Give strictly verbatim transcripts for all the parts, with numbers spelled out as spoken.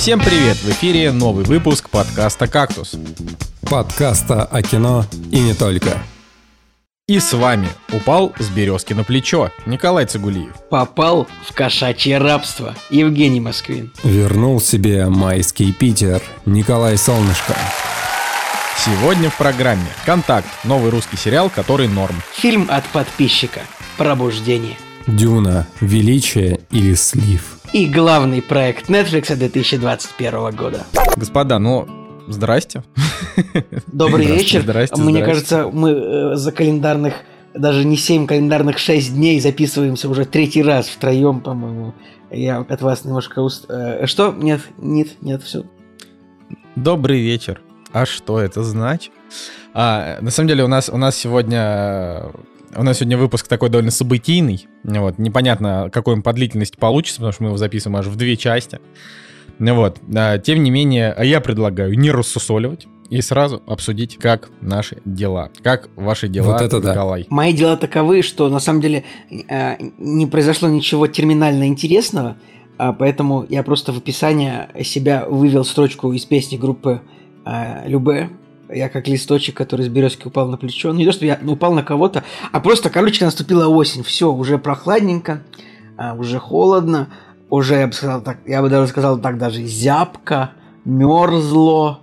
Всем привет! В эфире новый выпуск подкаста «Кактус». Подкаста о кино и не только. И с вами упал с березки на плечо Николай Цигулиев. Попал в кошачье рабство Евгений Москвин. Вернул себе майский Питер Николай Солнышко. Сегодня в программе «Контакт» — новый русский сериал, который норм. Фильм от подписчика «Пробуждение». Дюна. Величие или слив. И главный проект Netflix две тысячи двадцать первого года. Господа, ну, здрасте. Добрый вечер. Здрасте, Мне здрасте. кажется, мы э, за календарных, даже не семь календарных, шесть дней записываемся уже третий раз втроем, по-моему. Я от вас немножко уст... Э, что? Нет, нет, нет, все. Добрый вечер. А что это значит? А, на самом деле у нас, у нас сегодня... У нас сегодня выпуск такой довольно событийный. Вот. Непонятно, какой он по длительности получится, потому что мы его записываем аж в две части. Вот. А, тем не менее, а я предлагаю не рассусоливать и сразу обсудить, как наши дела. Как ваши дела, Вот это да. Николай? Мои дела таковы, что на самом деле э, не произошло ничего терминально интересного, а поэтому я просто в описание себя вывел строчку из песни группы э, Любэ. Я как листочек, который с березки упал на плечо. Ну, не то, что я упал на кого-то, а просто, короче, наступила осень. Все, уже прохладненько, уже холодно, уже, я бы сказал так, я бы даже сказал так, даже зябко, мерзло.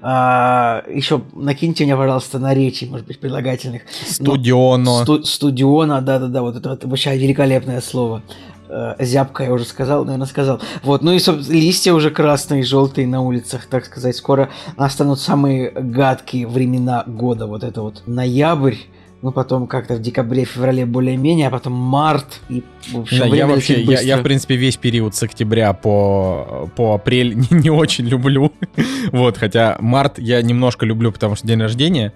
А, еще накиньте мне, пожалуйста, наречий, может быть, прилагательных. Студионо. Сту- студиона, да-да-да, вот это, это вообще великолепное слово. Зябко я уже сказал, наверное, сказал. Вот, ну и, собственно, листья уже красные, желтые на улицах, так сказать. Скоро настанут самые гадкие времена года. Вот это вот ноябрь, ну потом как-то в декабре, феврале более-менее, а потом март. И, в общем, Да, я вообще, я, быстро. я, в принципе, весь период с октября по, по апрель не, не очень люблю. Вот, хотя март я немножко люблю, потому что день рождения,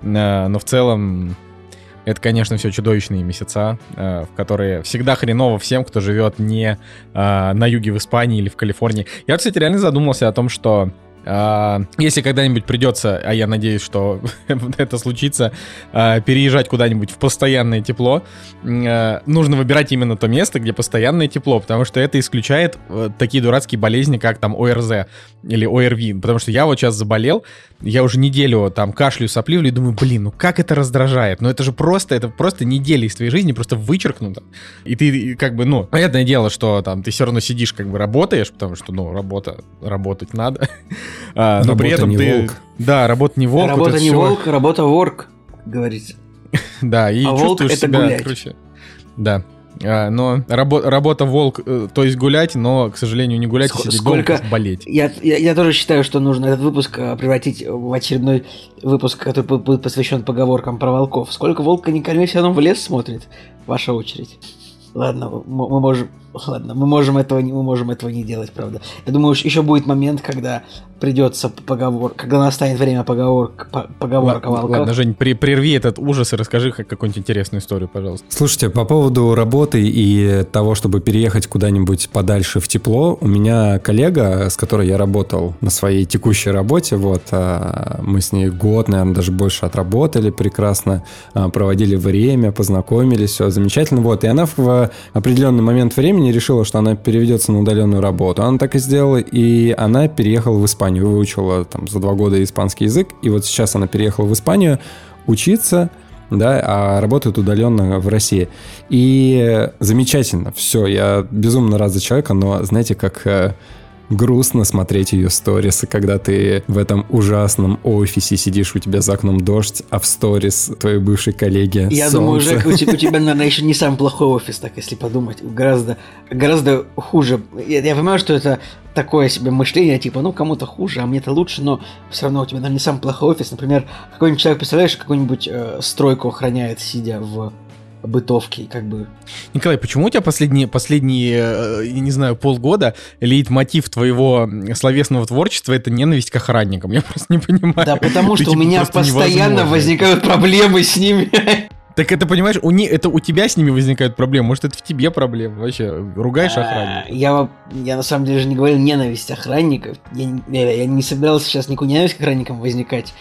но в целом... Это, конечно, все чудовищные месяца, э, в которые всегда хреново всем, кто живет не э, на юге в Испании или в Калифорнии. Я, кстати, реально задумался о том, что э, если когда-нибудь придется, а я надеюсь, что это случится, э, переезжать куда-нибудь в постоянное тепло, э, нужно выбирать именно то место, где постоянное тепло, потому что это исключает э, такие дурацкие болезни, как там ОРЗ или ОРВИ. Потому что я вот сейчас заболел, я уже неделю там кашлю, сопливлю и думаю, блин, ну как это раздражает? Ну это же просто, это просто неделя из твоей жизни просто вычеркнута. И ты как бы, ну, понятное дело, что там ты все равно сидишь, как бы работаешь, потому что, ну, работа, работать надо. А, но Работа при этом не ты... волк. Да, работа не волк. Работа вот не всё. волк, работа ворк, говорится. Да, и А волк чувствуешь это себя, гулять. короче, да. А, но рабо- работа волк, э, то есть гулять, но, к сожалению, не гулять, Ск- а сидеть сколько- дома, болеть. Я, я, я тоже считаю, что нужно этот выпуск э, превратить в очередной выпуск, который бу- будет посвящен поговоркам про волков. Сколько волка не корми, все равно в лес смотрит. Ваша очередь. Ладно, мы, мы можем, ладно, мы можем этого, не- мы можем этого не делать, правда. Я думаю, еще будет момент, когда придется поговор, когда настанет время поговор, по- поговорок о Ладно, волках. ладно, Жень, при- прерви этот ужас и расскажи как- какую-нибудь интересную историю, пожалуйста. Слушайте, по поводу работы и того, чтобы переехать куда-нибудь подальше в тепло, у меня коллега, с которой я работал на своей текущей работе, вот, а, мы с ней год, наверное, даже больше отработали прекрасно, а, проводили время, познакомились, все замечательно, вот, и она в определенный момент времени решила, что она переведется на удаленную работу. Она так и сделала, и она переехала в Испанию, выучила там за два года испанский язык, и вот сейчас она переехала в Испанию учиться, да, а работает удаленно в России. И замечательно, все, я безумно рад за человека, но знаете, как э, грустно смотреть ее сторисы, когда ты в этом ужасном офисе сидишь, у тебя за окном дождь, а в сторис твоей бывшей коллеги Я солнце. думаю, Жек, у тебя, у тебя, наверное, еще не самый плохой офис, так если подумать. Гораздо, гораздо хуже. Я, я понимаю, что это такое себе мышление, типа, ну, кому-то хуже, а мне-то лучше, но все равно у тебя, наверное, не самый плохой офис. Например, какой-нибудь человек, представляешь, какую-нибудь э, стройку охраняет, сидя в бытовке, как бы. Николай, почему у тебя последние, последние, э, я не знаю, полгода лейтмотив твоего словесного творчества — это ненависть к охранникам? Я просто не понимаю. Да, потому Ты, что у типа, меня просто постоянно невозможно. возникают проблемы с ними. Так это, понимаешь, у не, это у тебя с ними возникают проблемы, может, это в тебе проблемы вообще? Ругаешь охранника? Я, я на самом деле же не говорил ненависть охранников. Я, не- я, я не собирался сейчас никакую ненависть к охранникам возникать.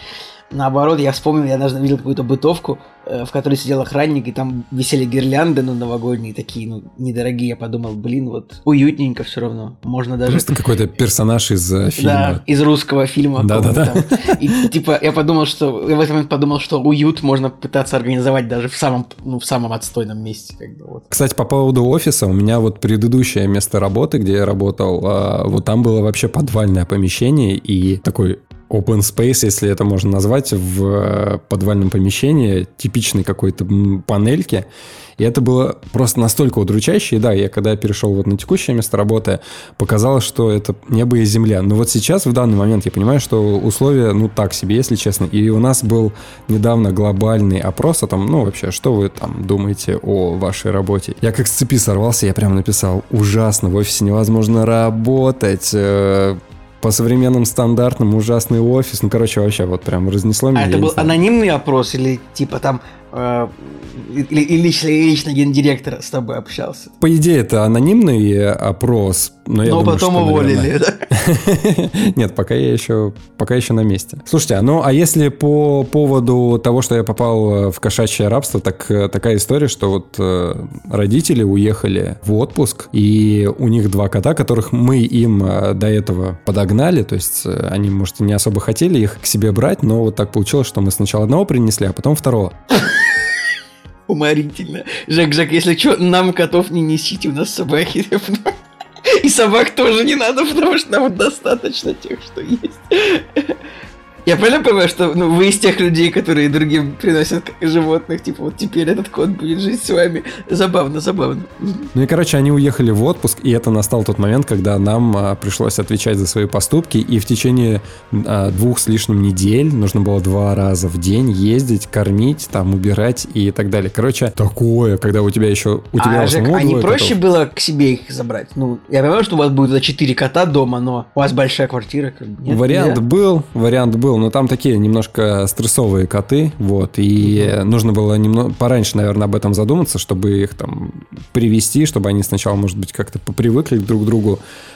наоборот, я вспомнил, я даже видел какую-то бытовку, э, в которой сидел охранник, и там висели гирлянды, ну, новогодние такие, ну, недорогие. Я подумал, блин, вот уютненько все равно. Можно даже... Просто какой-то персонаж из э, фильма. Да, из русского фильма. Да-да-да. И, типа, я подумал, что... Я в этот момент подумал, что уют можно пытаться организовать даже в самом, ну, в самом отстойном месте. Как бы, вот. Кстати, по поводу офиса, у меня вот предыдущее место работы, где я работал, э, вот там было вообще подвальное помещение и такой... open space, если это можно назвать, в подвальном помещении, типичной какой-то панельки. И это было просто настолько удручающе. И да, я когда перешел вот на текущее место работы, показалось, что это небо и земля. Но вот сейчас, в данный момент, я понимаю, что условия, ну, так себе, если честно. И у нас был недавно глобальный опрос о том, ну, вообще, что вы там думаете о вашей работе. Я как с цепи сорвался, я прям написал: ужасно, в офисе невозможно работать, по современным стандартным ужасный офис. Ну, короче, вообще вот прям разнесло меня. А это был анонимный опрос или типа там э, или, или лично, лично гендиректор с тобой общался? По идее, это анонимный опрос. Но, я но думаю, потом что, уволили, наверное... да? Нет, пока я еще, пока еще на месте. Слушайте, а ну а если по поводу того, что я попал в кошачье рабство, так такая история, что вот родители уехали в отпуск, и у них два кота, которых мы им до этого подогнали, то есть они, может, не особо хотели их к себе брать, но вот так получилось, что мы сначала одного принесли, а потом второго. Уморительно. Жак, Жак, если что, нам котов не несите, у нас собаки. И собак тоже не надо, потому что нам достаточно тех, что есть. Я правильно понимаю, что ну, вы из тех людей, которые другим приносят животных, типа вот теперь этот кот будет жить с вами. Забавно, забавно. Ну и, короче, они уехали в отпуск, и это настал тот момент, когда нам а, пришлось отвечать за свои поступки, и в течение а, двух с лишним недель нужно было два раза в день ездить, кормить, там, убирать и так далее. Короче, такое, когда у тебя еще... У тебя а, Жек, а не проще котов. было к себе их забрать? Ну, я понимаю, что у вас будет четыре кота дома, но у вас большая квартира. Как бы, нет? Вариант Нельзя? был, вариант был. Но там такие немножко стрессовые коты, вот, и uh-huh. нужно было немного пораньше, наверное, об этом задуматься, чтобы их там привести, чтобы они сначала, может быть, как-то попривыкли друг к другу,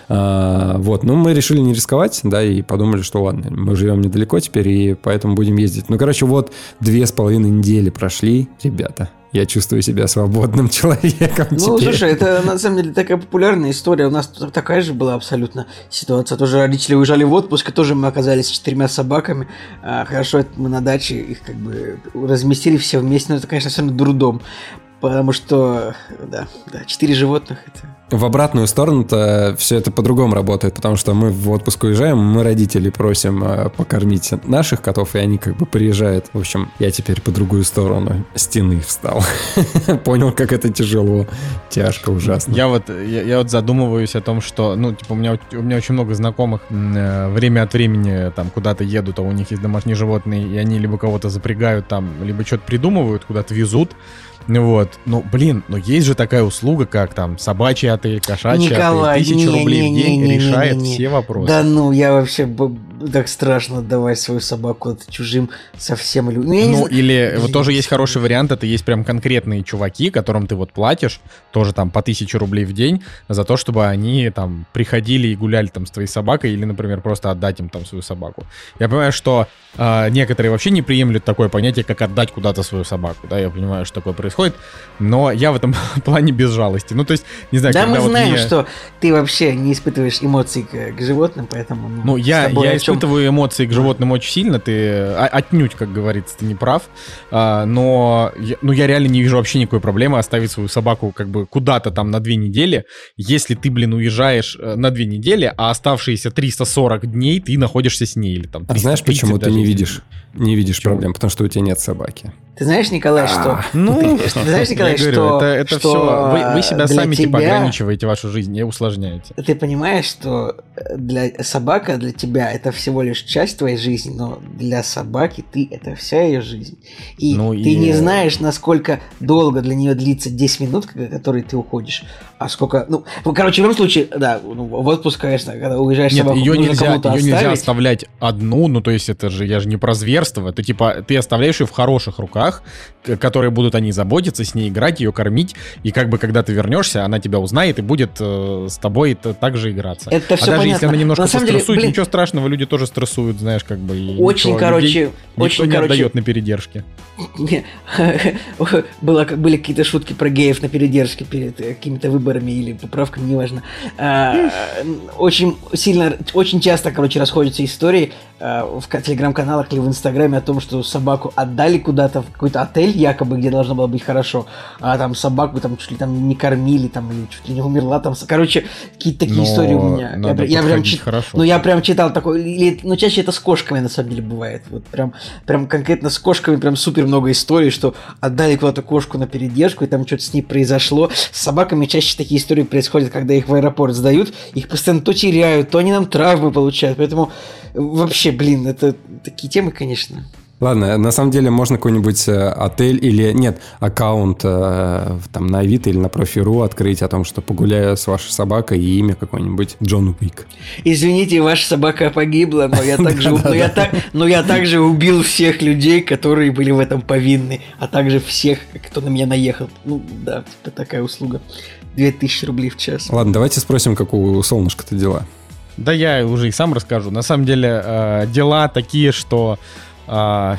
а, вот, но мы решили не рисковать, да, и подумали, что ладно, мы живем недалеко теперь, и поэтому будем ездить. Ну, короче, вот две с половиной недели прошли, ребята. Я чувствую себя свободным человеком Ну, теперь. слушай, это на самом деле такая популярная история. У нас такая же была абсолютно ситуация. Тоже родители уезжали в отпуск, и тоже мы оказались с четырьмя собаками. А, хорошо, это мы на даче их как бы разместили все вместе. Но это, конечно, все равно дурдом. Потому что, да, да, четыре животных это... В обратную сторону-то все это по-другому работает, потому что мы в отпуск уезжаем, мы родителей просим э, покормить наших котов, и они как бы приезжают. В общем, я теперь по другую сторону стены встал. Понял, как это тяжело, тяжко, ужасно. Я вот, я, я вот задумываюсь о том, что, ну, типа, у меня, у меня очень много знакомых э, время от времени там куда-то едут, а у них есть домашние животные, и они либо кого-то запрягают там, либо что-то придумывают, куда-то везут. Вот, ну, блин, ну есть же такая услуга, как там собачья отель, кошачья Николай, отель, тысяча не, рублей не, в день не, не, решает не, не. все вопросы. Да ну, я вообще б- так страшно отдавать свою собаку от чужим совсем людям. Ну, ну или вот тоже есть хороший вариант, это есть прям конкретные чуваки, которым ты вот платишь, тоже там по тысяче рублей в день, за то, чтобы они там приходили и гуляли там с твоей собакой, или, например, просто отдать им там свою собаку. Я понимаю, что э, некоторые вообще не приемлют такое понятие, как отдать куда-то свою собаку, да, я понимаю, что такое происходит, но я в этом плане без жалости. Ну, то есть, не знаю, да, когда мы вот знаем, мне... что ты вообще не испытываешь эмоций к, к животным, поэтому... Ну, ну я, я чем... испытываю эмоции к животным очень сильно, ты а, отнюдь, как говорится, ты не прав, а, но я, ну, я реально не вижу вообще никакой проблемы оставить свою собаку как бы куда-то там на две недели, если ты, блин, уезжаешь на две недели, а оставшиеся триста сорок дней ты находишься с ней, или там А знаешь, почему ты не видишь, не видишь Почему? проблем? Потому что у тебя нет собаки. Ты знаешь, Николай, что... Ну, ты знаешь, Николай, я что... говорю, это, это что все... Вы, вы себя для сами типа тебя... ограничиваете вашу жизнь и усложняете. Ты понимаешь, что для собака для тебя это всего лишь часть твоей жизни, но для собаки ты это вся ее жизнь. И ну, ты и... не знаешь, насколько долго для нее длится десять минут, которые ты уходишь, а сколько... Ну, короче, в любом случае, да, в отпуск, конечно, когда уезжаешь Нет, собаку, ее нужно нельзя, кому-то ее оставить. нельзя оставлять одну, ну то есть это же, я же не про зверство, это типа ты оставляешь ее в хороших руках, местах, которые будут о ней заботиться, с ней играть, ее кормить, и как бы когда ты вернешься, она тебя узнает и будет э, с тобой так же играться. Это все а даже понятно. если она немножко на самом пострессует, деле, блин, ничего страшного, люди тоже стрессуют, знаешь, как бы. И очень, ничего, короче, людей очень, никто не короче, отдает на передержке. Было, были какие-то шутки про геев на передержке перед какими-то выборами или поправками, неважно. Очень сильно, очень часто, короче, расходятся истории в телеграм-каналах или в инстаграме о том, что собаку отдали куда-то в какой-то отель, якобы, где должно было быть хорошо, а там собаку там чуть ли там не кормили, там, или чуть ли не умерла, там, короче, какие-то такие но истории у меня. Я, я прям чит... Ну, я прям читал такой, или, ну, чаще это с кошками, на самом деле, бывает. Вот прям, прям конкретно с кошками прям супер много историй, что отдали куда-то кошку на передержку, и там что-то с ней произошло. С собаками чаще такие истории происходят, когда их в аэропорт сдают, их постоянно то теряют, то они нам травмы получают, поэтому вообще, блин, это такие темы, конечно. Ладно, на самом деле можно какой-нибудь э, отель или, нет, аккаунт э, там на Авито или на Профи.ру открыть о том, что погуляю с вашей собакой и имя какой-нибудь Джон Уик. Извините, ваша собака погибла, но я также, но я так, но я также убил всех людей, которые были в этом повинны, а также всех, кто на меня наехал. Ну да, типа такая услуга. две тысячи рублей в час. Ладно, давайте спросим, как у солнышка-то дела. Да я уже и сам расскажу. На самом деле э, дела такие, что... Uh,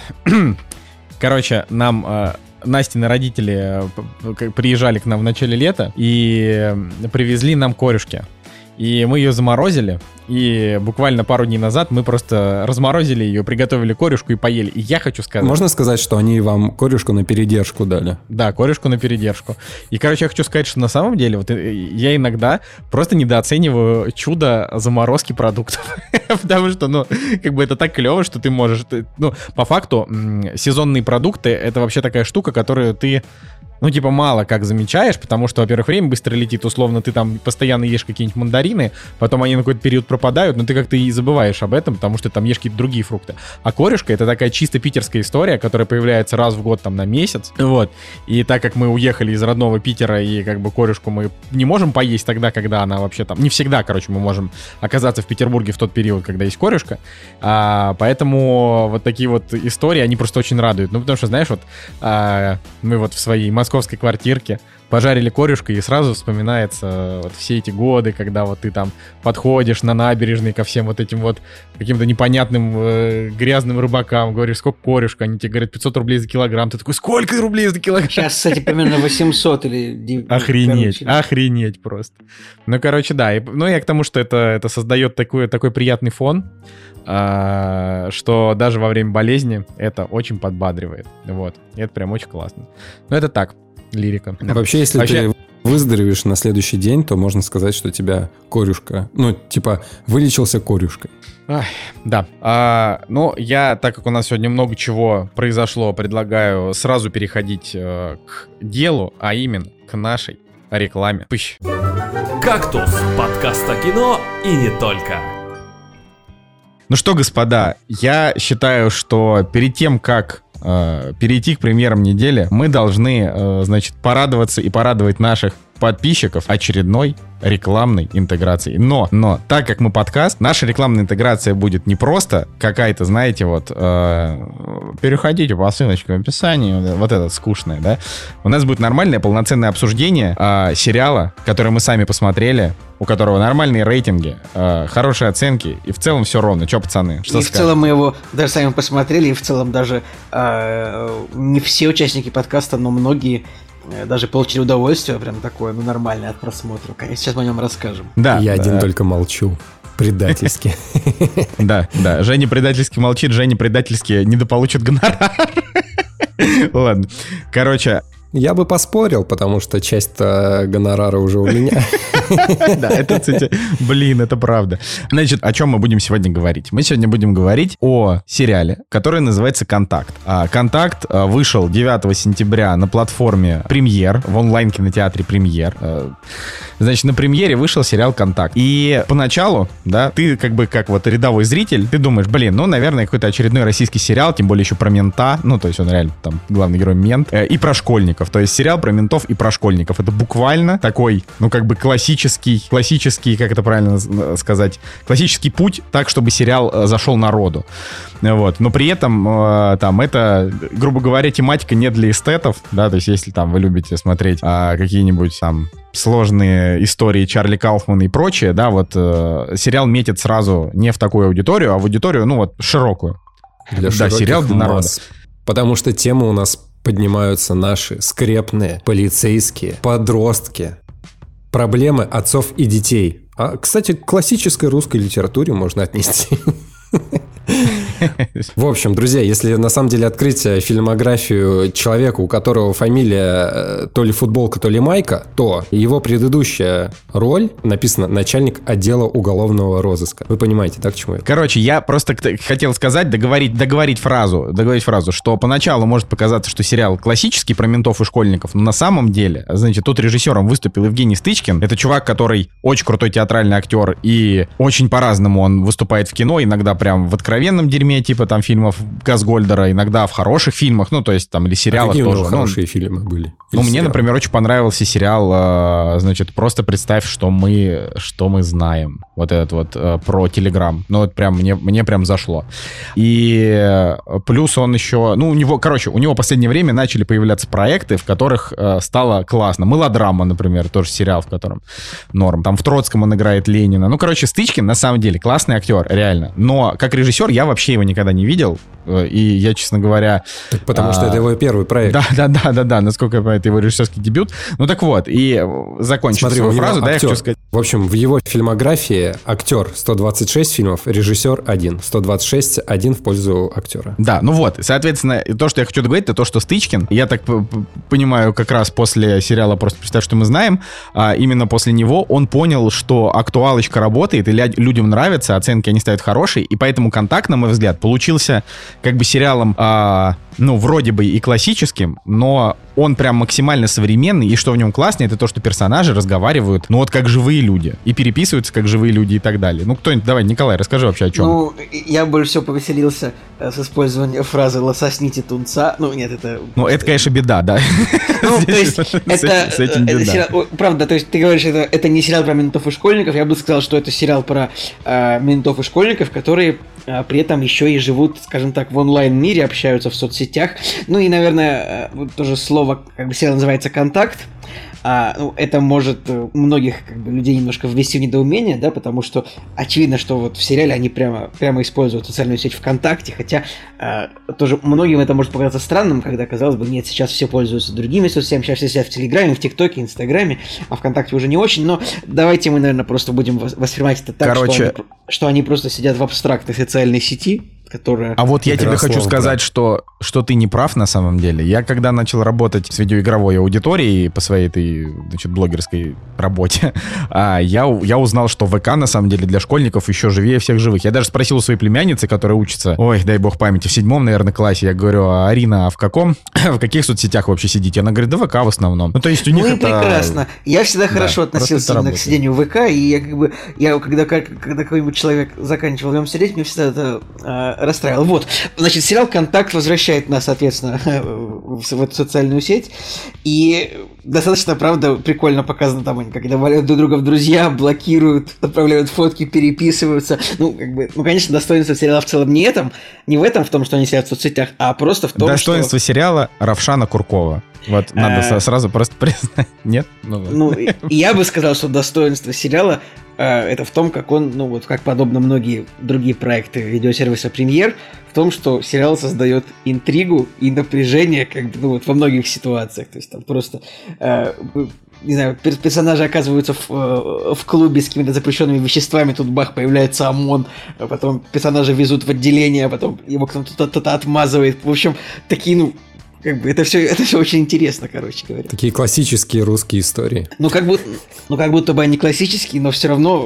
короче, нам uh, Настины родители uh, приезжали к нам в начале лета и привезли нам корюшки. И мы ее заморозили, и буквально пару дней назад мы просто разморозили ее, приготовили корюшку и поели. И я хочу сказать... Можно сказать, что они вам корюшку на передержку дали? Да, корюшку на передержку. И, короче, я хочу сказать, что на самом деле вот я иногда просто недооцениваю чудо заморозки продуктов. Потому что, ну, как бы это так клево, что ты можешь... Ну, по факту, сезонные продукты — это вообще такая штука, которую ты... Ну, типа, мало как замечаешь, потому что, во-первых, время быстро летит, условно, ты там постоянно ешь какие-нибудь мандарины, потом они на какой-то период пропадают, но ты как-то и забываешь об этом, потому что там ешь какие-то другие фрукты. А корюшка — это такая чисто питерская история, которая появляется раз в год, там, на месяц, вот. И так как мы уехали из родного Питера, и, как бы, корюшку мы не можем поесть тогда, когда она вообще там... Не всегда, короче, мы можем оказаться в Петербурге в тот период, когда есть корюшка, а, поэтому вот такие вот истории, они просто очень радуют. Ну, потому что, знаешь, вот а, мы вот в своей московской квартирке пожарили корюшку, и сразу вспоминается вот все эти годы, когда вот ты там подходишь на набережной ко всем вот этим вот каким-то непонятным э, грязным рыбакам, говоришь, сколько корюшка, они тебе говорят пятьсот рублей за килограмм, ты такой, сколько рублей за килограмм? Сейчас, кстати, примерно восемьсот или... Охренеть, короче. Охренеть просто. Ну, короче, да, и, ну, я к тому, что это, это создает такой, такой приятный фон, а, что даже во время болезни это очень подбадривает, вот, и это прям очень классно. Но это так, лирика. А вообще, если Вообще... ты выздоровеешь на следующий день, то можно сказать, что тебя корюшка, ну, типа, вылечился корюшкой. Ах, да. А, ну, я, так как у нас сегодня много чего произошло, предлагаю сразу переходить э, к делу, а именно к нашей рекламе. Пыщ. «Кактус» — подкаст о кино и не только. Ну что, господа, я считаю, что перед тем, как э, перейти к премьерам недели, мы должны, э, значит, порадоваться и порадовать наших подписчиков очередной рекламной интеграцией. Но, но, так как мы подкаст, наша рекламная интеграция будет не просто какая-то, знаете, вот, э, переходите по ссылочке в описании, вот это скучное, да? У нас будет нормальное полноценное обсуждение э, сериала, который мы сами посмотрели, у которого нормальные рейтинги, э, хорошие оценки, и в целом все ровно. Че, пацаны, что И скажешь? в целом мы его даже сами посмотрели, и в целом даже э, не все участники подкаста, но многие даже получили удовольствие прям такое, ну, нормальное от просмотра. Конечно, сейчас мы о нем расскажем. Да. Я один только молчу. Предательски. Да, да. Женя предательски молчит, Женя предательски недополучит гонорар. Ладно. Короче... Я бы поспорил, потому что часть гонорара уже у меня. Да, это, кстати, блин, это правда. Значит, о чем мы будем сегодня говорить? Мы сегодня будем говорить о сериале, который называется «Контакт». «Контакт» вышел девятого сентября на платформе «Премьер», в онлайн-кинотеатре «Премьер». Значит, на «Премьере» вышел сериал «Контакт». И поначалу, да, ты как бы как вот рядовой зритель, ты думаешь, блин, ну, наверное, какой-то очередной российский сериал, тем более еще про мента, ну, то есть он реально там главный герой мент, и про школьников. школьников. То есть сериал про ментов и про школьников. Это буквально такой, ну, как бы классический, классический, как это правильно сказать, классический путь так, чтобы сериал зашел народу. Вот. Но при этом э, там это, грубо говоря, тематика не для эстетов, да, то есть если там вы любите смотреть а, какие-нибудь там сложные истории Чарли Кауфмана и прочее, да, вот э, сериал метит сразу не в такую аудиторию, а в аудиторию, ну вот, широкую. Для да, сериал для народа. Масс. Потому что темы у нас поднимаются наши скрепные, полицейские, подростки. Проблемы отцов и детей. А, кстати, к классической русской литературе можно отнести. В общем, друзья, если на самом деле открыть фильмографию человека, у которого фамилия то ли футболка, то ли майка, то его предыдущая роль написана начальник отдела уголовного розыска. Вы понимаете, да, к чему это? Короче, я просто хотел сказать, договорить, договорить фразу, договорить фразу, что поначалу может показаться, что сериал классический про ментов и школьников, но на самом деле, значит, тут режиссером выступил Евгений Стычкин. Это чувак, который очень крутой театральный актер и очень по-разному он выступает в кино, иногда прям в откровенном дерьме, типа там фильмов Газгольдера, иногда в хороших фильмах, ну, то есть там или сериалах а какие тоже. у него хорошие ну, фильмы были? Ну, мне, сериалы? Например, очень понравился сериал, значит, «Просто представь, что мы, что мы знаем». Вот этот вот про Телеграм. Ну, вот прям мне, мне прям зашло. И плюс он еще... Ну, у него, короче, у него в последнее время начали появляться проекты, в которых стало классно. «Мылодрама», например, тоже сериал, в котором норм. Там в Троцком он играет Ленина. Ну, короче, Стычкин, на самом деле, классный актер, реально. Но как режиссер я вообще его никогда не видел. И я, честно говоря... Так потому а... что это его первый проект. Да, да, да, да, да. Насколько я понимаю, это его режиссерский дебют. Ну так вот, и закончив Смотри, свою фразу, да, я хочу сказать... В общем, в его фильмографии актер сто двадцать шесть фильмов, режиссер один. сто двадцать шесть один в пользу актера. Да, ну вот, соответственно, то, что я хочу договорить, это то, что Стычкин, я так понимаю, как раз после сериала «Просто представь, что мы знаем», а именно после него он понял, что актуалочка работает, и людям нравится, оценки они ставят хорошие, и поэтому «Контакт», на мой взгляд, получился как бы сериалом, а, ну, вроде бы и классическим, но он прям максимально современный, и что в нем классно, это то, что персонажи разговаривают, ну, вот как живые люди, и переписываются как живые люди и так далее. Ну, кто-нибудь, давай, Николай, расскажи вообще о чем. Ну, я больше всего повеселился с использованием фразы «лососните тунца». Ну, нет, это... Ну, это, конечно, беда, да. Ну, то есть, это... Правда, то есть, ты говоришь, это не сериал про ментов и школьников, я бы сказал, что это сериал про ментов и школьников, которые при этом еще и живут, скажем так, в онлайн-мире, общаются в соцсетях. Ну, и, наверное, вот тоже слово, как бы сериал называется «Контакт». А, ну, это может многих как бы, людей немножко ввести в недоумение, да, потому что очевидно, что вот в сериале они прямо, прямо используют социальную сеть ВКонтакте, хотя а, тоже многим это может показаться странным, когда, казалось бы, нет, сейчас все пользуются другими соцсетями, сейчас все сидят в Телеграме, в ТикТоке, Инстаграме, а ВКонтакте уже не очень, но давайте мы, наверное, просто будем воспринимать это так, Короче... что, они, что они просто сидят в абстрактной социальной сети, которая... А вот я тебе хочу сказать, что, что ты не прав на самом деле. Я когда начал работать с видеоигровой аудиторией по своей этой, значит, блогерской работе, я, я узнал, что ВК на самом деле для школьников еще живее всех живых. Я даже спросил у своей племянницы, которая учится, ой, дай бог памяти, в седьмом, наверное, классе, я говорю, а Арина, а в каком, в каких соцсетях вы вообще сидите? Она говорит, да ВК в основном. Ну, то есть у них ну и это... прекрасно. Я всегда да, хорошо относился именно к сидению в ВК, и я как бы, я когда, когда какой-нибудь человек заканчивал в нем сидеть, мне всегда это э, расстраивало. Вот, значит, сериал «Контакт» возвращает нас, соответственно, в, в эту социальную сеть, и достаточно, правда, прикольно показано там, они когда валяют друг друга в друзья, блокируют, отправляют фотки, переписываются. Ну, как бы, ну, конечно, достоинство сериала в целом не этом, не в этом, в том, что они сидят в соцсетях, а просто в том, достоинство что... сериала Равшана Куркова. Вот, надо сразу просто признать. Нет? Ну, я бы сказал, что достоинство сериала это в том, как он, ну вот как подобно многие другие проекты видеосервиса «Премьер», в том, что сериал создает интригу и напряжение, как бы, ну вот во многих ситуациях. То есть там просто, э, не знаю, персонажи оказываются в, э, в клубе с какими-то запрещенными веществами, тут бах, появляется ОМОН, а потом персонажа везут в отделение, а потом его кто-то, кто-то отмазывает. В общем, такие, ну, как бы это все, это все очень интересно, короче говоря. Такие классические русские истории. Ну, как будто, ну, как будто бы они классические, но все равно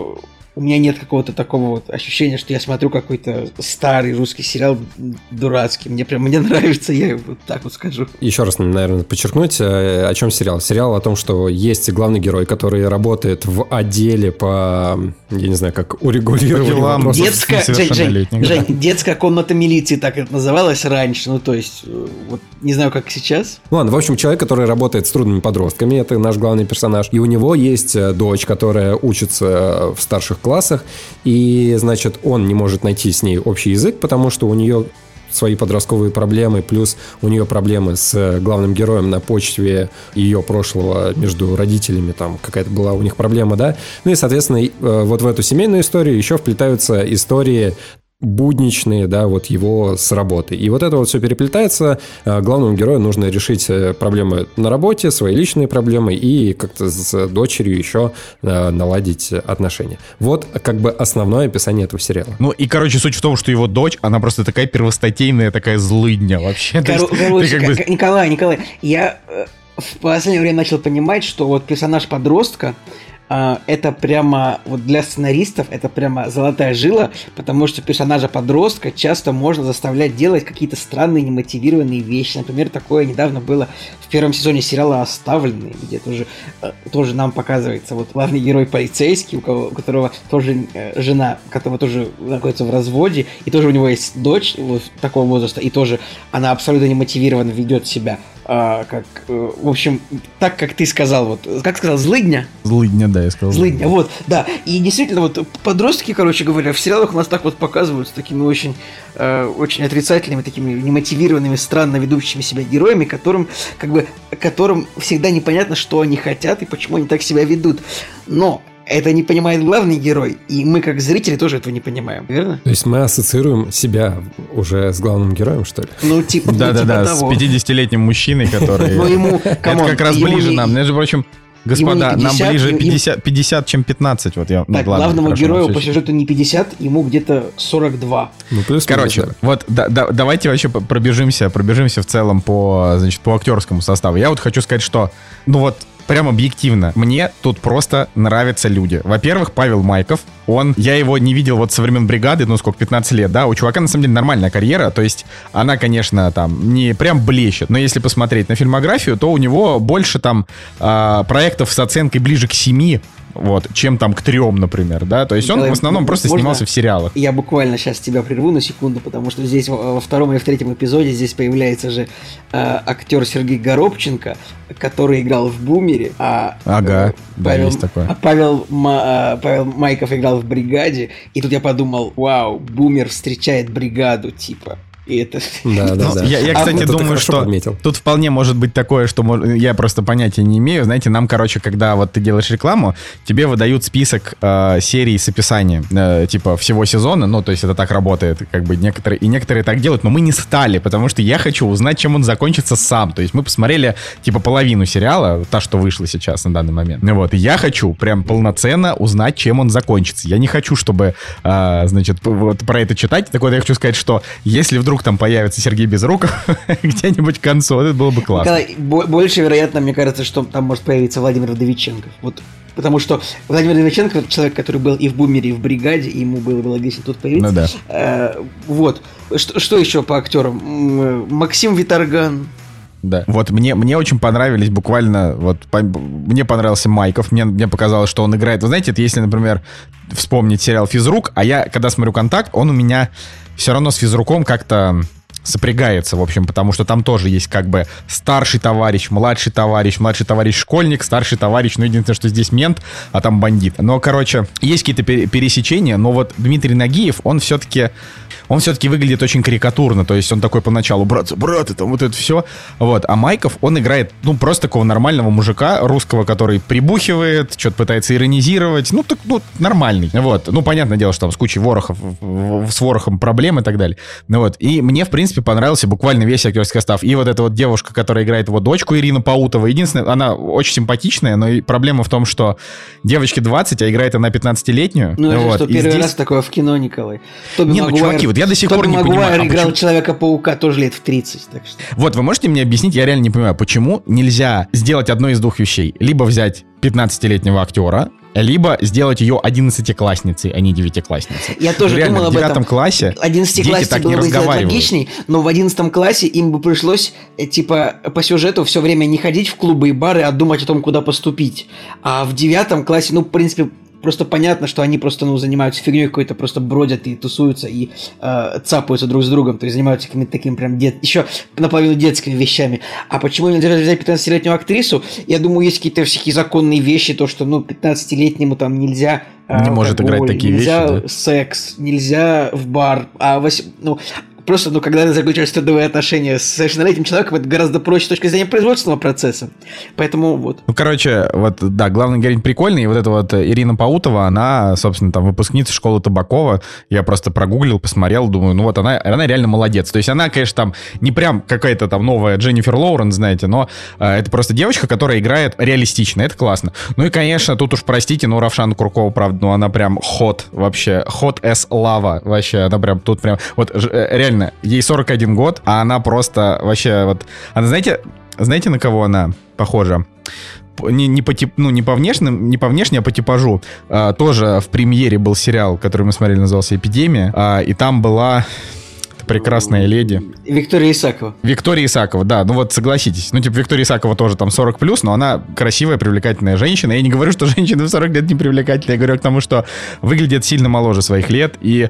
у меня нет какого-то такого вот ощущения, что я смотрю какой-то старый русский сериал дурацкий. Мне прям мне нравится, я вот так вот скажу. Еще раз, наверное, подчеркнуть, о чем сериал. Сериал о том, что есть главный герой, который работает в отделе по, я не знаю, как урегулированию вопросов. Детская, Жень, Жень, Жень, детская комната милиции, так это называлось раньше. Ну, то есть, вот не знаю, как сейчас. Ладно, в общем, человек, который работает с трудными подростками, это наш главный персонаж. И у него есть дочь, которая учится в старших классах. И, значит, он не может найти с ней общий язык, потому что у нее свои подростковые проблемы, плюс у нее проблемы с главным героем на почве ее прошлого между родителями, там какая-то была у них проблема, да. Ну и, соответственно, вот в эту семейную историю еще вплетаются истории будничные, да, вот его с работы. И вот это вот все переплетается. Главному герою нужно решить проблемы на работе, свои личные проблемы и как-то с дочерью еще наладить отношения. Вот как бы основное описание этого сериала. Ну и, короче, суть в том, что его дочь, она просто такая первостатейная, такая злыдня вообще. Кор- есть, короче, как бы... Николай, Николай, я в последнее время начал понимать, что вот персонаж подростка, это прямо, вот для сценаристов, это прямо золотая жила, потому что персонажа подростка часто можно заставлять делать какие-то странные, немотивированные вещи. Например, такое недавно было в первом сезоне сериала «Оставленные», где тоже, тоже нам показывается вот главный герой полицейский, у, кого, у которого тоже жена, которого тоже находится в разводе, и тоже у него есть дочь вот такого возраста, и тоже она абсолютно немотивированно ведет себя. А, как, в общем, так, как ты сказал, вот, как сказал, злыдня? Злыдня, да, я сказал. Злыдня, вот, да. И действительно, вот, подростки, короче говоря, в сериалах у нас так вот показывают с такими очень, э, очень отрицательными, такими немотивированными, странно ведущими себя героями, которым, как бы, которым всегда непонятно, что они хотят и почему они так себя ведут. Но это не понимает главный герой, и мы, как зрители, тоже этого не понимаем, верно? То есть мы ассоциируем себя уже с главным героем, что ли? Ну, типа, да-да-да, с пятидесятилетним мужчиной, который... Ну, ему, это как раз ближе нам. Между прочим, господа, нам ближе пятьдесят, чем пятнадцать. Вот я, так, главному герою по сюжету не пятьдесят, ему где-то сорок два. Ну, плюс, короче, да. вот да, да, давайте вообще пробежимся, пробежимся в целом по, значит, по актерскому составу. Я вот хочу сказать, что, ну вот, прям объективно, мне тут просто нравятся люди. Во-первых, Павел Майков, он, я его не видел вот со времен «Бригады», ну сколько, пятнадцать лет, да, у чувака на самом деле нормальная карьера, то есть она, конечно, там не прям блещет, но если посмотреть на фильмографию, то у него больше там э, проектов с оценкой ближе к семи, вот, чем там к трем, например, да, то есть он Николай, в основном просто можно снимался в сериалах. Я буквально сейчас тебя прерву на секунду, потому что здесь во втором или в третьем эпизоде здесь появляется же э, актер Сергей Горобченко, который играл в «Бумере», а ага, э, Павел, да, есть такое. А Павел, Ма, Павел Майков играл в «Бригаде», и тут я подумал, вау, «Бумер» встречает «Бригаду», типа. И это... Да, да, да. Я, я кстати, а, думаю, что подметил. Тут вполне может быть такое, что я просто понятия не имею. Знаете, нам, короче, когда вот ты делаешь рекламу, тебе выдают список э, серий с описанием, э, типа, всего сезона. Ну, то есть это так работает, как бы некоторые... И некоторые так делают, но мы не стали, потому что я хочу узнать, чем он закончится сам. То есть мы посмотрели, типа, половину сериала, та, что вышла сейчас на данный момент. Ну вот, и я хочу прям полноценно узнать, чем он закончится. Я не хочу, чтобы, э, значит, вот про это читать. Так вот, я хочу сказать, что если вдруг там появится Сергей Безруков где-нибудь к концу, вот это было бы классно. Николай, больше вероятно, мне кажется, что там может появиться Владимир Вдовиченков. Вот, потому что Владимир Вдовиченков — это человек, который был и в «Бумере», и в «Бригаде», и ему было бы логично тут появиться. Ну да. А, вот. Что, что еще по актерам? Максим Виторган. Да. Вот мне, мне очень понравились буквально, вот по, мне понравился Майков, мне, мне показалось, что он играет, вы знаете, это если, например, вспомнить сериал «Физрук», а я, когда смотрю «Контакт», он у меня все равно с физруком как-то сопрягается, в общем, потому что там тоже есть как бы старший товарищ, младший товарищ, младший товарищ школьник, старший товарищ, ну, единственное, что здесь мент, а там бандит. Но, короче, есть какие-то пересечения, но вот Дмитрий Нагиев, он все-таки... Он все-таки выглядит очень карикатурно, то есть он такой поначалу, брат, брат, это вот это все. Вот. А Майков, он играет, ну, просто такого нормального мужика русского, который прибухивает, что-то пытается иронизировать, ну, так, ну, нормальный. Вот. Ну, понятное дело, что там с кучей ворохов, с ворохом проблем и так далее. Ну, вот. И мне, в принципе, понравился буквально весь актерский состав. И вот эта вот девушка, которая играет его дочку, Ирина Паутова, единственное, она очень симпатичная, но и проблема в том, что девочке двадцать, а играет она пятнадцатилетнюю. Ну, это вот. что, первый здесь... раз такое в кино, Николай. Тоби не, ну, Магуайр... чуваки, вот я до сих Тоби пор не Магуайр понимаю. А играл почему... Человека-паука тоже лет в тридцать. Так что... Вот, вы можете мне объяснить, я реально не понимаю, почему нельзя сделать одно из двух вещей. Либо взять пятнадцатилетнего актера, либо сделать ее одиннадцатиклассницей, а не девятиклассницей. Я тоже Реально, думал об этом. В девятом классе одиннадцатикласснице дети так было не бы сделать разговаривают. логичней, но в одиннадцатом классе им бы пришлось, э, типа, по сюжету все время не ходить в клубы и бары, а думать о том, куда поступить. А в девятом классе, ну, в принципе, просто понятно, что они просто, ну, занимаются фигней какой-то, просто бродят и тусуются, и э, цапаются друг с другом, то есть занимаются какими-то такими прям дет... еще наполовину детскими вещами. А почему нельзя взять пятнадцатилетнюю актрису? Я думаю, есть какие-то всякие законные вещи, то, что, ну, пятнадцатилетнему там нельзя... Не э, может алкоголь, играть такие нельзя вещи, да? секс, нельзя в бар, а вось... ну... Просто, ну, когда ты заключаешь трудовые отношения с совершеннолетним человеком, это гораздо проще с точки зрения производственного процесса. Поэтому вот. Ну, короче, вот, да, главный героинь прикольный, и вот эта вот Ирина Паутова, она, собственно, там, выпускница школы Табакова. Я просто прогуглил, посмотрел, думаю, ну вот она, она реально молодец. То есть она, конечно, там, не прям какая-то там новая Дженнифер Лоуренс, знаете, но э, это просто девочка, которая играет реалистично, это классно. Ну и, конечно, тут уж, простите, но Равшана Куркова, правда, ну она прям hot вообще, hot as lava вообще, она прям тут прям, вот реально, ей сорок один год, а она просто вообще вот... Она, знаете, знаете, на кого она похожа? Не, не, по тип, ну, не по внешним, не по внешне, а по типажу. А, тоже в премьере был сериал, который мы смотрели, назывался «Эпидемия», а, и там была... прекрасная леди. Виктория Исакова. Виктория Исакова, да. Ну вот согласитесь. Ну типа Виктория Исакова тоже там сорок плюс, но она красивая, привлекательная женщина. Я не говорю, что женщины в сорок лет не привлекательные. Я говорю к тому, что выглядит сильно моложе своих лет. И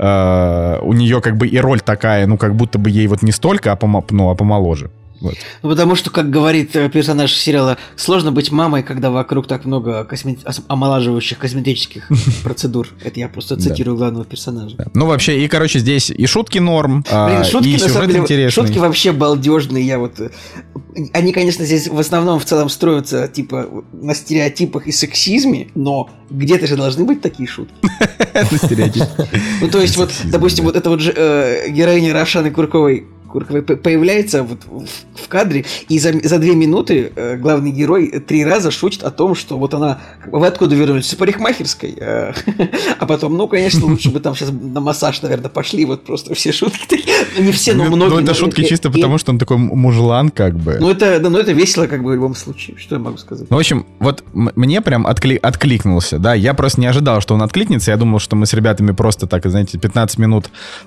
э, у нее как бы и роль такая, ну как будто бы ей вот не столько, а, помо- ну, а помоложе. Вот. Ну, потому что, как говорит персонаж сериала, сложно быть мамой, когда вокруг так много косме... омолаживающих косметических процедур. Это я просто цитирую главного персонажа. Ну, вообще, и, короче, здесь и шутки норм, Блин, шутки, и на самом сюжет деле, интересный. шутки вообще балдежные. Я вот... Они, конечно, здесь в основном в целом строятся, типа, на стереотипах и сексизме, но где-то же должны быть такие шутки. На стереотип. Ну, то есть, вот, допустим, вот эта вот героиня Равшаны Курковой Курковой появляется вот в кадре, и за, за две минуты э, главный герой три раза шутит о том, что вот она... Вы откуда вернулись? С парикмахерской. Э, а потом, ну, конечно, лучше бы там сейчас на массаж, наверное, пошли. Вот просто все шутки. Ну, не все, но многие. Ну, это шутки чисто потому, что он такой мужлан, как бы. Ну, это, да, ну, это весело, как бы, в любом случае. Что я могу сказать? Ну, в общем, вот мне прям откли- откликнулся, да. Я просто не ожидал, что он откликнется. Я думал, что мы с ребятами просто так, знаете, пятнадцать минут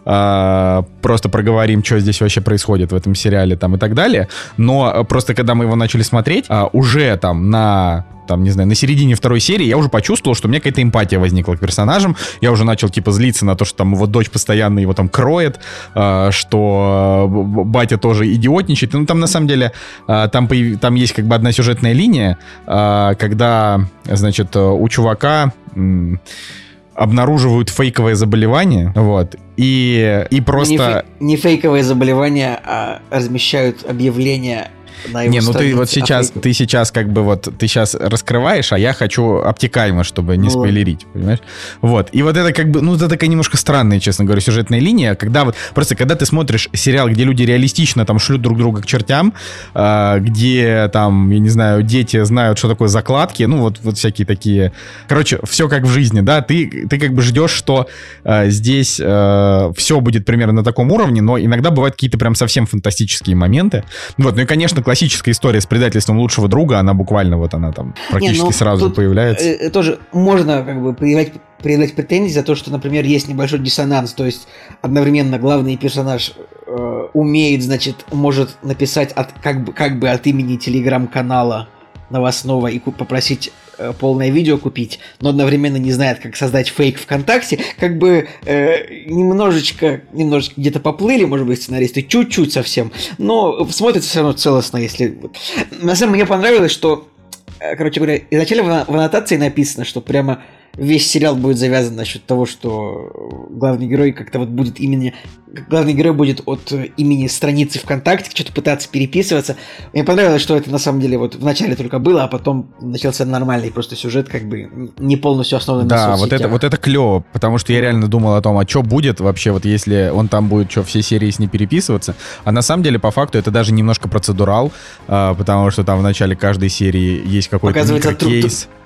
э, просто проговорим, что здесь вообще происходит в этом сериале там и так далее, но просто когда мы его начали смотреть, а, уже там на там, не знаю, на середине второй серии я уже почувствовал, что у меня какая-то эмпатия возникла к персонажам. Я уже начал, типа, злиться на то, что там его дочь постоянно его там кроет, э, что батя тоже идиотничает. Ну, там, на самом деле, э, там, появ... там есть как бы одна сюжетная линия, э, когда, значит, у чувака... М- обнаруживают фейковое заболевание, вот, и, и просто... Не, фей... не фейковое заболевание, а размещают объявления на его Не, ну ты вот сейчас, фейк... ты сейчас как бы вот, ты сейчас раскрываешь, а я хочу обтекаемо, чтобы не ну, спойлерить, понимаешь? Вот, и вот это как бы, ну это такая немножко странная, честно говоря, сюжетная линия, когда вот, просто когда ты смотришь сериал, где люди реалистично там шлют друг друга к чертям, э, где там, я не знаю, дети знают, что такое закладки, ну вот, вот всякие такие, короче, все как в жизни, да, ты, ты как бы ждешь, что э, здесь э, все будет примерно на таком уровне, но иногда бывают какие-то прям совсем фантастические моменты, вот, ну и, конечно, классическая история с предательством лучшего друга, она буквально вот она там практически Не, ну, сразу появляется. Э, тоже можно как бы предъявлять, предъявлять претензии за то, что, например, есть небольшой диссонанс, то есть одновременно главный персонаж э, умеет, значит, может написать от, как, бы, как бы от имени телеграм-канала новостного и попросить э, полное видео купить, но одновременно не знает, как создать фейк ВКонтакте, как бы э, немножечко, немножечко где-то поплыли, может быть, сценаристы, чуть-чуть совсем, но смотрится все равно целостно, если... На самом деле мне понравилось, что, э, короче говоря, изначально в, в аннотации написано, что прямо весь сериал будет завязан насчет того, что главный герой как-то вот будет имени... Главный герой будет от имени страницы ВКонтакте что-то пытаться переписываться. Мне понравилось, что это на самом деле вот в начале только было, а потом начался нормальный просто сюжет, как бы не полностью основанный да, на соцсетях. Да, вот это, вот это клево, потому что я реально думал о том, а что будет вообще, вот если он там будет что, все серии с ней переписываться. А на самом деле, по факту, это даже немножко процедурал, потому что там в начале каждой серии есть какой-то микрокейс.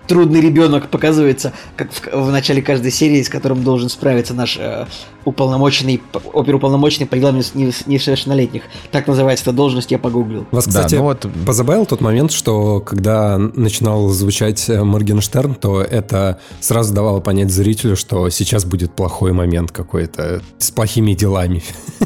трудный ребенок показывается, как в, в начале каждой серии, с которым должен справиться наш э, уполномоченный, оперуполномоченный по делам несовершеннолетних. Так называется эта должность, я погуглил. Вас, кстати, да, ну вот... позабавил тот момент, что когда начинал звучать Моргенштерн, то это сразу давало понять зрителю, что сейчас будет плохой момент какой-то с плохими делами.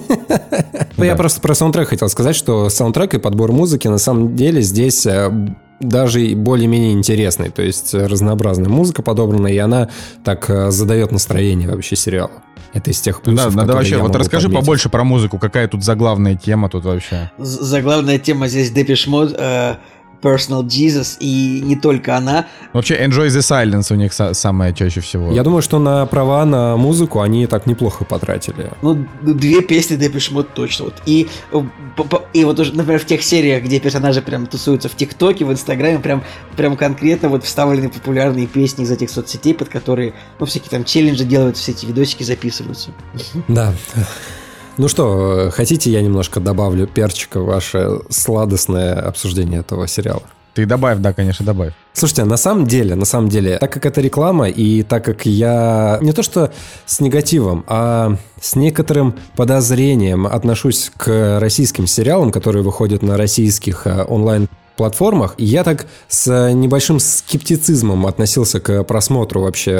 Я просто про саундтрек хотел сказать, что саундтрек и подбор музыки на самом деле здесь даже более-менее интересный. То есть разнообразная музыка подобрана, и она так задает настроение вообще сериалу. Это из тех плюсов, да, надо вообще, вот расскажи подметить. Побольше про музыку. Какая тут заглавная тема тут вообще? Заглавная тема здесь Depeche Mode, э, Personal Jesus, и не только она. Вообще Enjoy the Silence у них самое чаще всего. Я думаю, что на права на музыку они так неплохо потратили. Ну, две песни Depeche Mode точно. Вот. И, и вот уже, например, в тех сериях, где персонажи прям тусуются в ТикТоке, в Инстаграме, прям, прям конкретно вот вставлены популярные песни из этих соцсетей, под которые, ну, всякие там челленджи делают, все эти видосики записываются. Да. Ну что, хотите, я немножко добавлю перчика в ваше сладостное обсуждение этого сериала? Ты добавь, да, конечно, добавь. Слушайте, на самом деле, на самом деле, так как это реклама, и так как я не то что с негативом, а с некоторым подозрением отношусь к российским сериалам, которые выходят на российских онлайн платформах, я так с небольшим скептицизмом относился к просмотру вообще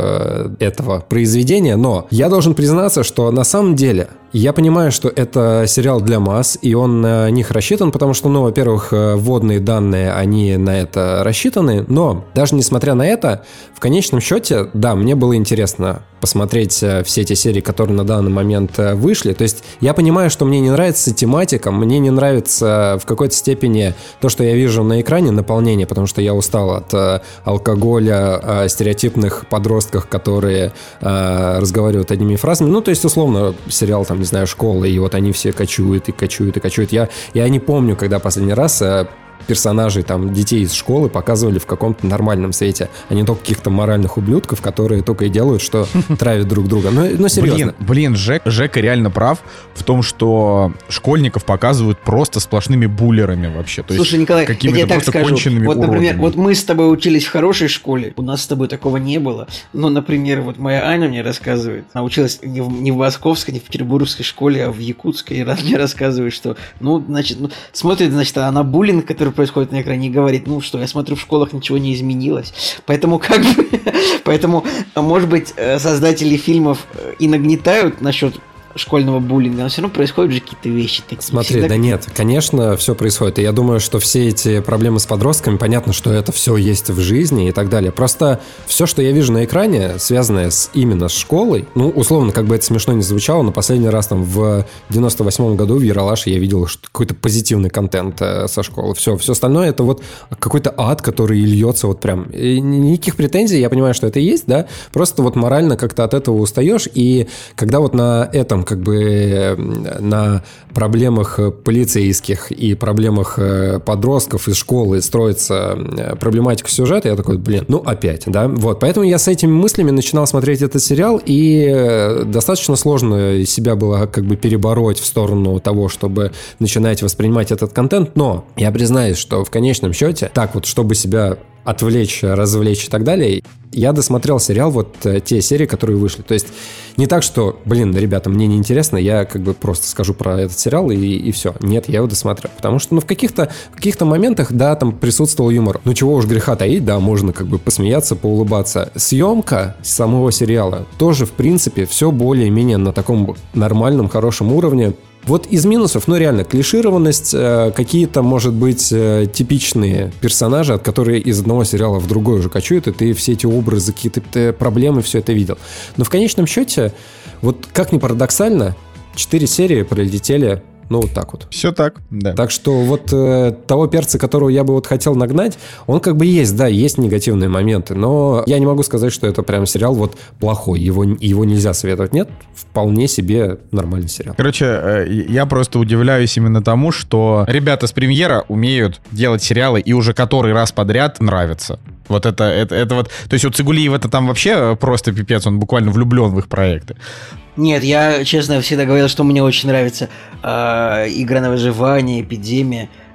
этого произведения, но я должен признаться, что на самом деле я понимаю, что это сериал для масс, и он на них рассчитан, потому что, ну, во-первых, вводные данные, они на это рассчитаны, но даже несмотря на это, в конечном счете, да, мне было интересно посмотреть все эти серии, которые на данный момент вышли. То есть я понимаю, что мне не нравится тематика, мне не нравится в какой-то степени то, что я вижу на экране, наполнение, потому что я устал от э, алкоголя, э, стереотипных подростков, которые э, разговаривают одними фразами. Ну, то есть, условно, сериал, там, не знаю, «Школа», и вот они все кочуют и кочуют и кочуют. Я, я не помню, когда последний раз... Э, персонажей, там, детей из школы показывали в каком-то нормальном свете, а не только каких-то моральных ублюдков, которые только и делают, что травят друг друга. Ну, ну серьезно. Блин, блин Жек, Жека реально прав в том, что школьников показывают просто сплошными буллерами вообще. То Слушай, есть Николай, какими-то я тебе так скажу. Вот, уродами. Например, вот мы с тобой учились в хорошей школе, у нас с тобой такого не было. Но, например, вот моя Аня мне рассказывает, она училась не в, не в московской, не в петербургской школе, а в якутской, и она мне рассказывает, что, ну, значит, ну, смотрит, значит, она буллинг, который происходит на экране, и говорит, ну что, я смотрю, в школах ничего не изменилось. Поэтому как бы... Поэтому, может быть, создатели фильмов и нагнетают насчет школьного буллинга, но все равно происходят же какие-то вещи такие. Смотри, всегда... да нет, конечно, все происходит. И я думаю, что все эти проблемы с подростками, понятно, что это все есть в жизни и так далее. Просто все, что я вижу на экране, связанное с, именно с школой, ну, условно, как бы это смешно не звучало, но последний раз там в девяносто восьмом году в Ералаше я видел какой-то позитивный контент э, со школы. Все, все остальное это вот какой-то ад, который льется вот прям. И никаких претензий, я понимаю, что это есть, да, просто вот морально как-то от этого устаешь. И когда вот на этом как бы на проблемах полицейских и проблемах подростков из школы строится проблематика сюжета, я такой, блин, ну опять, да, вот, поэтому я с этими мыслями начинал смотреть этот сериал, и достаточно сложно себя было как бы перебороть в сторону того, чтобы начинать воспринимать этот контент, но я признаюсь, что в конечном счете, так вот, чтобы себя отвлечь, развлечь и так далее, я досмотрел сериал, вот те серии, которые вышли. То есть не так, что, блин, ребята, мне неинтересно, я как бы просто скажу про этот сериал и, и все. Нет, я его досмотрел. Потому что, ну, в каких-то, в каких-то моментах, да, там присутствовал юмор. Ну, чего уж греха таить, да, можно как бы посмеяться, поулыбаться. Съемка самого сериала тоже, в принципе, все более-менее на таком нормальном, хорошем уровне. Вот из минусов, ну реально, клишированность, э, какие-то, может быть, э, типичные персонажи, от которые из одного сериала в другой уже кочуют, и ты все эти образы, какие-то проблемы, все это видел. Но в конечном счете, вот как ни парадоксально, четыре серии пролетели, ну вот так вот. Все так, да. Так что вот э, того перца, которого я бы вот хотел нагнать, он как бы есть, да, есть негативные моменты, но я не могу сказать, что это прям сериал вот плохой, его, его нельзя советовать. Нет, вполне себе нормальный сериал. Короче, э, я просто удивляюсь именно тому, что ребята с премьера умеют делать сериалы и уже который раз подряд нравятся. Вот это, это, это вот... То есть у Цигулиева это там вообще просто пипец, он буквально влюблен в их проекты. Нет, я, честно, всегда говорил, что мне очень нравится э, «Игра на выживание», «Эпидемия».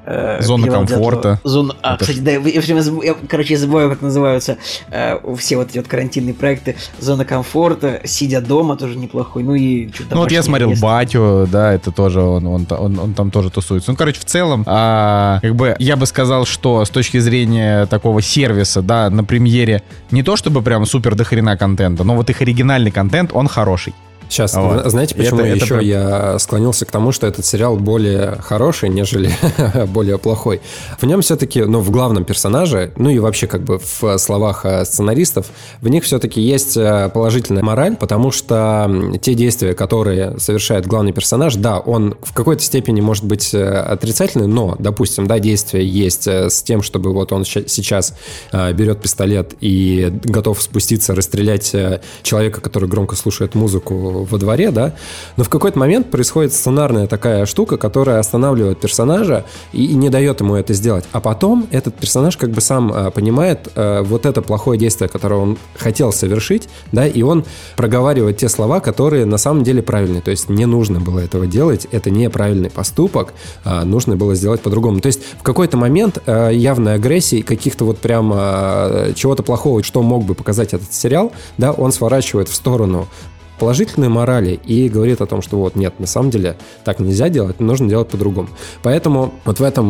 Э, Зона комфорта. Зона... А, Это кстати, ж... да, я, я, я, короче, я забываю, как называются э, все вот эти вот карантинные проекты. Зона комфорта, сидя дома, тоже неплохой. Ну и что-то. Ну вот я смотрел место. Батю, да, это тоже он, он, он, он там тоже тусуется. Ну, короче, в целом, а, как бы я бы сказал, что с точки зрения такого сервиса, да, на премьере не то чтобы прям супер дохрена контента, но вот их оригинальный контент, он хороший. Сейчас, вот. Знаете, почему это, еще это прям... я склонился к тому, что этот сериал более хороший, нежели более плохой? В нем все-таки, ну, в главном персонаже, ну и вообще как бы в словах сценаристов, в них все-таки есть положительная мораль, потому что те действия, которые совершает главный персонаж, да, он в какой-то степени может быть отрицательный, но, допустим, да, действие есть с тем, чтобы вот он сейчас берет пистолет и готов спуститься, расстрелять человека, который громко слушает музыку во дворе, да, но в какой-то момент происходит сценарная такая штука, которая останавливает персонажа и не дает ему это сделать. А потом этот персонаж как бы сам а, понимает а, вот это плохое действие, которое он хотел совершить, да, и он проговаривает те слова, которые на самом деле правильные. То есть не нужно было этого делать, это неправильный поступок, а, нужно было сделать по-другому. То есть в какой-то момент а, явной агрессии, каких-то вот прям а, чего-то плохого, что мог бы показать этот сериал, да, он сворачивает в сторону положительной морали и говорит о том, что вот нет, на самом деле так нельзя делать, нужно делать по-другому. Поэтому вот в этом,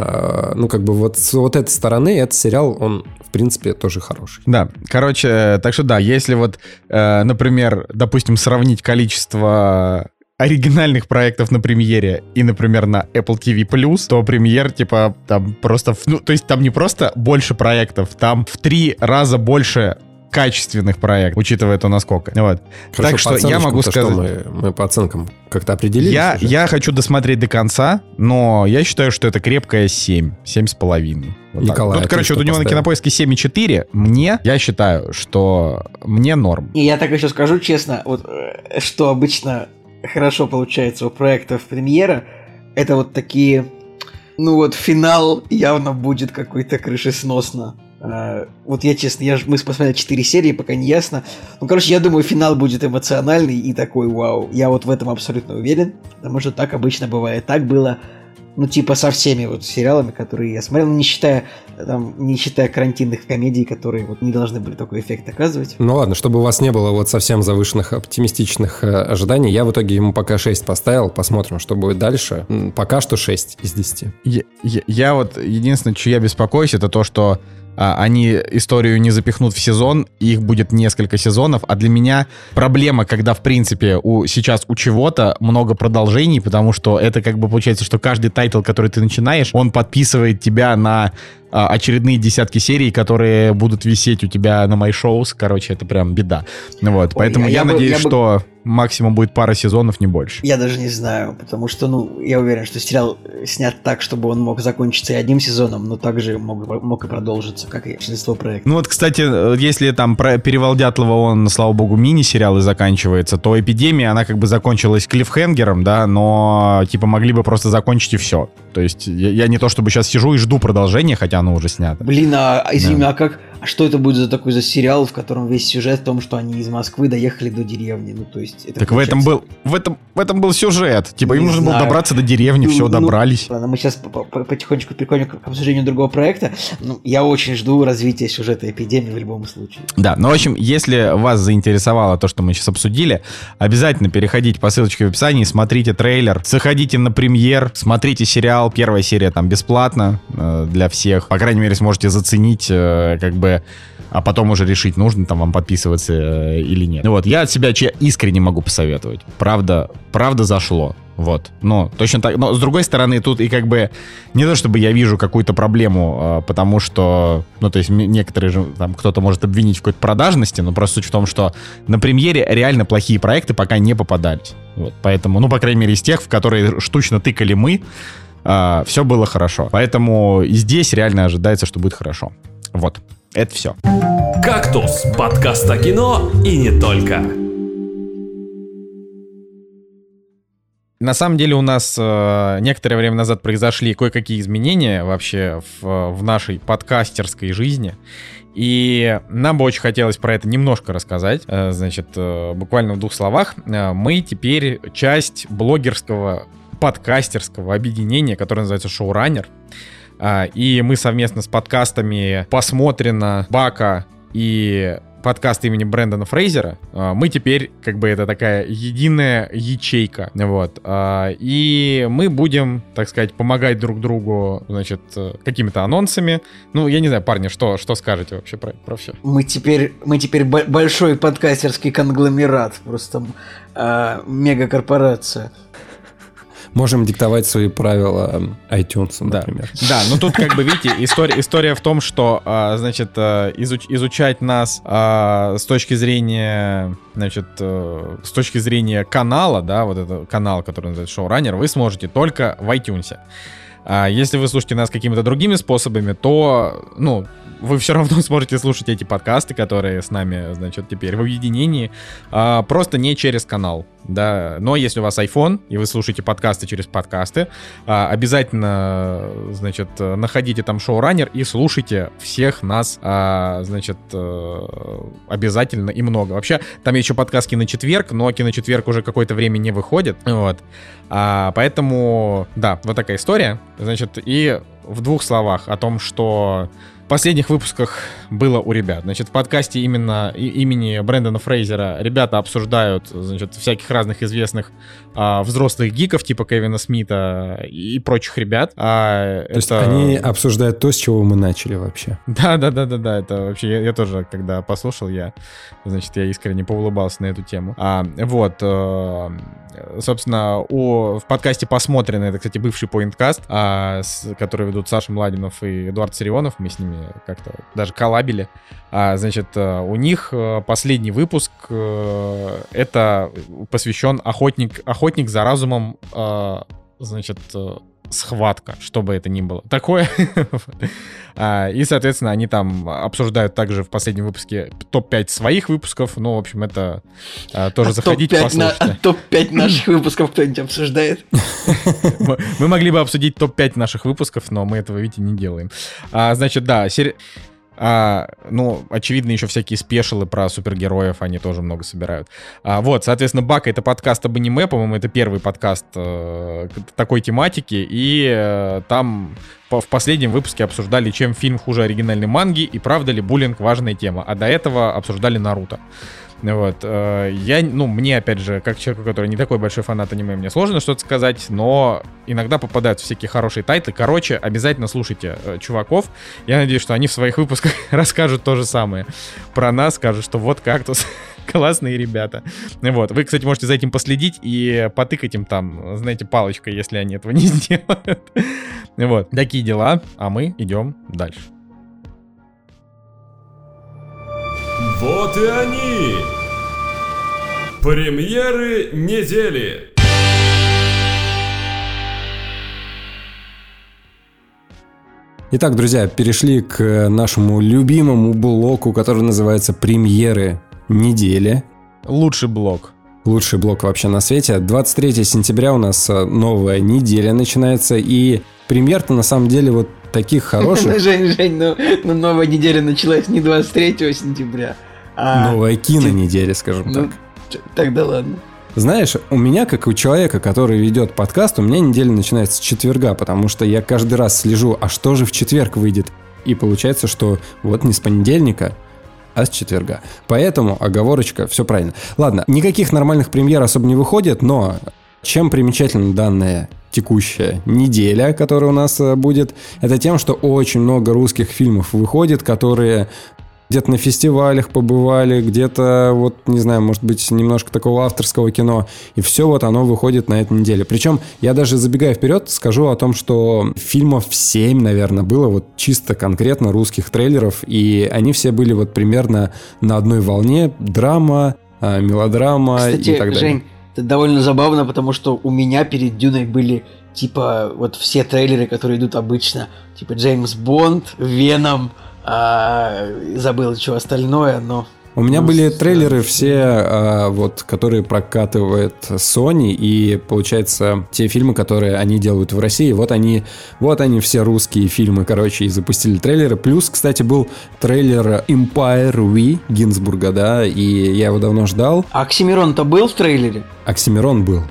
ну как бы вот с вот этой стороны этот сериал, он в принципе тоже хороший. Да, короче, так что да, если вот, например, допустим, сравнить количество оригинальных проектов на премьере и, например, на Apple ти ви плюс, то премьер, типа, там просто, ну, то есть там не просто больше проектов, там в три раза больше качественных проектов, учитывая то, насколько. Вот. Хорошо, так что я могу сказать... Что мы, мы по оценкам как-то определились? Я, я хочу досмотреть до конца, но я считаю, что это крепкое семь, семь с половиной. Вот Николай, Тут, короче, вот у него поставил на Кинопоиске семь и четыре. Мне, я считаю, что мне норм. И я так еще скажу честно, вот что обычно хорошо получается у проектов премьера, это вот такие... Ну вот финал явно будет какой-то крышесносно. Uh, вот я честно, я, мы посмотрели четыре серии, пока не ясно. Ну, короче, я думаю, финал будет эмоциональный и такой вау. Я вот в этом абсолютно уверен, потому что так обычно бывает. Так было, ну, типа со всеми вот сериалами, которые я смотрел, не считая, там, не считая карантинных комедий, которые вот не должны были такой эффект оказывать. Ну ладно, чтобы у вас не было вот совсем завышенных оптимистичных э, ожиданий, я в итоге ему пока шесть поставил, посмотрим, что будет дальше. Пока что шесть из десяти. Я, я, я вот, единственное, что я беспокоюсь, это то, что а, они историю не запихнут в сезон, их будет несколько сезонов, а для меня проблема, когда, в принципе, у, сейчас у чего-то много продолжений, потому что это как бы получается, что каждый тайтл, который ты начинаешь, он подписывает тебя на а, очередные десятки серий, которые будут висеть у тебя на MyShows, короче, это прям беда. Вот, Ой, поэтому я, я, я надеюсь, бы, я что... Бы... максимум будет пара сезонов, не больше. Я даже не знаю, потому что, ну, я уверен, что сериал снят так, чтобы он мог закончиться и одним сезоном, но также мог, мог и продолжиться, как и большинство проектов. Ну вот, кстати, если там про Перевал Дятлова, он, слава богу, мини-сериал и заканчивается, то Эпидемия, она как бы закончилась клиффхенгером, да, но, типа, могли бы просто закончить и все. То есть я, я не то чтобы сейчас сижу и жду продолжения, хотя оно уже снято. Блин, а извини, да. а как... А что это будет за такой за сериал, в котором весь сюжет в том, что они из Москвы доехали до деревни? Ну, то есть... Это так в этом был... В этом, в этом был сюжет. Типа, не им нужно знаю. было добраться до деревни, ну, все, ну, добрались. Ладно, мы сейчас потихонечку переходим к обсуждению другого проекта. Ну, я очень жду развития сюжета Эпидемии в любом случае. Да, ну, в общем, если вас заинтересовало то, что мы сейчас обсудили, обязательно переходите по ссылочке в описании, смотрите трейлер, заходите на премьер, смотрите сериал. Первая серия там бесплатно э, для всех. По крайней мере, сможете заценить, э, как бы, а потом уже решить, нужно там вам подписываться э, или нет. Ну вот, я от себя искренне могу посоветовать. Правда, правда зашло. Вот, но точно так, но с другой стороны, тут и как бы не то, чтобы я вижу какую-то проблему, э, потому что, ну, то есть некоторые же, там, кто-то может обвинить в какой-то продажности, но просто суть в том, что на премьере реально плохие проекты пока не попадались. Вот, поэтому, ну, по крайней мере, из тех, в которые штучно тыкали мы, э, все было хорошо. Поэтому и здесь реально ожидается, что будет хорошо. Вот, это все. «Кактус» — подкаст о кино и не только. На самом деле у нас э, некоторое время назад произошли кое-какие изменения вообще в, в нашей подкастерской жизни. И нам бы очень хотелось про это немножко рассказать. Э, значит, э, буквально в двух словах. Э, мы теперь часть блогерского подкастерского объединения, которое называется «Шоураннер». И мы совместно с подкастами «Посмотрено», «Бака» и подкаст имени Брэндона Фрейзера, мы теперь, как бы, это такая единая ячейка, вот, и мы будем, так сказать, помогать друг другу, значит, какими-то анонсами. Ну, я не знаю, парни, что, что скажете вообще про, про все? Мы теперь, мы теперь большой подкастерский конгломерат, просто э, мегакорпорация. Можем диктовать свои правила iTunes, например. Да, да, но тут, как бы, видите, история, история в том, что, а, значит, изуч, изучать нас а, с точки зрения, значит, а, с точки зрения канала, да, вот это канал, который называется «Шоураннер», вы сможете только в iTunes. А если вы слушаете нас какими-то другими способами, то, ну, вы все равно сможете слушать эти подкасты, которые с нами, значит, теперь в объединении, а, просто не через канал, да. Но если у вас iPhone, и вы слушаете подкасты через подкасты, а, обязательно, значит, находите там «Шоураннер» и слушайте всех нас, а, значит, обязательно и много. Вообще, там есть еще подкаст «Киночетверг», но «Киночетверг» уже какое-то время не выходит, вот. А, поэтому, да, вот такая история. Значит, и в двух словах о том, что в последних выпусках было у ребят. Значит, в подкасте именно и, имени Брэндона Фрейзера ребята обсуждают, значит, всяких разных известных а, взрослых гиков типа Кевина Смита и, и прочих ребят. А, То это... есть они обсуждают то, с чего мы начали вообще. Да-да-да-да-да, это вообще, я, я тоже, когда послушал, я, значит, я искренне поулыбался на эту тему. А, вот, а, собственно, у, в подкасте «Посмотрено», это, кстати, бывший Pointcast, а, с, который ведут Саша Младинов и Эдуард Царионов, мы с ними как-то даже коллабили. А, значит, у них последний выпуск э, это посвящен охотник, охотник за разумом, э, значит, схватка, что бы это ни было такое. И, соответственно, они там обсуждают также в последнем выпуске топ пять своих выпусков. Ну, в общем, это тоже заходите, послушайте. топ пять наших выпусков кто-нибудь обсуждает? Мы могли бы обсудить топ пять наших выпусков, но мы этого, видите, не делаем. Значит, да, сери... А, ну, очевидно, еще всякие спешилы про супергероев, они тоже много собирают. А, вот, соответственно, «Бака» — это подкаст об аниме, по-моему, это первый подкаст э, такой тематики, и э, там по, в последнем выпуске обсуждали, чем фильм хуже оригинальной манги, и правда ли буллинг важная тема, а до этого обсуждали «Наруто». Вот, э, я, ну, мне, опять же, как человеку, который не такой большой фанат аниме, мне сложно что-то сказать, но иногда попадают всякие хорошие тайтлы. Короче, обязательно слушайте э, чуваков. Я надеюсь, что они в своих выпусках расскажут то же самое про нас, скажут, что вот «Кактус» классные ребята. Вот, вы, кстати, можете за этим последить и потыкать им там, знаете, палочкой, если они этого не сделают. Вот, такие дела, а мы идем дальше. Вот и они! Премьеры недели! Итак, друзья, перешли к нашему любимому блоку, который называется «Премьеры недели». Лучший блок. Лучший блок вообще на свете. двадцать третьего сентября у нас новая неделя начинается, и премьер-то на самом деле вот таких хороших. Жень, Жень, ну, ну новая неделя началась не двадцать третьего сентября, а... Новая кинонеделя, скажем ну, так. Тогда ладно. Знаешь, у меня, как у человека, который ведет подкаст, у меня неделя начинается с четверга, потому что я каждый раз слежу, а что же в четверг выйдет? И получается, что вот не с понедельника, а с четверга. Поэтому оговорочка, все правильно. Ладно, никаких нормальных премьер особо не выходит, но чем примечательна данная текущая неделя, которая у нас будет, это тем, что очень много русских фильмов выходит, которые где-то на фестивалях побывали, где-то, вот, не знаю, может быть, немножко такого авторского кино. И все вот оно выходит на этой неделе. Причем, я даже забегая вперед, скажу о том, что фильмов семь, наверное, было вот чисто конкретно русских трейлеров. И они все были вот примерно на одной волне. Драма, мелодрама. Кстати, и так далее. Жень, это довольно забавно, потому что у меня перед «Дюной» были типа вот все трейлеры, которые идут обычно. Типа Джеймс Бонд, Веном, а, забыл, что остальное, но... У меня ну, были трейлеры все, а, вот, которые прокатывает Sony, и, получается, те фильмы, которые они делают в России, вот они, вот они все русские фильмы, короче, и запустили трейлеры. Плюс, кстати, был трейлер Empire We Гинзбурга, да, и я его давно ждал. А Оксимирон-то был в трейлере? Оксимирон был.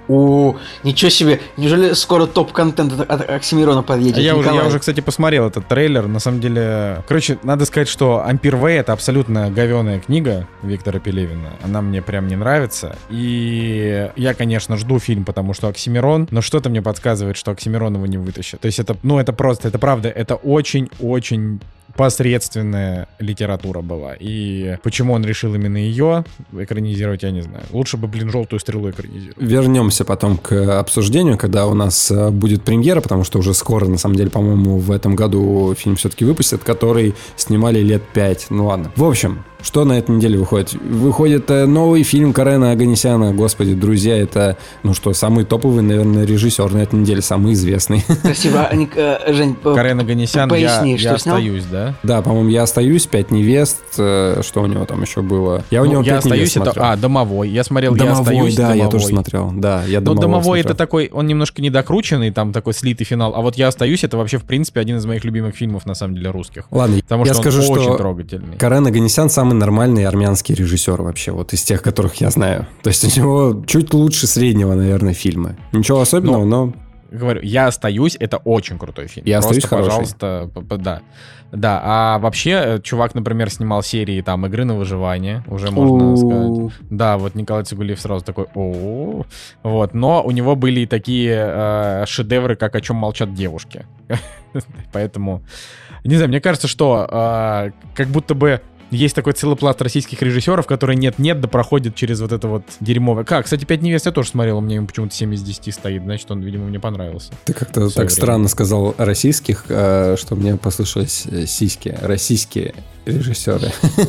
О, ничего себе, неужели скоро топ-контент от, от Оксимирона подъедет? А я уже, Николай? я уже, кстати, посмотрел этот трейлер. На самом деле, короче, надо сказать, что Ампир В — это абсолютно говёная книга Виктора Пелевина. Она мне прям не нравится. И я, конечно, жду фильм, потому что Оксимирон, но что-то мне подсказывает, что Оксимирон его не вытащит. То есть это, ну, это просто, это правда, это очень-очень посредственная литература была. И почему он решил именно ее экранизировать, я не знаю. Лучше бы, блин, «Желтую стрелу» экранизировать. Вернемся потом к обсуждению, когда у нас будет премьера, потому что уже скоро, на самом деле, по-моему, в этом году фильм все-таки выпустят, который снимали лет пять. Ну ладно. В общем, что на этой неделе выходит? Выходит новый фильм Карена Оганесяна. Господи, друзья, это, ну что, самый топовый, наверное, режиссер на этой неделе, самый известный. Спасибо, а, а, Жень, Карен Оганесян, поясни, я, что я снял? остаюсь, да? Да, по-моему, «Я остаюсь», «Пять невест», что у него там еще было? Я у Ну, него я «Пять невест» остаюсь, это... смотрел. А, «Домовой». Я смотрел «Я «Домовой», остаюсь», да, «Домовой». я тоже смотрел. Да, я Но «Домовой» «Домовой» смотрел. это такой, он немножко недокрученный, там такой слитый финал. А вот «Я остаюсь» это вообще, в принципе, один из моих любимых фильмов, на самом деле, русских. Ладно, Потому я что скажу, он очень что трогательный. Карен Оганесян самый нормальный армянский режиссер вообще, вот из тех, которых я знаю. То есть у него чуть лучше среднего, наверное, фильмы. Ничего особенного, но... Говорю, «Я остаюсь» — это очень крутой фильм. «Я Просто, остаюсь» хороший. пожалуйста, п- п- да. Да, а вообще, чувак, например, снимал серии там «Игры на выживание», уже можно У. сказать. Да, вот Николай Цигулиев сразу такой о Вот, но у него были и такие э, шедевры, как «О чем молчат девушки». Поэтому, не знаю, мне кажется, что э, как будто бы есть такой целый пласт российских режиссеров, которые нет-нет, да проходят через вот это вот дерьмовое. Как, кстати, «Пять невест» я тоже смотрел, у меня ему почему-то семь из десяти стоит, значит, он, видимо, мне понравился. Ты как-то так время. странно сказал российских, э, что мне послышалось э, сиськи. Российские режиссеры.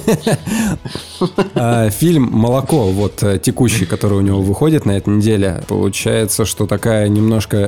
А, Фильм «Молоко», вот э, текущий, который у него выходит на этой неделе, получается, что такая немножко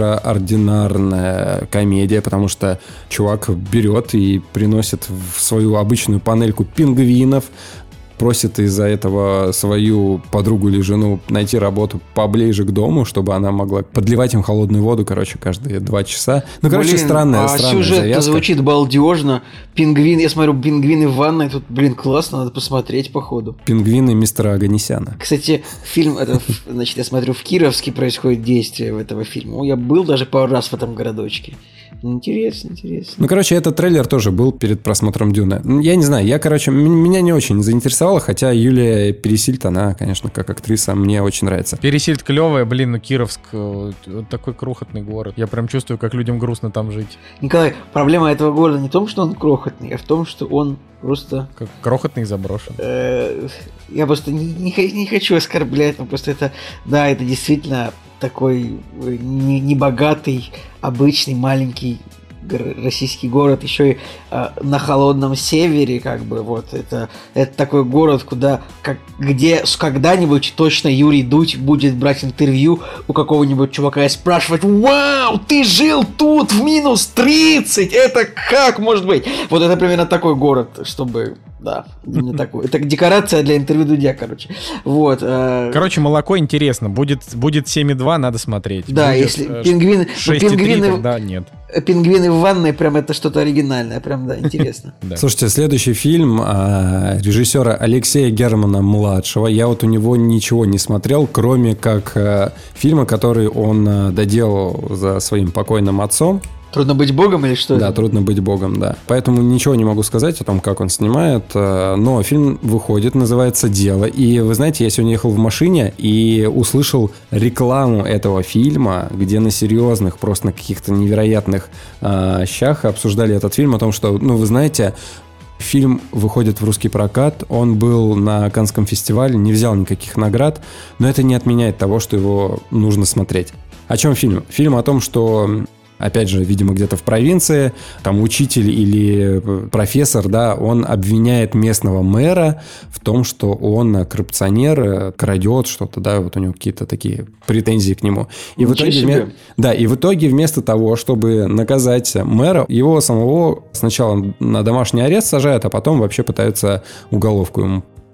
экстраординарная комедия, потому что чувак берет и приносит в свою обычную панельку пингвинов, просит из-за этого свою подругу или жену найти работу поближе к дому, чтобы она могла подливать им холодную воду, короче, каждые два часа. Ну, короче, Блин, странная, а странная сюжет завязка. звучит балдежно. Пингвин, я смотрю, пингвины в ванной, тут, блин, классно, надо посмотреть, походу. Пингвины мистера Оганесяна. Кстати, фильм, это, значит, я смотрю, в Кировске происходит действие в этого фильма. Я был даже пару раз в этом городочке. Интересно, интересно. Ну, короче, этот трейлер тоже был перед просмотром «Дюны». Я не знаю, я, короче, м- меня не очень заинтересовало, хотя Юлия Пересильд, она, конечно, как актриса, мне очень нравится. Пересильд клевая, блин, ну Кировск, э, вот такой крохотный город. Я прям чувствую, как людям грустно там жить. Николай, проблема этого города не в том, что он крохотный, а в том, что он просто... Как крохотный и заброшен. э, я просто не, не х- не хочу оскорблять, но просто это... Да, это действительно такой э, не- небогатый, обычный, маленький гор- российский город, еще и э, на холодном севере, как бы, вот, это, это такой город, куда, как, где с- когда-нибудь точно Юрий Дудь будет брать интервью у какого-нибудь чувака и спрашивать: «Вау, ты жил тут в минус тридцать, это как может быть?» Вот это примерно такой город, чтобы... Да, именно такой. Это декорация для интервью Дудя, короче. Вот. э, Короче, «Молоко» интересно. Будет, будет семь и два, надо смотреть. Да, Будет, если э, пингвины... ну, шесть и три, пингвины, тогда нет. пингвины в ванной, прям это что-то оригинальное. Прям, да, интересно. Да. Слушайте, следующий фильм а, режиссера Алексея Германа-младшего. Я вот у него ничего не смотрел, кроме как а, фильма, который он а, доделал за своим покойным отцом. Трудно быть богом или что? Да, это? трудно быть богом, да. Поэтому ничего не могу сказать о том, как он снимает. э, Но фильм выходит, называется «Дело». И вы знаете, я сегодня ехал в машине и услышал рекламу этого фильма, где на серьезных, просто на каких-то невероятных э, щах обсуждали этот фильм о том, что, ну, вы знаете, фильм выходит в русский прокат, он был на Каннском фестивале, не взял никаких наград, но это не отменяет того, что его нужно смотреть. О чем фильм? Фильм о том, что... Опять же, видимо, где-то в провинции, там учитель или профессор, да, он обвиняет местного мэра в том, что он коррупционер, крадет что-то, да, вот у него какие-то такие претензии к нему. И в итоге, себе. да, и в итоге вместо того, чтобы наказать мэра, его самого сначала на домашний арест сажают, а потом вообще пытаются уголовку ему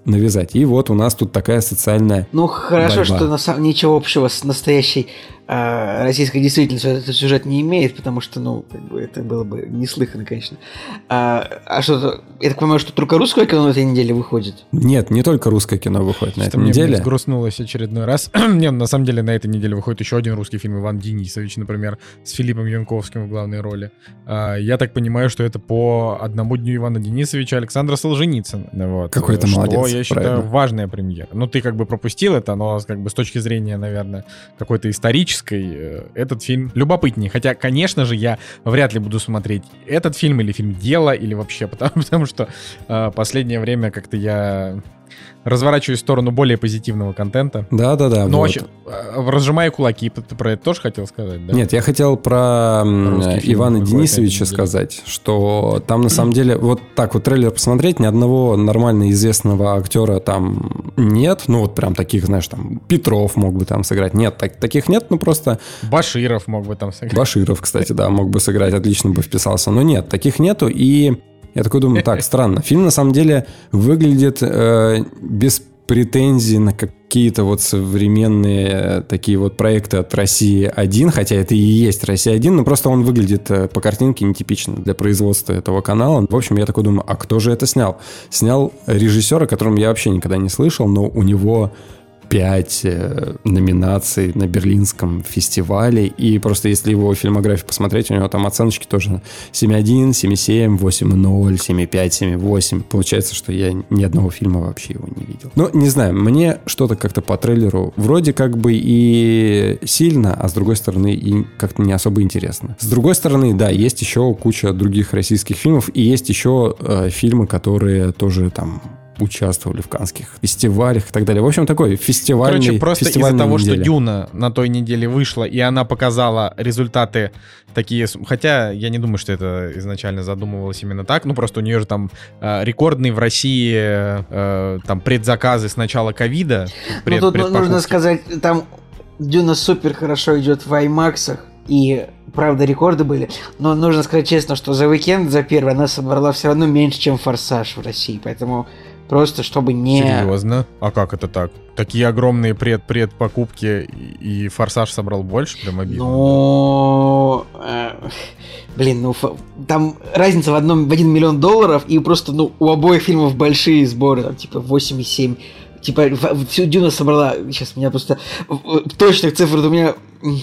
навязать. И вот у нас тут такая социальная Ну, хорошо, борьба. что на самом ничего общего с настоящей э, российской действительностью этот сюжет не имеет, потому что, ну, как бы это было бы неслыханно, конечно. А, а что-то... Я так понимаю, что только русское кино на этой неделе выходит? Нет, не только русское кино выходит на этой мне неделе. сгрустнулось очередной раз. Нет, на самом деле на этой неделе выходит еще один русский фильм «Иван Денисович», например, с Филиппом Янковским в главной роли. А, я так понимаю, что это по одному дню Ивана Денисовича Александра Солженицына. Вот. Какой ты что, молодец, я считаю, правильно. важная премьера. Ну, ты как бы пропустил это, но как бы с точки зрения, наверное, какой-то исторической, этот фильм любопытнее. Хотя, конечно же, я вряд ли буду смотреть этот фильм или фильм «Дело», или вообще, потому, потому что э, последнее время как-то я разворачиваюсь в сторону более позитивного контента. Да-да-да. Но вот. очень, э, разжимая кулаки, ты про это тоже хотел сказать, да? Нет, я хотел про Русский фильм Ивана выходит на Денисовича этой неделе. сказать, что там на самом деле вот так вот трейлер посмотреть, ни одного нормально известного актера там нет. Ну вот прям таких, знаешь, там Петров мог бы там сыграть. Нет, так, таких нет, ну просто... Баширов мог бы там сыграть. Баширов, кстати, да, мог бы сыграть, отлично бы вписался. Но нет, таких нету, и я такой думаю, так, странно. Фильм на самом деле выглядит э, без претензий на какие-то вот современные такие вот проекты от России один, хотя это и есть Россия один, но просто он выглядит э, по картинке нетипично для производства этого канала. В общем, я такой думаю, а кто же это снял? Снял режиссер, о котором я вообще никогда не слышал, но у него пять э, номинаций на Берлинском фестивале, и просто если его фильмографию посмотреть, у него там оценочки тоже семь один, семь семь, восемь ноль, семь пять, семь восемь. Получается, что я ни одного фильма вообще его не видел. Ну, не знаю, мне что-то как-то по трейлеру вроде как бы и сильно, а с другой стороны и как-то не особо интересно. С другой стороны, да, есть еще куча других российских фильмов, и есть еще э, фильмы, которые тоже там участвовали в каннских фестивалях и так далее. В общем, такой фестивальный Короче, просто из-за того, неделя. что «Дюна» на той неделе вышла, и она показала результаты такие... Хотя я не думаю, что это изначально задумывалось именно так. Ну, просто у нее же там э, рекордный в России э, там предзаказы с начала ковида. Пред, Ну, тут нужно сказать, там «Дюна» супер хорошо идет в аймаксах. И, правда, рекорды были. Но нужно сказать честно, что за уикенд, за первый, она собрала все равно меньше, чем «Форсаж» в России. Поэтому просто, чтобы не... Серьезно? А как это так? Такие огромные пред-пред покупки, и, и «Форсаж» собрал больше? Прям обидно. Ну... Э, блин, ну... Ф... Там разница в, одном, в один миллион долларов, и просто, ну, у обоих фильмов большие сборы, там, типа, восемь и семь. Типа, всю «Дюна» собрала... Сейчас, меня просто... Точных цифр у меня...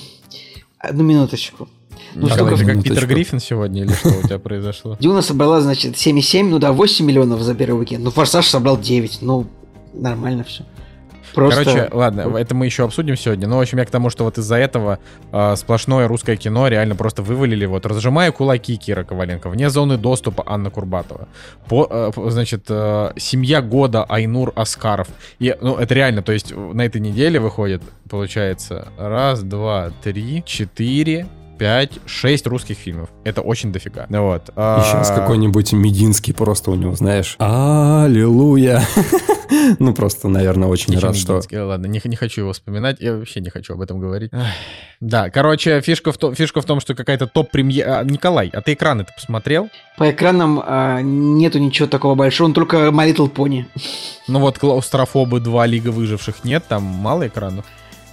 Одну минуточку. Ну, что, это как Питер Гриффин сегодня, или что у тебя произошло? «Дюна» собрала, значит, семь и семь, ну да, восемь миллионов за первый уикенд. Ну, «Форсаж» собрал девять, ну, нормально все. Просто... Короче, ладно, это мы еще обсудим сегодня. Но, в общем, я к тому, что вот из-за этого э, сплошное русское кино реально просто вывалили. Вот «Разжимая кулаки» Кира Коваленко, «Вне зоны доступа» Анна Курбатова, по, э, значит, э, «Семья года» Айнур Аскаров. И, ну, это реально, то есть на этой неделе выходит, получается, раз, два, три, четыре... пять, шесть русских фильмов. Это очень дофига. Вот. И сейчас какой-нибудь Мединский просто у него, знаешь, аллилуйя. Ну, просто, наверное, очень рад, что... Ладно, не, не хочу его вспоминать. Я вообще не хочу об этом говорить. Да, короче, фишка в, то, фишка в том, что какая-то топ-премьера... А, Николай, а ты экраны-то посмотрел? По экранам а, нету ничего такого большого, ну, только My Little Pony. Ну вот «Клаустрофобы два. Лига выживших» нет, там мало экранов.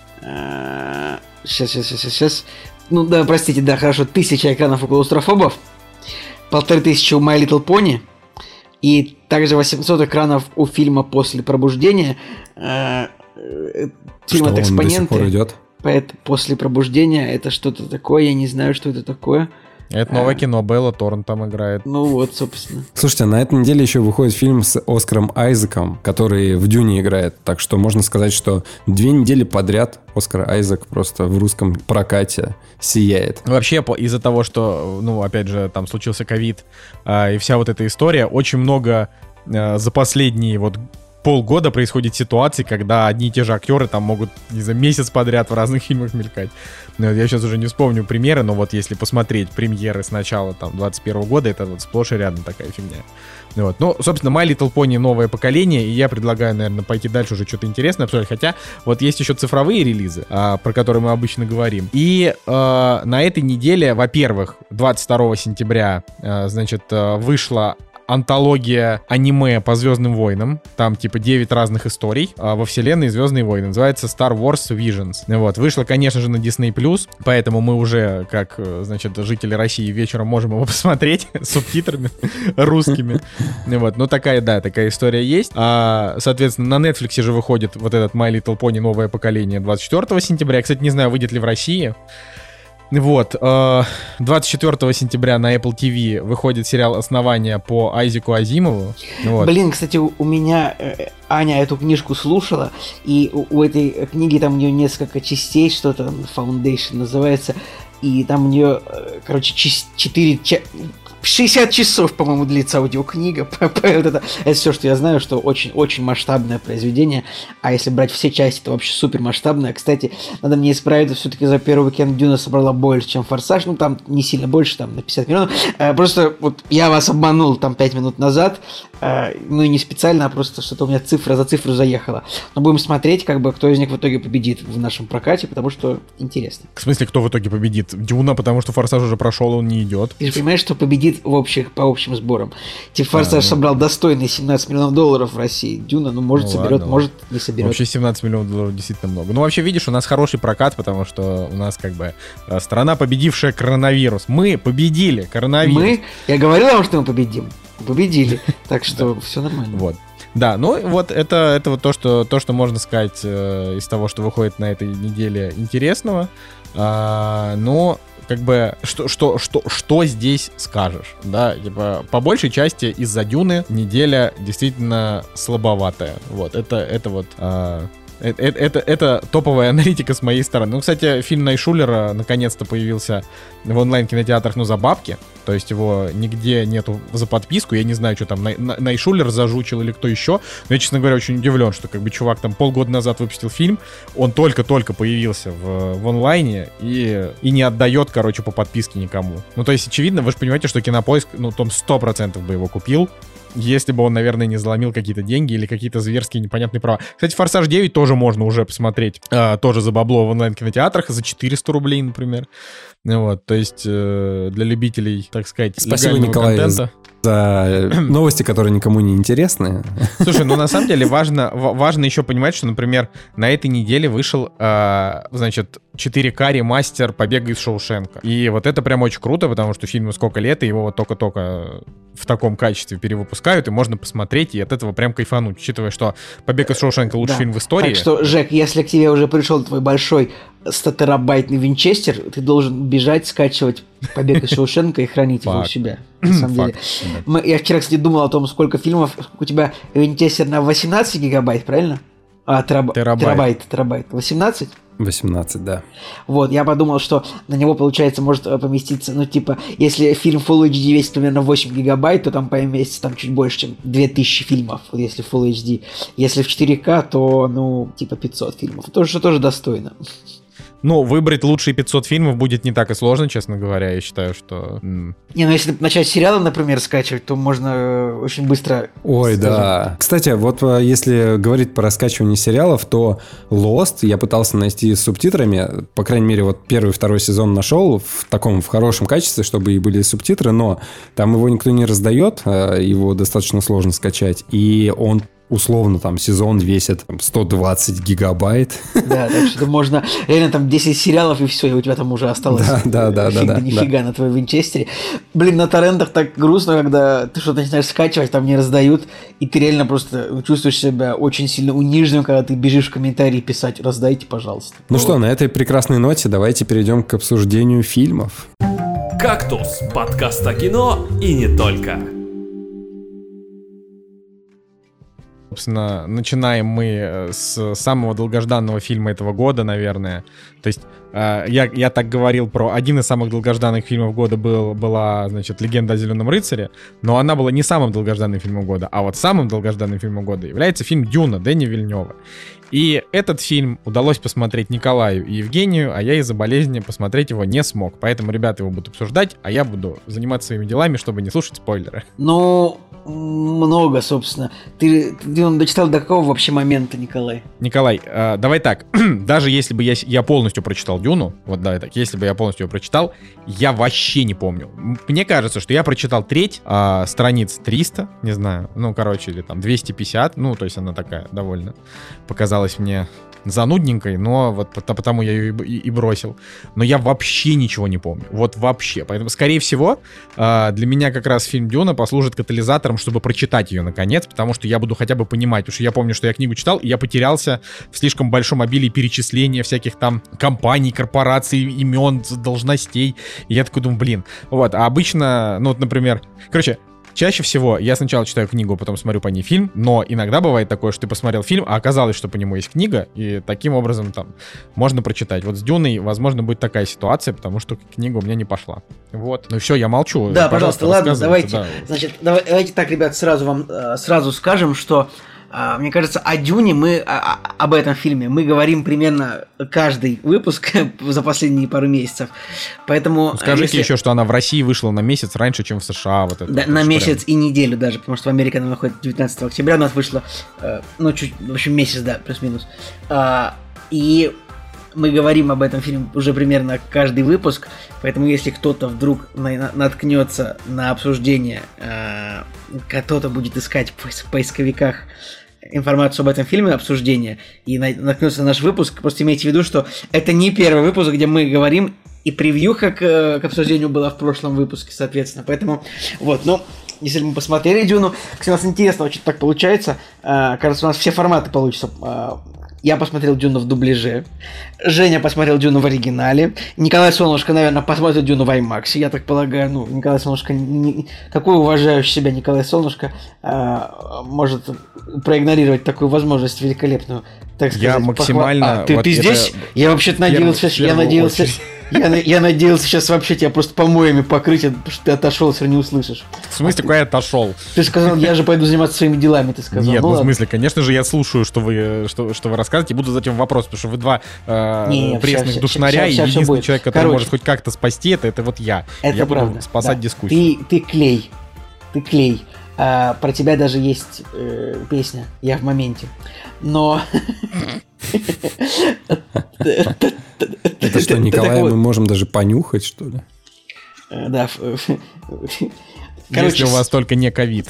Сейчас, сейчас, сейчас, сейчас. Ну да, простите, да, хорошо, тысяча экранов у «Клаустрофобов», полторы тысячи у My Little Pony, и также восемьсот экранов у фильма «После пробуждения». Э, фильм от «Экспоненты». Что он до сих пор идет? «После пробуждения» — это что-то такое, я не знаю, что это такое. Это новое кино, Белла Торн там играет. Ну вот, собственно. Слушайте, на этой неделе еще выходит фильм с Оскаром Айзеком, который в «Дюне» играет. Так что можно сказать, что две недели подряд Оскар Айзек просто в русском прокате сияет. Вообще, из-за того, что, ну, опять же, там случился ковид, э, и вся вот эта история, очень много э, за последние вот полгода происходит ситуации, когда одни и те же актеры там могут, не знаю, месяц подряд в разных фильмах мелькать. Я сейчас уже не вспомню примеры, но вот если посмотреть премьеры с начала там двадцать первого года, это вот сплошь и рядом такая фигня. Вот. Ну, собственно, My Little Pony новое поколение, и я предлагаю, наверное, пойти дальше уже что-то интересное обсуждать, хотя вот есть еще цифровые релизы, а, про которые мы обычно говорим. И а, на этой неделе, во-первых, двадцать второго сентября, а, значит, вышла антология аниме по Звездным войнам. Там типа девять разных историй а, во вселенной Звездные войны. Называется Star Wars Visions. Вот. Вышла, конечно же, на Disney+, поэтому мы уже, как, значит, жители России, вечером можем его посмотреть с субтитрами русскими. Вот. Ну, такая, да, такая история есть. А, соответственно, на Netflix же выходит вот этот My Little Pony новое поколение двадцать четвёртого сентября. Я, кстати, не знаю, выйдет ли в России. Вот, двадцать четвёртого сентября на Apple ти ви выходит сериал «Основание» по Айзеку Азимову. Вот. Блин, кстати, у, у меня э, Аня эту книжку слушала, и у, у этой книги там у нее несколько частей, что-то Foundation называется, и там у нее, короче, четыре... шестьдесят часов, по-моему, длится аудиокнига. Это, это все, что я знаю, что очень-очень масштабное произведение. А если брать все части, то вообще супер масштабное. Кстати, надо мне исправить, все-таки за первый уикенд Дюна собрала больше, чем Форсаж. Ну, там не сильно больше, там на пятьдесят миллионов. Просто вот я вас обманул там пять минут назад. Ну и не специально, а просто что-то у меня цифра за цифру заехала. Но будем смотреть, как бы, кто из них в итоге победит в нашем прокате, потому что интересно. В смысле, кто в итоге победит? Дюна, потому что Форсаж уже прошел, он не идет. Ты же понимаешь, что победит в общих, по общим сборам. Типа Форсаж а, ну... собрал достойные семнадцать миллионов долларов в России. Дюна, ну, может, ну, соберет, ладно, может, не соберет. Вообще семнадцать миллионов долларов действительно много. Ну, вообще, видишь, у нас хороший прокат, потому что у нас, как бы, страна, победившая коронавирус. Мы победили коронавирус. Мы? Я говорил вам, что мы победим. Победили. Так что все нормально. Вот. Да, ну вот это, это вот то, что, то, что можно сказать э, из того, что выходит на этой неделе интересного. А, но как бы что, что, что, что здесь скажешь? Да, типа, по большей части из-за Дюны неделя действительно слабоватая. Вот, это, это вот. А, Это, это, это топовая аналитика с моей стороны. Ну, кстати, фильм Найшулера наконец-то появился в онлайн-кинотеатрах, ну, за бабки. То есть его нигде нету за подписку. Я не знаю, что там Най- Найшулер зажучил или кто еще. Но я, честно говоря, очень удивлен, что как бы чувак там полгода назад выпустил фильм. Он только-только появился в, в онлайне и, и не отдает, короче, по подписке никому. Ну, то есть, очевидно, вы же понимаете, что Кинопоиск, ну, там сто процентов бы его купил, если бы он, наверное, не заломил какие-то деньги или какие-то зверские непонятные права. Кстати, «Форсаж девять» тоже можно уже посмотреть. Э, тоже за бабло в онлайн-кинотеатрах, за четыреста рублей, например. Вот, то есть э, для любителей, так сказать, спасибо, легального Николай, контента. За новости, которые никому не интересны. Слушай, ну на самом деле важно, важно еще понимать, что, например, на этой неделе вышел, э, значит, четыре ка ремастер «Побега из Шоушенка». И вот это прям очень круто, потому что фильму сколько лет, и его вот только-только в таком качестве перевыпускают, и можно посмотреть, и от этого прям кайфануть, учитывая, что «Побег из Шоушенка» лучший да. фильм в истории. Так что, Жек, если к тебе уже пришел твой большой сто-терабайтный винчестер, ты должен бежать, скачивать «Побег из Шоушенка» и хранить его у себя. На самом деле. Мы, я вчера, кстати, думал о том, сколько фильмов. У тебя винчестер на восемнадцать гигабайт, правильно? А, тераб... терабайт. терабайт. Терабайт. восемнадцать? восемнадцать, да. Вот, я подумал, что на него, получается, может поместиться, ну, типа, если фильм Full эйч ди весит примерно восемь гигабайт, то там поместится там чуть больше, чем две тысячи фильмов, если Full эйч ди. Если в четыре ка, то, ну, типа пятьсот фильмов. То, что тоже достойно. Ну, выбрать лучшие пятьсот фильмов будет не так и сложно, честно говоря. Я считаю, что... Не, ну если начать сериалы, например, скачивать, то можно очень быстро... Ой, скажем... да. Кстати, вот если говорить про скачивание сериалов, то Lost я пытался найти с субтитрами. По крайней мере, вот первый и второй сезон нашел в таком, в хорошем качестве, чтобы и были субтитры, но там его никто не раздает, его достаточно сложно скачать, и он... условно, там, сезон весит там, сто двадцать гигабайт. Да, так что можно реально там десять сериалов, и все, и у тебя там уже осталось да, да, да, фиг да, да нифига да. на твоем винчестере. Блин, на торрентах так грустно, когда ты что-то начинаешь скачивать, там не раздают, и ты реально просто чувствуешь себя очень сильно униженным, когда ты бежишь в комментарии писать «раздайте, пожалуйста». Ну вот. Что, на этой прекрасной ноте давайте перейдем к обсуждению фильмов. «Кактус» — подкаст о кино и не только. Собственно, начинаем мы с самого долгожданного фильма этого года, наверное. То есть э, я, я так говорил про один из самых долгожданных фильмов года был, была, значит, «Легенда о Зеленом рыцаре», но она была не самым долгожданным фильмом года, а вот самым долгожданным фильмом года является фильм «Дюна» Дэни Вильнёва. И этот фильм удалось посмотреть Николаю и Евгению, а я из-за болезни посмотреть его не смог. Поэтому ребята его будут обсуждать, а я буду заниматься своими делами, чтобы не слушать спойлеры. Ну, много, собственно. Ты, ты он дочитал до какого вообще момента, Николай? Николай, э, давай так. Даже если бы я, я полностью прочитал Дюну, вот давай так, если бы я полностью ее прочитал, я вообще не помню. Мне кажется, что я прочитал треть, э, страниц триста, не знаю, ну, короче, или там двести пятьдесят, ну, то есть она такая довольно показалась мне занудненькой, но вот потому я ее и, и бросил. Но я вообще ничего не помню. Вот вообще. Поэтому, скорее всего, для меня как раз фильм «Дюна» послужит катализатором, чтобы прочитать ее наконец, потому что я буду хотя бы понимать, потому что я помню, что я книгу читал, и я потерялся в слишком большом обилии перечисления всяких там компаний, корпораций, имен, должностей. И я такой думаю, блин. Вот. А обычно, ну вот, например, короче, чаще всего я сначала читаю книгу, потом смотрю по ней фильм, но иногда бывает такое, что ты посмотрел фильм, а оказалось, что по нему есть книга, и таким образом там можно прочитать. Вот с «Дюной», возможно, будет такая ситуация, потому что книга у меня не пошла. Вот. Ну все, я молчу. Да, пожалуйста, ладно, давайте. Да. Значит, давай, давайте так, ребят, сразу вам э, сразу скажем, что э, мне кажется, о «Дюне» мы, о, об этом фильме, мы говорим примерно каждый выпуск за последние пару месяцев. Поэтому... Ну, скажите если... еще, что она в России вышла на месяц раньше, чем в США. Вот это, да, вот, на месяц прям... и неделю даже, потому что в Америке она выходит девятнадцатого октября, у нас вышло, э, ну, чуть, в общем, месяц, да, плюс-минус. А, и мы говорим об этом фильме уже примерно каждый выпуск, поэтому если кто-то вдруг на- наткнется на обсуждение, э, кто-то будет искать в поисковиках информацию об этом фильме, обсуждение, и наткнется на наш выпуск, просто имейте в виду, что это не первый выпуск, где мы говорим, и превьюха к, к обсуждению была в прошлом выпуске, соответственно, поэтому, вот, ну, если мы посмотрели «Дюну», кстати, у нас интересно очень так получается, э, кажется, у нас все форматы получатся. э, Я посмотрел «Дюну» в дубляже. Женя посмотрел «Дюну» в оригинале. Николай Солнышко, наверное, посмотрит «Дюну» в IMAX, я так полагаю. Ну, Николай Солнышко... Не... Какой уважающий себя Николай Солнышко э, может проигнорировать такую возможность великолепную, так сказать. Я максимально... Похвал... А, ты, вот ты здесь? Я вообще-то надеялся... Я надеялся... Я, я надеялся сейчас вообще тебя просто помоями покрыть, потому что ты отошел, если не услышишь. В смысле, какой я отошел? Ты сказал, я же пойду заниматься своими делами, ты сказал. Нет, ну, ну, ладно. в смысле, конечно же, я слушаю, что вы, что, что вы рассказываете, и буду задать вам вопрос, потому что вы два э, не, пресных вся, душнаря, вся, вся, и вся единственный будет. человек, который Короче, может хоть как-то спасти это, это вот я. Это я правда. буду спасать да. дискуссию. Ты, ты клей. Ты клей. А, про тебя даже есть э, песня «Я в моменте». Но... Это что, Николая мы можем даже понюхать, что ли? Да. Если у вас только не ковид.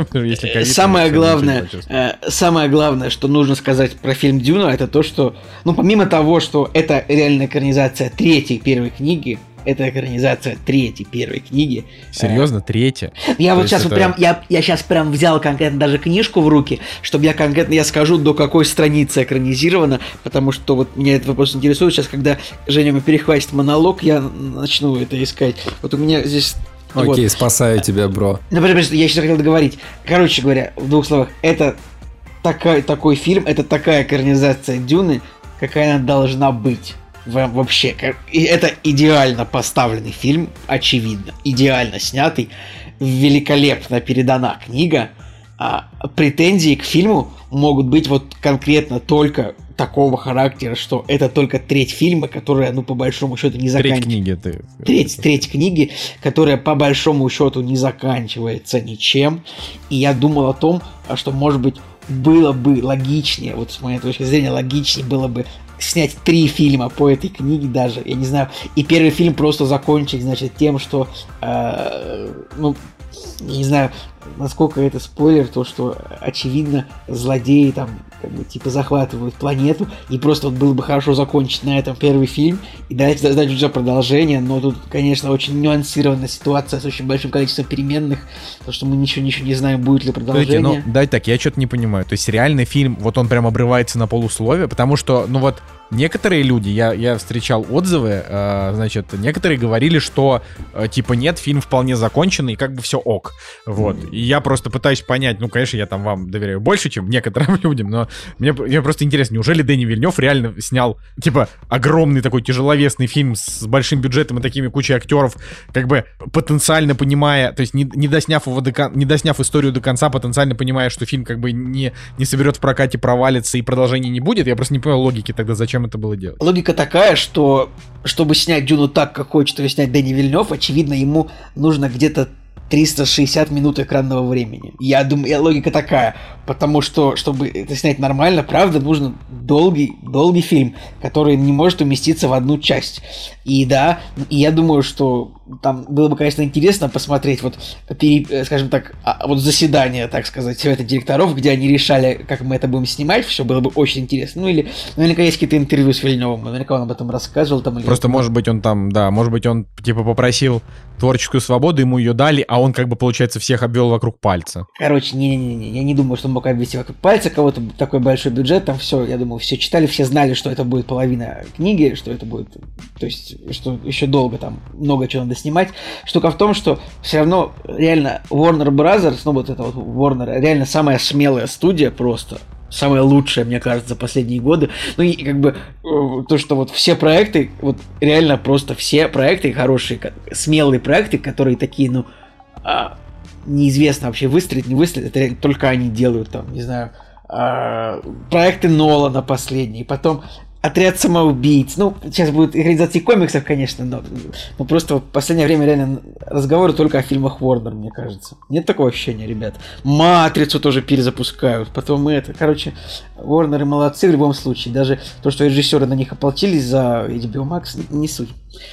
Самое главное, самое главное, что нужно сказать про фильм «Дюна», это то, что, ну, помимо того, что это реальная экранизация третьей первой книги, это экранизация третьей первой книги. Серьезно, третья? Я То вот есть сейчас это... вот прям, я, я сейчас прям взял конкретно даже книжку в руки, чтобы я конкретно, я скажу, до какой страницы экранизировано, потому что вот меня этот вопрос интересует. Сейчас, когда Женя перехватит монолог, я начну это искать. Вот у меня здесь... Окей, вот. спасаю тебя, бро. Ну, подожди, я сейчас хотел договорить. Короче говоря, в двух словах, это такой, такой фильм, это такая экранизация Дюны, какая она должна быть. Вообще, и это идеально поставленный фильм, очевидно, идеально снятый, великолепно передана книга. А претензии к фильму могут быть вот конкретно только такого характера, что это только треть фильма, которая, ну, по большому счету, не заканчивается. Треть книги ты... Треть, треть книги, которая, по большому счету, не заканчивается ничем. И я думал о том, что, может быть, было бы логичнее, вот с моей точки зрения, логичнее было бы снять три фильма по этой книге даже, я не знаю, и первый фильм просто закончить, значит, тем, что, э, ну, я не знаю, насколько это спойлер, то, что, очевидно, злодеи там, как бы, типа, захватывают планету, и просто вот было бы хорошо закончить на этом первый фильм, и дать, дать уже продолжение, но тут, конечно, очень нюансированная ситуация с очень большим количеством переменных, потому что мы ничего, ничего не знаем, будет ли продолжение. Слушайте, ну, дай так, я что-то не понимаю, то есть реальный фильм, вот он прям обрывается на полусловие, потому что, ну вот, некоторые люди, я, я встречал отзывы, э, значит, некоторые говорили, что, э, типа, нет, фильм вполне законченный, и как бы все ок, вот, и я просто пытаюсь понять, ну, конечно, я там вам доверяю больше, чем некоторым людям, но мне, мне просто интересно, неужели Дэни Вильнёв реально снял, типа, огромный такой тяжеловесный фильм с большим бюджетом и такими кучей актеров, как бы, потенциально понимая, то есть, не, не досняв его, до, не досняв историю до конца, потенциально понимая, что фильм, как бы, не, не соберет в прокате, провалится и продолжения не будет, я просто не понял логики тогда, зачем это было делать. Логика такая, что чтобы снять Дюну так, как хочет ее снять Дэни Вильнёв, очевидно, ему нужно где-то триста шестьдесят минут экранного времени. Я думаю, логика такая, потому что, чтобы это снять нормально, правда, нужно долгий, долгий фильм, который не может уместиться в одну часть. И да, и я думаю, что там было бы, конечно, интересно посмотреть вот, пере, скажем так, вот заседание, так сказать, совета директоров, где они решали, как мы это будем снимать, все было бы очень интересно. Ну или наверняка есть какие-то интервью с Вильнёвым, наверняка он об этом рассказывал. Там, или Просто, может быть, он там, да, может быть, он типа попросил творческую свободу, ему ее дали, а он как бы, получается, всех обвел вокруг пальца. Короче, не-не-не, я не думаю, что он мог обвести вокруг пальца, кого-то такой большой бюджет, там все, я думаю, все читали, все знали, что это будет половина книги, что это будет, то есть, что еще долго там много чего надо снимать. Штука в том, что все равно реально Warner Brothers, ну вот это вот Warner, реально самая смелая студия просто, самая лучшая, мне кажется, за последние годы. Ну и как бы то, что вот все проекты, вот реально просто все проекты хорошие, смелые проекты, которые такие, ну, а, неизвестно вообще, выстрелит, не выстрелит, это реально только они делают там, не знаю, а, проекты Нолана последние, потом Отряд самоубийц. Ну, сейчас будут экранизации комиксов, конечно, но, но просто в последнее время реально разговоры только о фильмах Warner, мне кажется. Нет такого ощущения, ребят. Матрицу тоже перезапускают. Потом это. Короче, Warner молодцы в любом случае. Даже то, что режиссеры на них ополчились за эйч би о Max, не суть.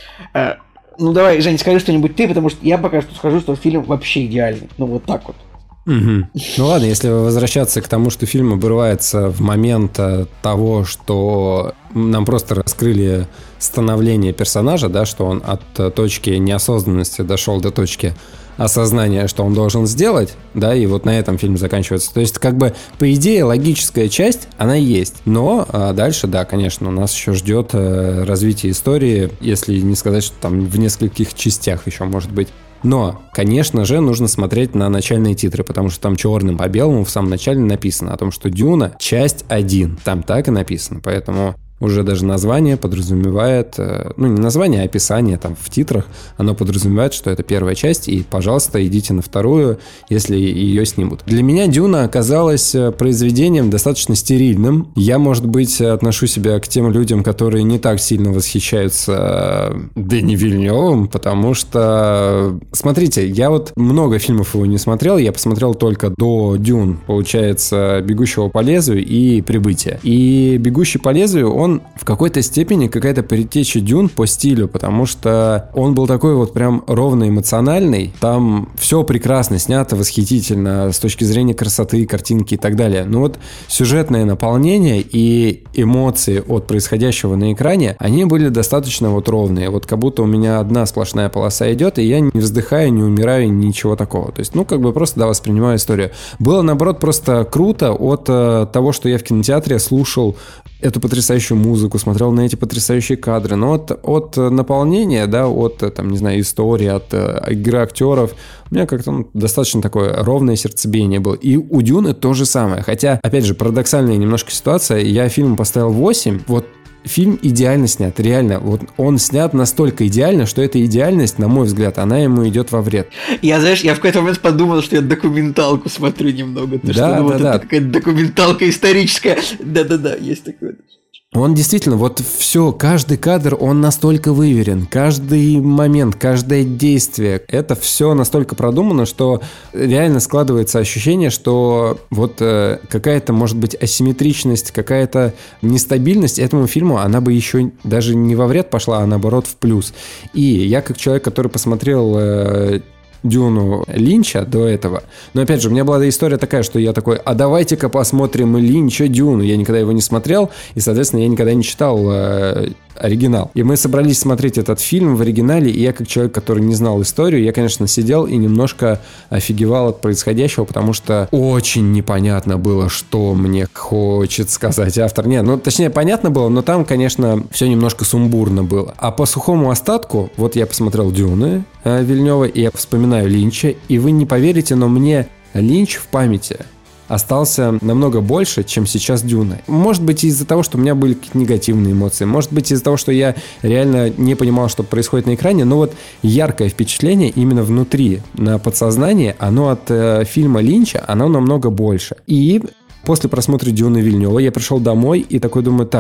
А, ну, давай, Жень, скажи что-нибудь ты, потому что я пока что скажу, что фильм вообще идеальный. Ну, вот так вот. Угу. Ну ладно, если возвращаться к тому, что фильм обрывается в момент того, что нам просто раскрыли становление персонажа, да, что он от точки неосознанности дошел до точки осознания, что он должен сделать, да, и вот на этом фильм заканчивается. То есть, как бы, по идее, логическая часть, она есть. Но а дальше, да, конечно, у нас еще ждет э, развитие истории, если не сказать, что там в нескольких частях еще может быть. Но, конечно же, нужно смотреть на начальные титры, потому что там черным по белому в самом начале написано о том, что Дюна часть один. Там так и написано, поэтому уже даже название подразумевает, ну не название, а описание там в титрах, оно подразумевает, что это первая часть, и, пожалуйста, идите на вторую, если ее снимут. Для меня Дюна оказалась произведением достаточно стерильным. Я, может быть, отношу себя к тем людям, которые не так сильно восхищаются Дени Вильнёвым, потому что, смотрите, я вот много фильмов его не смотрел, я посмотрел только до Дюн, получается, «Бегущего по лезвию» и «Прибытие». И «Бегущий по лезвию», он в какой-то степени какая-то предтеча Дюн по стилю, потому что он был такой вот прям ровно эмоциональный. Там все прекрасно снято, восхитительно с точки зрения красоты, картинки и так далее. Но вот сюжетное наполнение и эмоции от происходящего на экране, они были достаточно вот ровные. Вот как будто у меня одна сплошная полоса идет, и я не вздыхаю, не умираю, ничего такого. То есть, ну, как бы просто, да, воспринимаю историю. Было, наоборот, просто круто от э, того, что я в кинотеатре слушал эту потрясающую музыку, смотрел на эти потрясающие кадры, но от, от наполнения, да, от, там, не знаю, истории, от э, игры актеров, у меня как-то ну, достаточно такое ровное сердцебиение было. И у Дюны то же самое. Хотя, опять же, парадоксальная немножко ситуация, я фильму поставил восемь, вот фильм идеально снят, реально. Вот он снят настолько идеально, что эта идеальность, на мой взгляд, она ему идет во вред. Я, знаешь, я в какой-то момент подумал, что я документалку смотрю немного. То, да, что, ну, да, вот да. Это какая-то документалка историческая. Да-да-да, есть такое. Он действительно, вот все, каждый кадр, он настолько выверен, каждый момент, каждое действие, это все настолько продумано, что реально складывается ощущение, что вот э, какая-то, может быть, асимметричность, какая-то нестабильность этому фильму, она бы еще даже не во вред пошла, а наоборот в плюс. И я как человек, который посмотрел... Э, Дюну Линча до этого. Но опять же, у меня была история такая, что я такой, а давайте-ка посмотрим Линча Дюну. Я никогда его не смотрел, и, соответственно, я никогда не читал э, оригинал. И мы собрались смотреть этот фильм в оригинале, и я, как человек, который не знал историю, я, конечно, сидел и немножко офигевал от происходящего, потому что очень непонятно было, что мне хочет сказать автор. Нет, ну, точнее, понятно было, но там, конечно, все немножко сумбурно было. А по сухому остатку, вот я посмотрел Дюны э, Вильнёва, и я вспоминаю Линча, и вы не поверите, но мне Линч в памяти остался намного больше, чем сейчас Дюна. Может быть, из-за того, что у меня были какие-то негативные эмоции, может быть, из-за того, что я реально не понимал, что происходит на экране, но вот яркое впечатление именно внутри, на подсознании, оно от э, фильма Линча, оно намного больше. И после просмотра Дюны Вильнёва я пришел домой и такой думаю, так,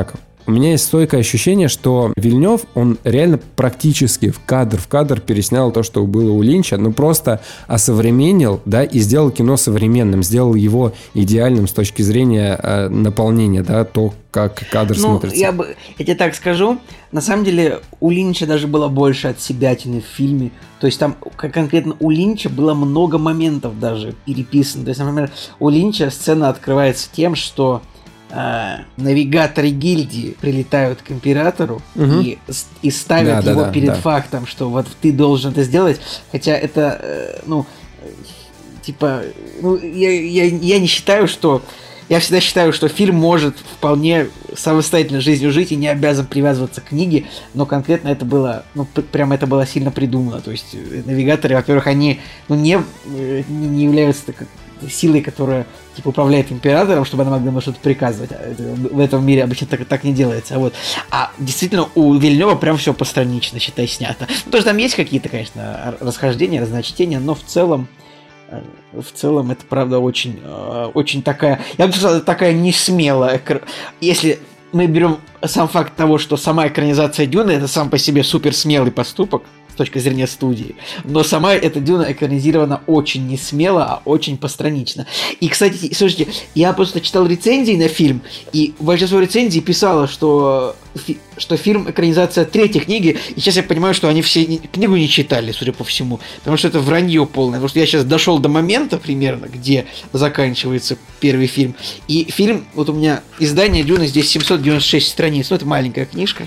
у меня есть стойкое ощущение, что Вильнёв, он реально практически в кадр в кадр переснял то, что было у Линча, но просто осовременил, да, и сделал кино современным, сделал его идеальным с точки зрения э, наполнения, да, то, как кадр ну, смотрится. Я, бы, я тебе так скажу, на самом деле у Линча даже было больше от себятины в фильме. То есть там конкретно у Линча было много моментов даже переписано. То есть, например, у Линча сцена открывается тем, что э, навигаторы гильдии прилетают к императору угу. и, и ставят да, его да, перед да. фактом, что вот ты должен это сделать. Хотя это, э, ну, типа, ну, я, я, я не считаю, что... Я всегда считаю, что фильм может вполне самостоятельно жизнью жить и не обязан привязываться к книге, но конкретно это было, ну, прямо это было сильно придумано. То есть навигаторы, во-первых, они ну, не, не являются такой силой, которая типа управляет императором, чтобы она могла ему что-то приказывать. В этом мире обычно так, так не делается. Вот. А действительно у Вильнёва прям все постранично, считай, снято. Ну, тоже там есть какие-то, конечно, расхождения, разночтения, но в целом В целом, это, правда, очень, очень такая... Я бы сказал, такая несмелая... Если мы берем сам факт того, что сама экранизация Дюны, это сам по себе супер смелый поступок с точки зрения студии, но сама эта Дюна экранизирована очень не смело, а очень постранично. И, кстати, слушайте, я просто читал рецензии на фильм, и большинство рецензий писало, что, фи- что фильм экранизация третьей книги, и сейчас я понимаю, что они все не, книгу не читали, судя по всему, потому что это вранье полное, потому что я сейчас дошел до момента примерно, где заканчивается первый фильм, и фильм, вот у меня издание Дюны, здесь семьсот девяносто шесть страниц, ну это маленькая книжка,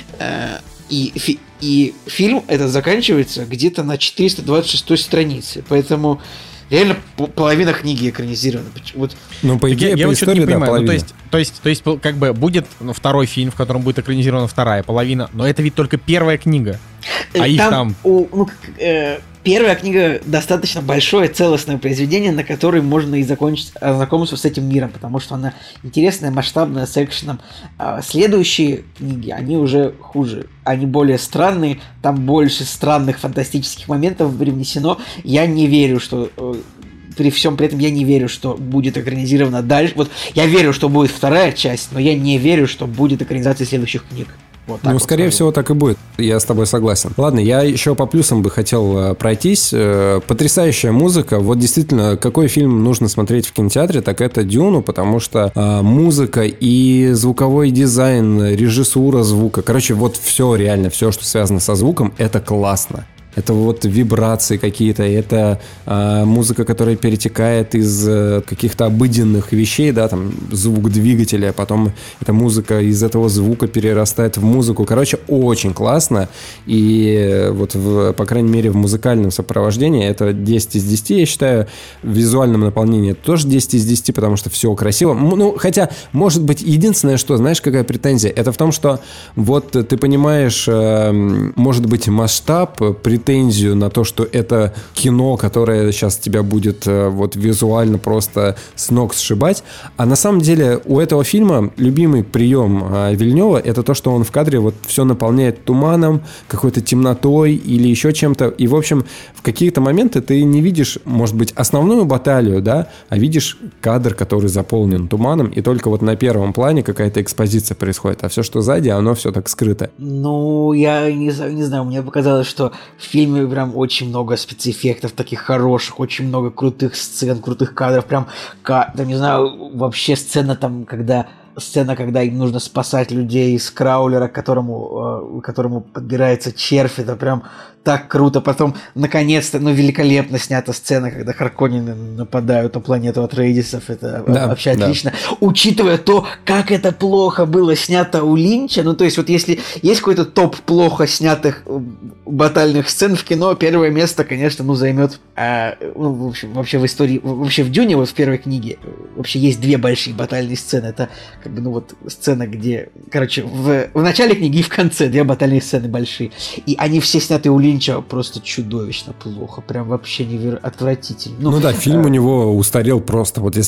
и, фи- и фильм этот заканчивается где-то на четыреста двадцать шестой странице, поэтому реально половина книги экранизирована. Вот. Ну, по идее, я, по я истории, не да, понимаю. половина. Ну, то есть, то есть, то есть, как бы будет ну, второй фильм, в котором будет экранизирована вторая половина, но это ведь только первая книга. А там, их там... У, ну, э, первая книга достаточно большое, целостное произведение, на которое можно и закончить знакомство с этим миром, потому что она интересная, масштабная, с экшеном. А следующие книги, они уже хуже. Они более странные, там больше странных фантастических моментов привнесено. Я не верю, что... Э, при всем при этом я не верю, что будет экранизировано дальше. Вот я верю, что будет вторая часть, но я не верю, что будет экранизация следующих книг. Вот ну, вот скорее скажу. всего, так и будет. Я с тобой согласен. Ладно, я еще по плюсам бы хотел пройтись. Потрясающая музыка. Вот действительно, какой фильм нужно смотреть в кинотеатре, так это «Дюну», потому что а, музыка и звуковой дизайн, режиссура звука, короче, вот все реально, все, что связано со звуком, это классно. Это вот вибрации какие-то, это э, музыка, которая перетекает из э, каких-то обыденных вещей, да, там звук двигателя, потом эта музыка из этого звука перерастает в музыку. Короче, очень классно. И э, вот, в, по крайней мере, в музыкальном сопровождении это десять из десяти, я считаю. В визуальном наполнении это тоже десять из десяти, потому что все красиво. Ну, хотя, может быть, единственное, что, знаешь, какая претензия? Это в том, что вот ты понимаешь, э, может быть, масштаб, претензию на то, что это кино, которое сейчас тебя будет вот визуально просто с ног сшибать. А на самом деле у этого фильма любимый прием Вильнёва — это то, что он в кадре вот все наполняет туманом, какой-то темнотой или еще чем-то. И, в общем, в какие-то моменты ты не видишь, может быть, основную баталию, да, а видишь кадр, который заполнен туманом, и только вот на первом плане какая-то экспозиция происходит, а все, что сзади, оно все так скрыто. Ну, я не, не знаю, мне показалось, что в фильме прям очень много спецэффектов таких хороших, очень много крутых сцен, крутых кадров, прям, там, не знаю, вообще сцена там, когда сцена, когда им нужно спасать людей из краулера, к которому, э, которому подбирается червь, это прям так круто. Потом, наконец-то, ну, великолепно снята сцена, когда Харконнены нападают на планету Атрейдисов. Это да, вообще отлично. Да. Учитывая то, как это плохо было снято у Линча, ну, то есть, вот если есть какой-то топ плохо снятых батальных сцен в кино, первое место, конечно, ну, займет, э, ну, в общем, вообще в истории, вообще в Дюне, вот в первой книге, вообще есть две большие батальные сцены. Это, как бы, ну, вот сцена, где, короче, в, в начале книги и в конце две батальные сцены большие. И они все сняты у Линча просто чудовищно плохо, прям вообще невероятно отвратительно. Ну, ну да, фильм а... у него устарел просто, вот если его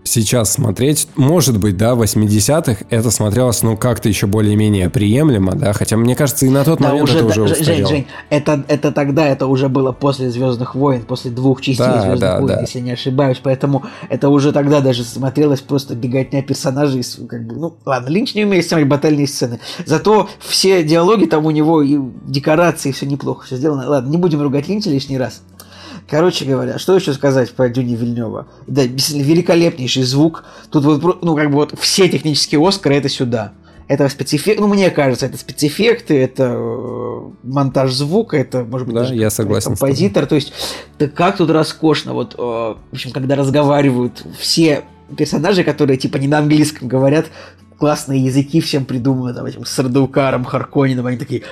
сейчас смотреть, может быть, да, в восьмидесятых это смотрелось, ну, как-то еще более-менее приемлемо, да, хотя, мне кажется, и на тот да, момент уже, это уже да, устарело. Жень, Жень, это, это тогда, это уже было после «Звездных войн», после двух частей да, «Звездных да, войн», да. если не ошибаюсь, поэтому это уже тогда даже смотрелось просто беготня персонажей, как бы, ну, ладно, Линч не умеет снимать батальные сцены, зато все диалоги там у него и декорации, все неплохо, все сделано. Ладно, не будем ругать Линча лишний раз. Короче говоря, что еще сказать по Дюне Вильнёва? Да, великолепнейший звук. Тут вот, ну, как бы вот все технические Оскары это сюда. Это спецэффекты, ну, мне кажется, это спецэффекты, это э, монтаж звука, это, может быть, да, даже я согласен композитор. То есть, да как тут роскошно. Вот, э, в общем, когда разговаривают все персонажи, которые, типа, не на английском говорят, классные языки всем придуманы, там, этим Сардаукаром, Харконнином, они такие...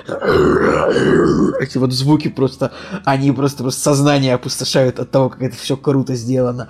Эти вот звуки просто... Они просто, просто сознание опустошают от того, как это все круто сделано.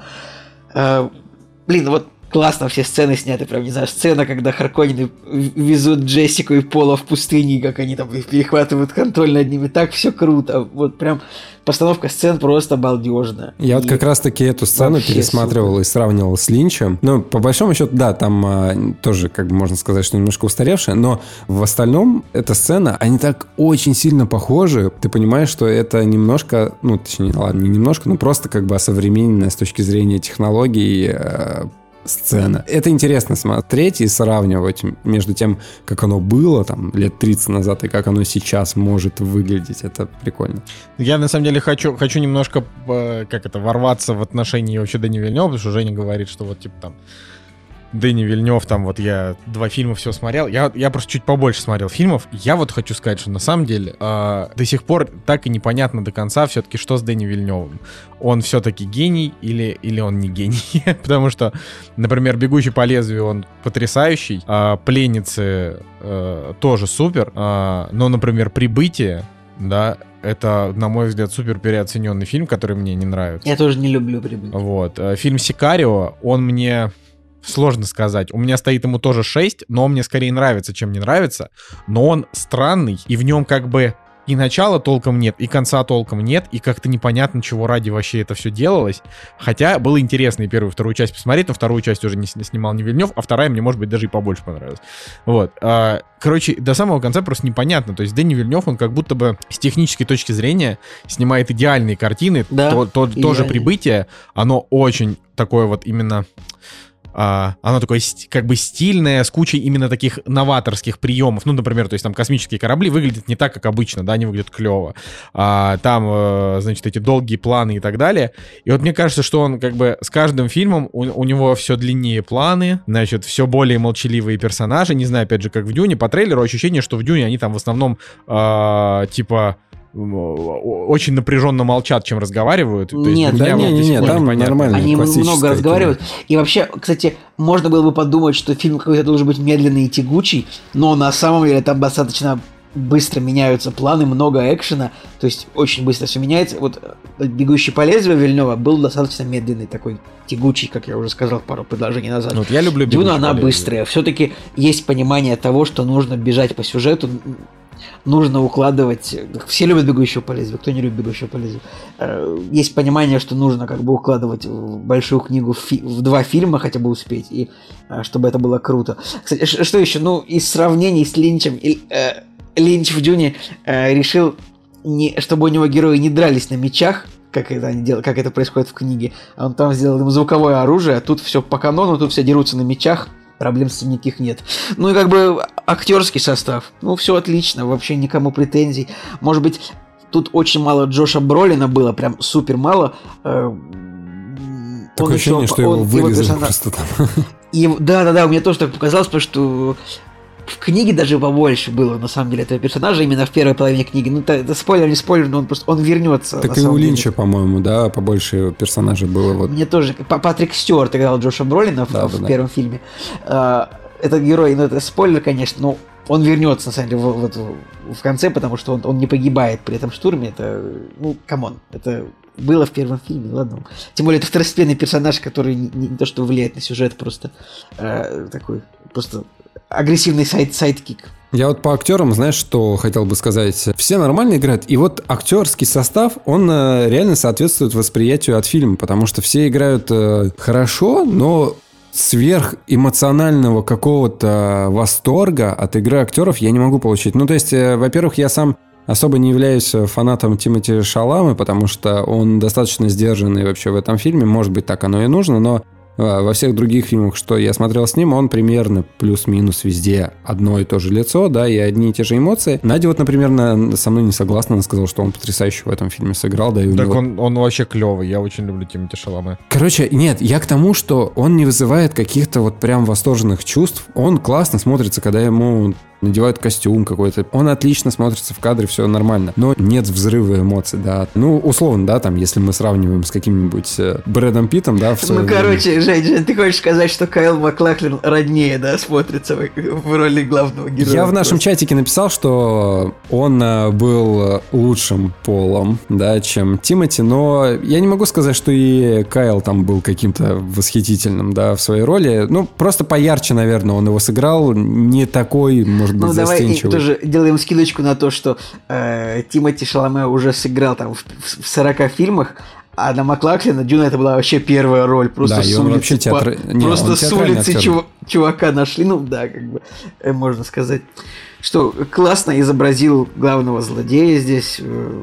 А, блин, вот классно все сцены сняты, прям, не знаю, сцена, когда Харконнены везут Джессику и Пола в пустыне, и как они там перехватывают контроль над ними, так все круто. Вот прям постановка сцен просто балдежная. Я и вот как раз-таки эту сцену пересматривал супер. И сравнивал с Линчем. Ну, по большому счету, да, там а, тоже, как бы можно сказать, что немножко устаревшая, но в остальном эта сцена, они так очень сильно похожи. Ты понимаешь, что это немножко, ну, точнее, ладно, не немножко, но просто как бы осовремененная с точки зрения технологий э, сцена. Это интересно смотреть и сравнивать между тем, как оно было там лет тридцать назад и как оно сейчас может выглядеть. Это прикольно. Я на самом деле хочу, хочу немножко как это, ворваться в отношении вообще Дэни Вильнёва, потому что Женя говорит, что вот типа там Дэни Вильнёв, там вот я два фильма все смотрел, я, я просто чуть побольше смотрел фильмов, я вот хочу сказать, что на самом деле э, до сих пор так и непонятно до конца все-таки, что с Дэни Вильнёвым. Он все-таки гений или, или он не гений? Потому что, например, «Бегущий по лезвию» он потрясающий, э, «Пленницы» э, тоже супер, э, но, например, «Прибытие», да, это, на мой взгляд, супер переоцененный фильм, который мне не нравится. Я тоже не люблю «Прибытие». Вот. Фильм «Сикарио», он мне... Сложно сказать. У меня стоит ему тоже шесть, но он мне скорее нравится, чем не нравится. Но он странный, и в нем как бы и начала толком нет, и конца толком нет, и как-то непонятно, чего ради вообще это все делалось. Хотя было интересно и первую, и вторую часть посмотреть, но вторую часть уже не снимал не Вильнёв, а вторая мне, может быть, даже и побольше понравилась. Вот. Короче, до самого конца просто непонятно. То есть Дэни Вильнёв, он как будто бы с технической точки зрения снимает идеальные картины. Да, то, то, тоже «Прибытие», оно очень такое вот именно... Uh, оно такое как бы стильное, с кучей именно таких новаторских приемов. Ну, например, то есть там космические корабли выглядят не так, как обычно, да, они выглядят клево. Uh, там, uh, значит, эти долгие планы и так далее. И вот мне кажется, что он как бы с каждым фильмом у, у него все длиннее планы, значит, все более молчаливые персонажи. Не знаю, опять же, как в «Дюне». По трейлеру ощущение, что в «Дюне» они там в основном uh, типа... очень напряженно молчат, чем разговаривают. Нет, да, не, не, не, там нормально. Они много разговаривают. Кино. И вообще, кстати, можно было бы подумать, что фильм какой-то должен быть медленный и тягучий, но на самом деле там достаточно быстро меняются планы, много экшена, то есть очень быстро все меняется. Вот «Бегущий по лезвию» Вильнёва был достаточно медленный, такой тягучий, как я уже сказал пару предложений назад. Вот я люблю «Бегущий Дюна, она по лезвию». Быстрая. Все-таки есть понимание того, что нужно бежать по сюжету, нужно укладывать... Все любят «Бегущего по лезвию», кто не любит «Бегущего по лезвию». Есть понимание, что нужно как бы укладывать в большую книгу в, фи... в два фильма хотя бы успеть, и чтобы это было круто. Кстати, что еще? Ну, из сравнений с Линчем... Линч в «Дюне» решил, не... чтобы у него герои не дрались на мечах, как это, они делают, как это происходит в книге. А он там сделал им звуковое оружие, а тут все по канону, тут все дерутся на мечах. Проблем с этим никаких нет. Ну и как бы актерский состав. Ну, все отлично, вообще никому претензий. Может быть, тут очень мало Джоша Бролина было, прям супер мало. Такое он ощущение, еще, что он, его вырезали его просто там. Да-да-да, у меня тоже так показалось, потому что в книге даже побольше было, на самом деле, этого персонажа именно в первой половине книги. Ну, это, это спойлер, не спойлер, но он просто, он вернется. Так и у Линча, по-моему, да, побольше персонажей было. Вот. Мне тоже. Патрик Стюарт играл Джоша Бролина да, в, да, в да. первом фильме. Этот герой, ну, это спойлер, конечно, но он вернется, на самом деле, в, в, в конце, потому что он, он не погибает при этом штурме. Это, ну, камон, это было в первом фильме, ладно. Тем более, это второстепенный персонаж, который не, не то, что влияет на сюжет, просто э, такой, просто... агрессивный сайд, сайдкик. Я вот по актерам, знаешь, что хотел бы сказать? Все нормально играют, и вот актерский состав, он э, реально соответствует восприятию от фильма, потому что все играют э, хорошо, но сверхэмоционального какого-то восторга от игры актеров я не могу получить. Ну, то есть, во-первых, я сам особо не являюсь фанатом Тимоти Шаламы, потому что он достаточно сдержанный вообще в этом фильме. Может быть, так оно и нужно, но во всех других фильмах, что я смотрел с ним, он примерно плюс-минус везде одно и то же лицо, да, и одни и те же эмоции. Надя вот, например, на, со мной не согласна, она сказала, что он потрясающе в этом фильме сыграл, да, и у так него... он, он вообще клевый, я очень люблю Тимоти Шаламе. Короче, нет, я к тому, что он не вызывает каких-то вот прям восторженных чувств. Он классно смотрится, когда ему надевают костюм какой-то. Он отлично смотрится в кадре, все нормально. Но нет взрыва эмоций, да. Ну, условно, да, там, если мы сравниваем с каким-нибудь э, Брэдом Питтом, да, в Ну, короче, Жень, Жень, ты хочешь сказать, что Кайл Маклахлин роднее, да, смотрится в, в роли главного героя? Я в нашем чатике написал, что он э, был лучшим полом, да, чем Тимоти, но я не могу сказать, что и Кайл там был каким-то восхитительным, да, в своей роли. Ну, просто поярче, наверное, он его сыграл. Не такой, может быть, ну, застенчивый. Ну, давай тоже делаем скидочку на то, что э, Тимоти Шаламе уже сыграл там в, в сорока фильмах, а на Маклахлина Дюна это была вообще первая роль. Просто да, с улицы, вообще театр... по... Не, просто с улицы чув... чувака нашли. Ну да, как бы э, можно сказать. Что классно изобразил главного злодея здесь. Э,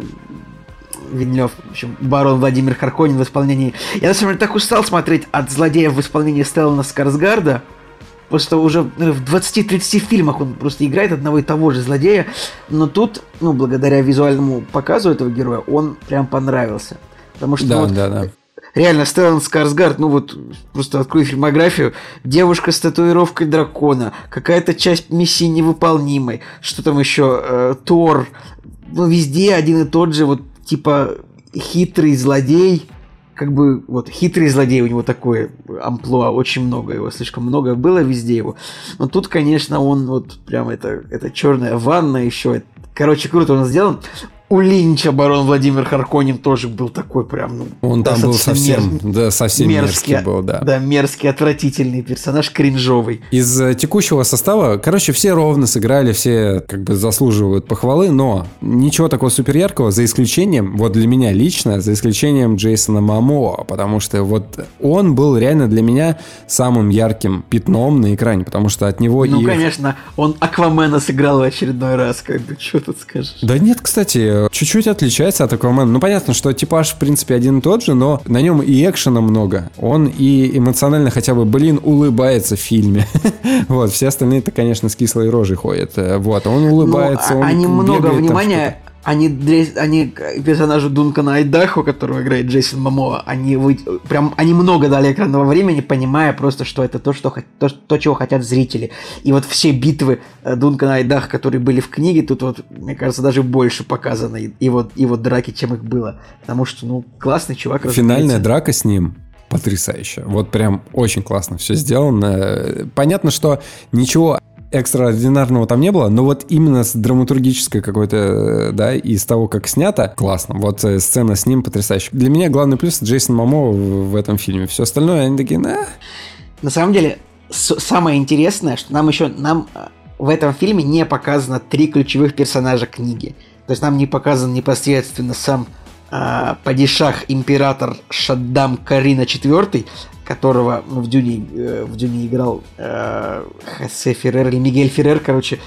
Вильнёв, в общем, барон Владимир Харконнен в исполнении... Я, на самом деле, так устал смотреть от злодея в исполнении Стеллана Скарсгарда. Просто уже в двадцати-тридцати фильмах он просто играет одного и того же злодея. Но тут, ну, благодаря визуальному показу этого героя, он прям понравился. Потому что да, вот, да, да. реально Стеллан Скарсгард, ну вот просто открой фильмографию, девушка с татуировкой дракона, какая-то часть миссии невыполнимой, что там еще, э, Тор, ну везде один и тот же, вот типа хитрый злодей. Как бы, вот, хитрый злодей, у него такое амплуа, очень много его, слишком много было везде его. Но тут, конечно, он вот прям это, это черная ванна еще. Короче, круто он сделан. У Линча барон Владимир Харконнен тоже был такой прям, ну... Он там был совсем, мерз... да, совсем мерзкий, мерзкий был, да. Да, мерзкий, отвратительный персонаж, кринжовый. Из текущего состава, короче, все ровно сыграли, все как бы заслуживают похвалы, но ничего такого супер яркого, за исключением, вот для меня лично, за исключением Джейсона Момоа, потому что вот он был реально для меня самым ярким пятном на экране, потому что от него... Ну, и... конечно, он Аквамена сыграл в очередной раз, как бы, что тут скажешь? Да нет, кстати... Чуть-чуть отличается от Аквамена. Ну, понятно, что типаж, в принципе, один и тот же, но на нем и экшена много. Он и эмоционально хотя бы, блин, улыбается в фильме. Вот, все остальные-то, конечно, с кислой рожей ходят. Вот, он улыбается, он они много внимания... Там, Они, они персонажу Дункана Айдахо, которого играет Джейсон Момоа, они, вы, прям, они много дали экранного времени, понимая просто, что это то, что, то, то, чего хотят зрители. И вот все битвы Дункана Айдахо, которые были в книге, тут вот, мне кажется, даже больше показаны. И вот, и вот драки, чем их было. Потому что, ну, классный чувак. Финальная драка с ним потрясающая. Вот прям очень классно все сделано. Понятно, что ничего... экстраординарного там не было, но вот именно с драматургической какой-то, да, из того, как снято, классно. Вот сцена с ним потрясающая. Для меня главный плюс Джейсон Момоа в этом фильме. Все остальное, они такие, да. На самом деле, самое интересное, что нам еще, нам в этом фильме не показано три ключевых персонажа книги. То есть нам не показан непосредственно сам э, падишах, император Шаддам Карина четвёртый, которого ну, в, Дюне, э, в Дюне играл э, Хосе Феррер или Мигель Феррер, короче,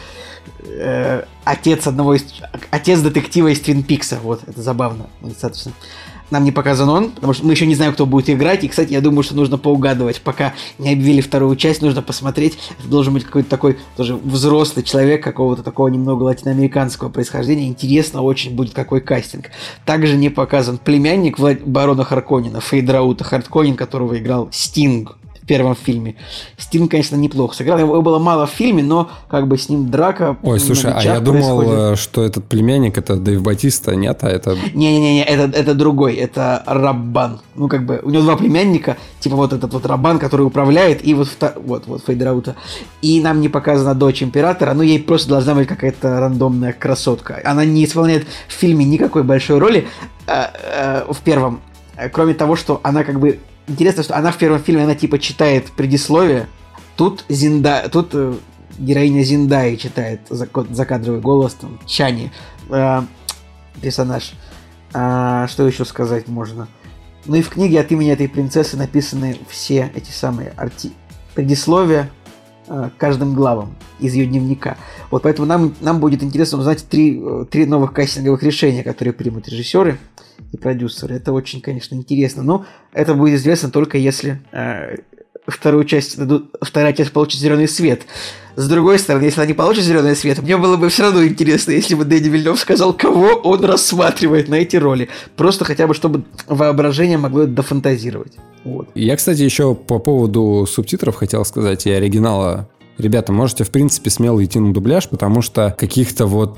э, отец одного из... Отец детектива из Твин Пикса, вот, это забавно, достаточно. Нам не показан он, потому что мы еще не знаем, кто будет играть, и, кстати, я думаю, что нужно поугадывать, пока не объявили вторую часть, нужно посмотреть, это должен быть какой-то такой тоже взрослый человек, какого-то такого немного латиноамериканского происхождения, интересно очень будет, какой кастинг. Также не показан племянник Влад... барона Харконнена, Фейдраута Харконнен, которого играл Стинг в первом фильме. Стинг, конечно, неплохо сыграл, его было мало в фильме, но как бы с ним драка... Ой, слушай, а я думал, происходит. Что этот племянник это Дэйв Батиста, нет, а это... Не-не-не, это, это другой, это Раббан. Ну, как бы, у него два племянника, типа вот этот вот Раббан, который управляет, и вот, вот, вот Фейдраута. И нам не показана дочь императора, ну, ей просто должна быть какая-то рандомная красотка. Она не исполняет в фильме никакой большой роли, а, а, в первом, кроме того, что она как бы... Интересно, что она в первом фильме, она типа читает предисловие. Тут Зинда, тут э, героиня Зиндаи читает закадровый голос, там, Чани, э, персонаж. А, что еще сказать можно? Ну и в книге от имени этой принцессы написаны все эти самые арти... предисловие э, каждым главам из ее дневника. Вот поэтому нам, нам будет интересно узнать три, три новых кастинговых решения, которые примут режиссеры и продюсеры. Это очень, конечно, интересно. Но это будет известно только если э, вторую часть, вторая часть получит зеленый свет. С другой стороны, если они получат зеленый свет, мне было бы все равно интересно, если бы Дэни Вильнёв сказал, кого он рассматривает на эти роли. Просто хотя бы, чтобы воображение могло это дофантазировать. Вот. Я, кстати, еще по поводу субтитров хотел сказать и оригинала. Ребята, можете, в принципе, смело идти на дубляж, потому что каких-то вот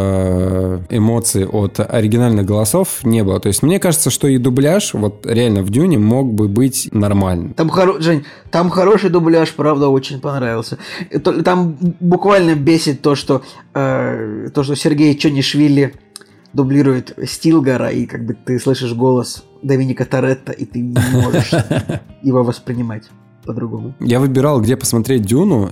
э, эмоций от оригинальных голосов не было. То есть мне кажется, что и дубляж вот реально в Дюне мог бы быть нормальным. Там, хоро... Жень, там хороший дубляж, правда, очень понравился. Там буквально бесит то, что, э, то, что Сергей Чонишвили дублирует Стилгара, и как бы ты слышишь голос Доминика Торетто, и ты не можешь его воспринимать по-другому. Я выбирал, где посмотреть Дюну,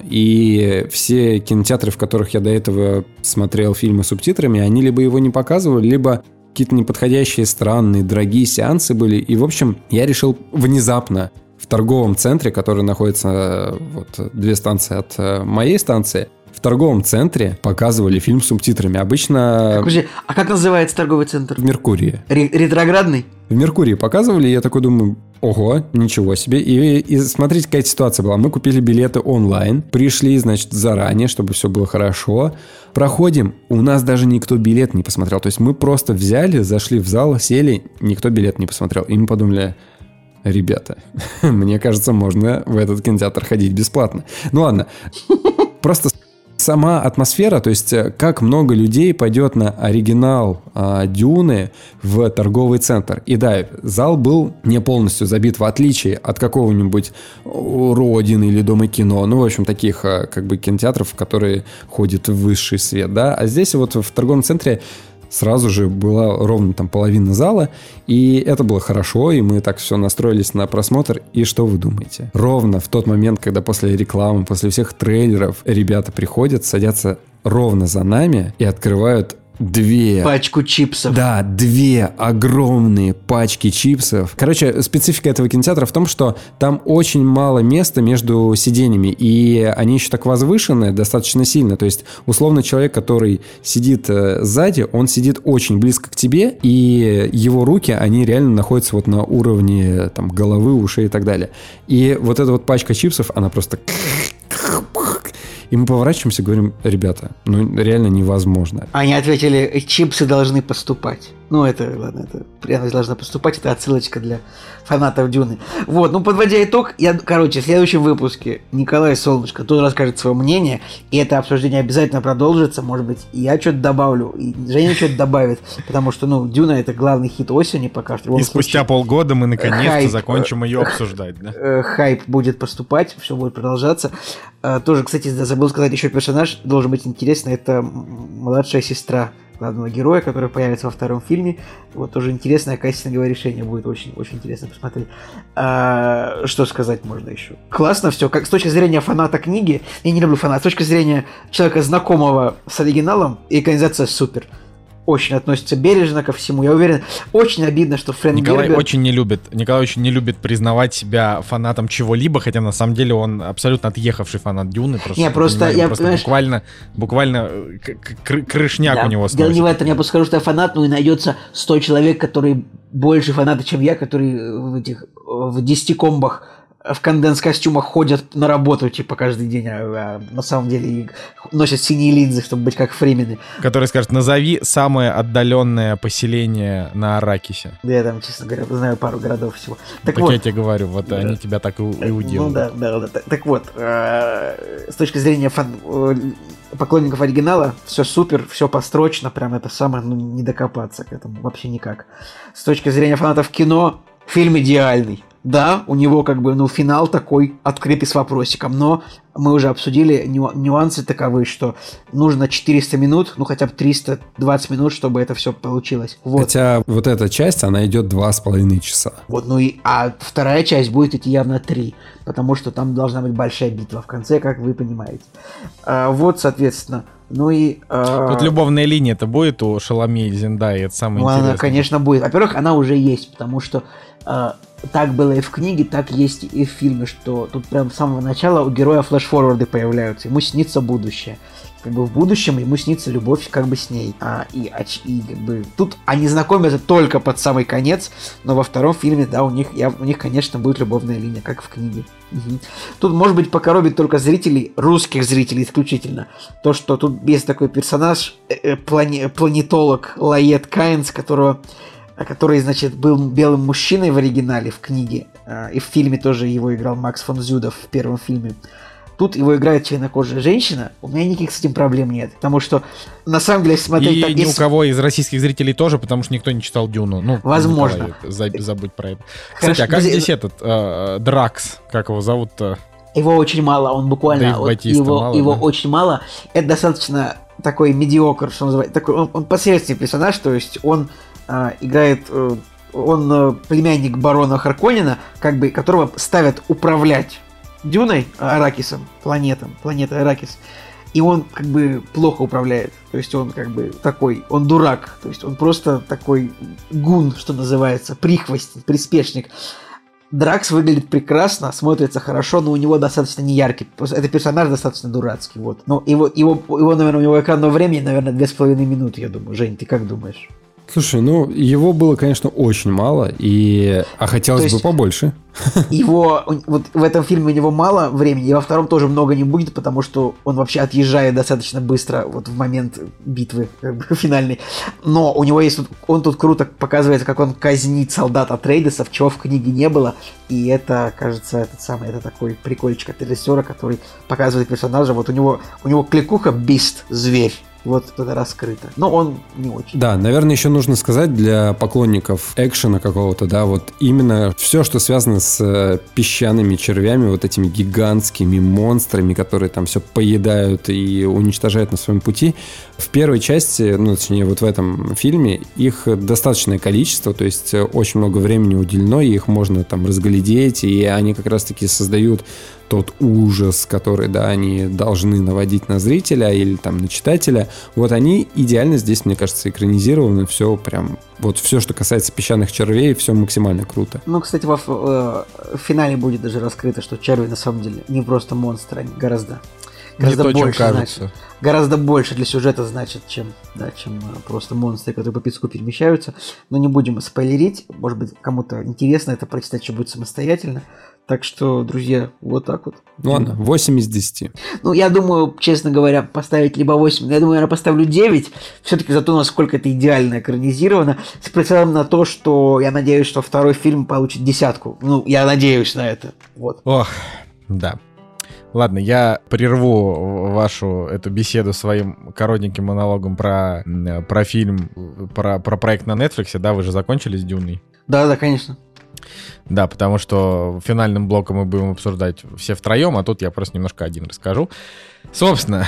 и все кинотеатры, в которых я до этого смотрел фильмы с субтитрами, они либо его не показывали, либо какие-то неподходящие, странные, дорогие сеансы были. И, в общем, я решил внезапно в торговом центре, который находится вот две станции от моей станции, в торговом центре показывали фильм с субтитрами. Обычно... Подожди, а как называется торговый центр? В Меркурии. Ре- ретроградный? В Меркурии показывали, и я такой думаю, ого, ничего себе. И, и смотрите, какая ситуация была. Мы купили билеты онлайн, пришли, значит, заранее, чтобы все было хорошо. Проходим, у нас даже никто билет не посмотрел. То есть мы просто взяли, зашли в зал, сели, никто билет не посмотрел. И мы подумали... Ребята, мне кажется, можно в этот кинотеатр ходить бесплатно. Ну ладно, просто сама атмосфера, то есть как много людей пойдет на оригинал а, Дюны в торговый центр. И да, зал был не полностью забит, в отличие от какого-нибудь Родины или Дома кино. Ну, в общем, таких а, как бы кинотеатров, которые ходят в высший свет, да. А здесь вот в торговом центре сразу же была ровно там половина зала, и это было хорошо, и мы так все настроились на просмотр. И что вы думаете? Ровно в тот момент, когда после рекламы, после всех трейлеров ребята приходят, садятся ровно за нами и открывают две... Пачку чипсов. Да, две огромные пачки чипсов. Короче, специфика этого кинотеатра в том, что там очень мало места между сиденьями, и они еще так возвышенные достаточно сильно. То есть, условно, человек, который сидит э, сзади, он сидит очень близко к тебе, и его руки, они реально находятся вот на уровне там, головы, ушей и так далее. И вот эта вот пачка чипсов, она просто... И мы поворачиваемся и говорим, ребята, ну реально невозможно. Они ответили, чипсы должны поступать. Ну, это, ладно, это пряность должна поступать, это отсылочка для фанатов Дюны. Вот, ну, подводя итог, я, короче, в следующем выпуске Николай Солнышко тут расскажет свое мнение, и это обсуждение обязательно продолжится, может быть, и я что-то добавлю, и Женя что-то добавит, потому что, ну, Дюна — это главный хит осени пока что. И спустя случае, полгода мы наконец-то хайп, закончим ее обсуждать, да? Хайп будет поступать, все будет продолжаться. Тоже, кстати, забыл сказать, еще персонаж должен быть интересный, это младшая сестра главного героя, который появится во втором фильме. Вот тоже интересное кастинговое решение будет, очень, очень интересно посмотреть. А, что сказать можно еще? Классно все. Как с точки зрения фаната книги, я не люблю фаната, с точки зрения человека, знакомого с оригиналом, экранизация супер. Очень относится бережно ко всему. Я уверен, очень обидно, что Фрэнк Николай Гербер... очень не любит, Николай очень не любит признавать себя фанатом чего-либо, хотя на самом деле он абсолютно отъехавший фанат Дюны. Просто, не, просто, я, просто понимаешь... буквально, буквально крышняк да, у него сносит. Дело не в этом, я просто скажу, что я фанат, ну и найдется сто человек, которые больше фанаты, чем я, которые в этих в десяти комбах в конденс-костюмах ходят на работу, типа, каждый день, а, а на самом деле носят синие линзы, чтобы быть как Фримены. Который скажет, назови самое отдаленное поселение на Аракисе. Да, я там, честно говоря, знаю пару городов всего. Так, так вот, я тебе говорю, вот да. Они тебя так и, и уделают. Ну да, да, да. Так, так вот, э, с точки зрения фан... поклонников оригинала, все супер, все построчно, прям это самое, ну, не докопаться к этому вообще никак. С точки зрения фанатов кино, фильм идеальный. Да, у него как бы, ну, финал такой открытый с вопросиком, но мы уже обсудили ню- нюансы таковы, что нужно четыреста минут, ну, хотя бы триста двадцать минут, чтобы это все получилось. Вот. Хотя вот эта часть, она идет два с половиной часа. Вот, ну и, а вторая часть будет идти явно три, потому что там должна быть большая битва в конце, как вы понимаете. А, вот, соответственно, ну и... А... Тут любовная линия-то будет у Шаломе и Зендай, это самое ну, интересное. Она, конечно, будет. Во-первых, она уже есть, потому что... так было и в книге, так есть и в фильме, что тут прям с самого начала у героя флэш-форварды появляются, ему снится будущее. Как бы в будущем ему снится любовь как бы с ней. А, и, и как бы тут они знакомятся только под самый конец, но во втором фильме, да, у них, я, у них, конечно, будет любовная линия, как в книге. Угу. Тут, может быть, покоробит только зрителей, русских зрителей исключительно, то, что тут есть такой персонаж, э, плане, планетолог Лает Кайнс, которого, который, значит, был белым мужчиной в оригинале, в книге, э, и в фильме тоже его играл Макс фон Зюдов в первом фильме. Тут его играет чернокожая женщина, у меня никаких с этим проблем нет, потому что, на самом деле, смотреть... И так, ни если... у кого из российских зрителей тоже, потому что никто не читал Дюну. Ну, возможно. Николай, забудь про это. Хорошо, Кстати, а как без... здесь этот, э, Дракс, как его зовут-то? Его очень мало, он буквально... Вот, Батиста его мало, его да? очень мало. Это достаточно такой медиокр, что называется. Такой, он, он посредственный персонаж, то есть он э, играет... Э, он э, племянник барона Харконнена, как бы, которого ставят управлять Дюной, Аракисом, планетом, планетой Аракис, и он как бы плохо управляет, то есть он как бы такой, он дурак, то есть он просто такой гун, что называется, прихвостень, приспешник. Дракс выглядит прекрасно, смотрится хорошо, но у него достаточно неяркий, это персонаж достаточно дурацкий, вот. Но его, его, его, наверное, у него экранного времени, наверное, две с половиной минуты, я думаю. Жень, ты как думаешь? Слушай, ну, его было, конечно, очень мало, и... а хотелось есть, бы побольше. Его, вот в этом фильме у него мало времени, и во втором тоже много не будет, потому что он вообще отъезжает достаточно быстро вот в момент битвы как бы, финальной. Но у него есть... Он тут круто показывает, как он казнит солдат Атрейдесов, чего в книге не было, и это, кажется, этот самый, это такой прикольчик от режиссера, который показывает персонажа. Вот у него, у него кликуха Бист, зверь. Вот это раскрыто. Но он не очень. Да, наверное, еще нужно сказать для поклонников экшена какого-то, да, вот именно все, что связано с э, песчаными червями, вот этими гигантскими монстрами, которые там все поедают и уничтожают на своем пути. В первой части, ну, точнее, вот в этом фильме, их достаточное количество, то есть очень много времени уделено, и их можно там разглядеть, и они как раз-таки создают тот ужас, который, да, они должны наводить на зрителя или там на читателя. Вот они идеально здесь, мне кажется, экранизированы. Все прям, вот все, что касается песчаных червей, все максимально круто. Ну, кстати, во, э, в финале будет даже раскрыто, что черви на самом деле не просто монстры, они гораздо, гораздо не то, больше чем значит. кажется. Гораздо больше для сюжета значит, чем, да, чем э, просто монстры, которые по песку перемещаются. Но не будем спойлерить. Может быть, кому-то интересно это прочитать, что будет самостоятельно. Так что, друзья, вот так вот. Ну ладно, восемь из десяти. Ну, я думаю, честно говоря, поставить либо восемь, я думаю, я поставлю девять. Все-таки за то, насколько это идеально экранизировано. С прицелом на то, что я надеюсь, что второй фильм получит десятку. Ну, я надеюсь на это. Вот. Ох, да. Ладно, я прерву вашу эту беседу своим коротеньким монологом про, про фильм, про, про проект на Netflix. Да, вы же закончили с Дюной? Да, да, конечно. Да, потому что финальным блоком мы будем обсуждать все втроем, а тут я просто немножко один расскажу. Собственно,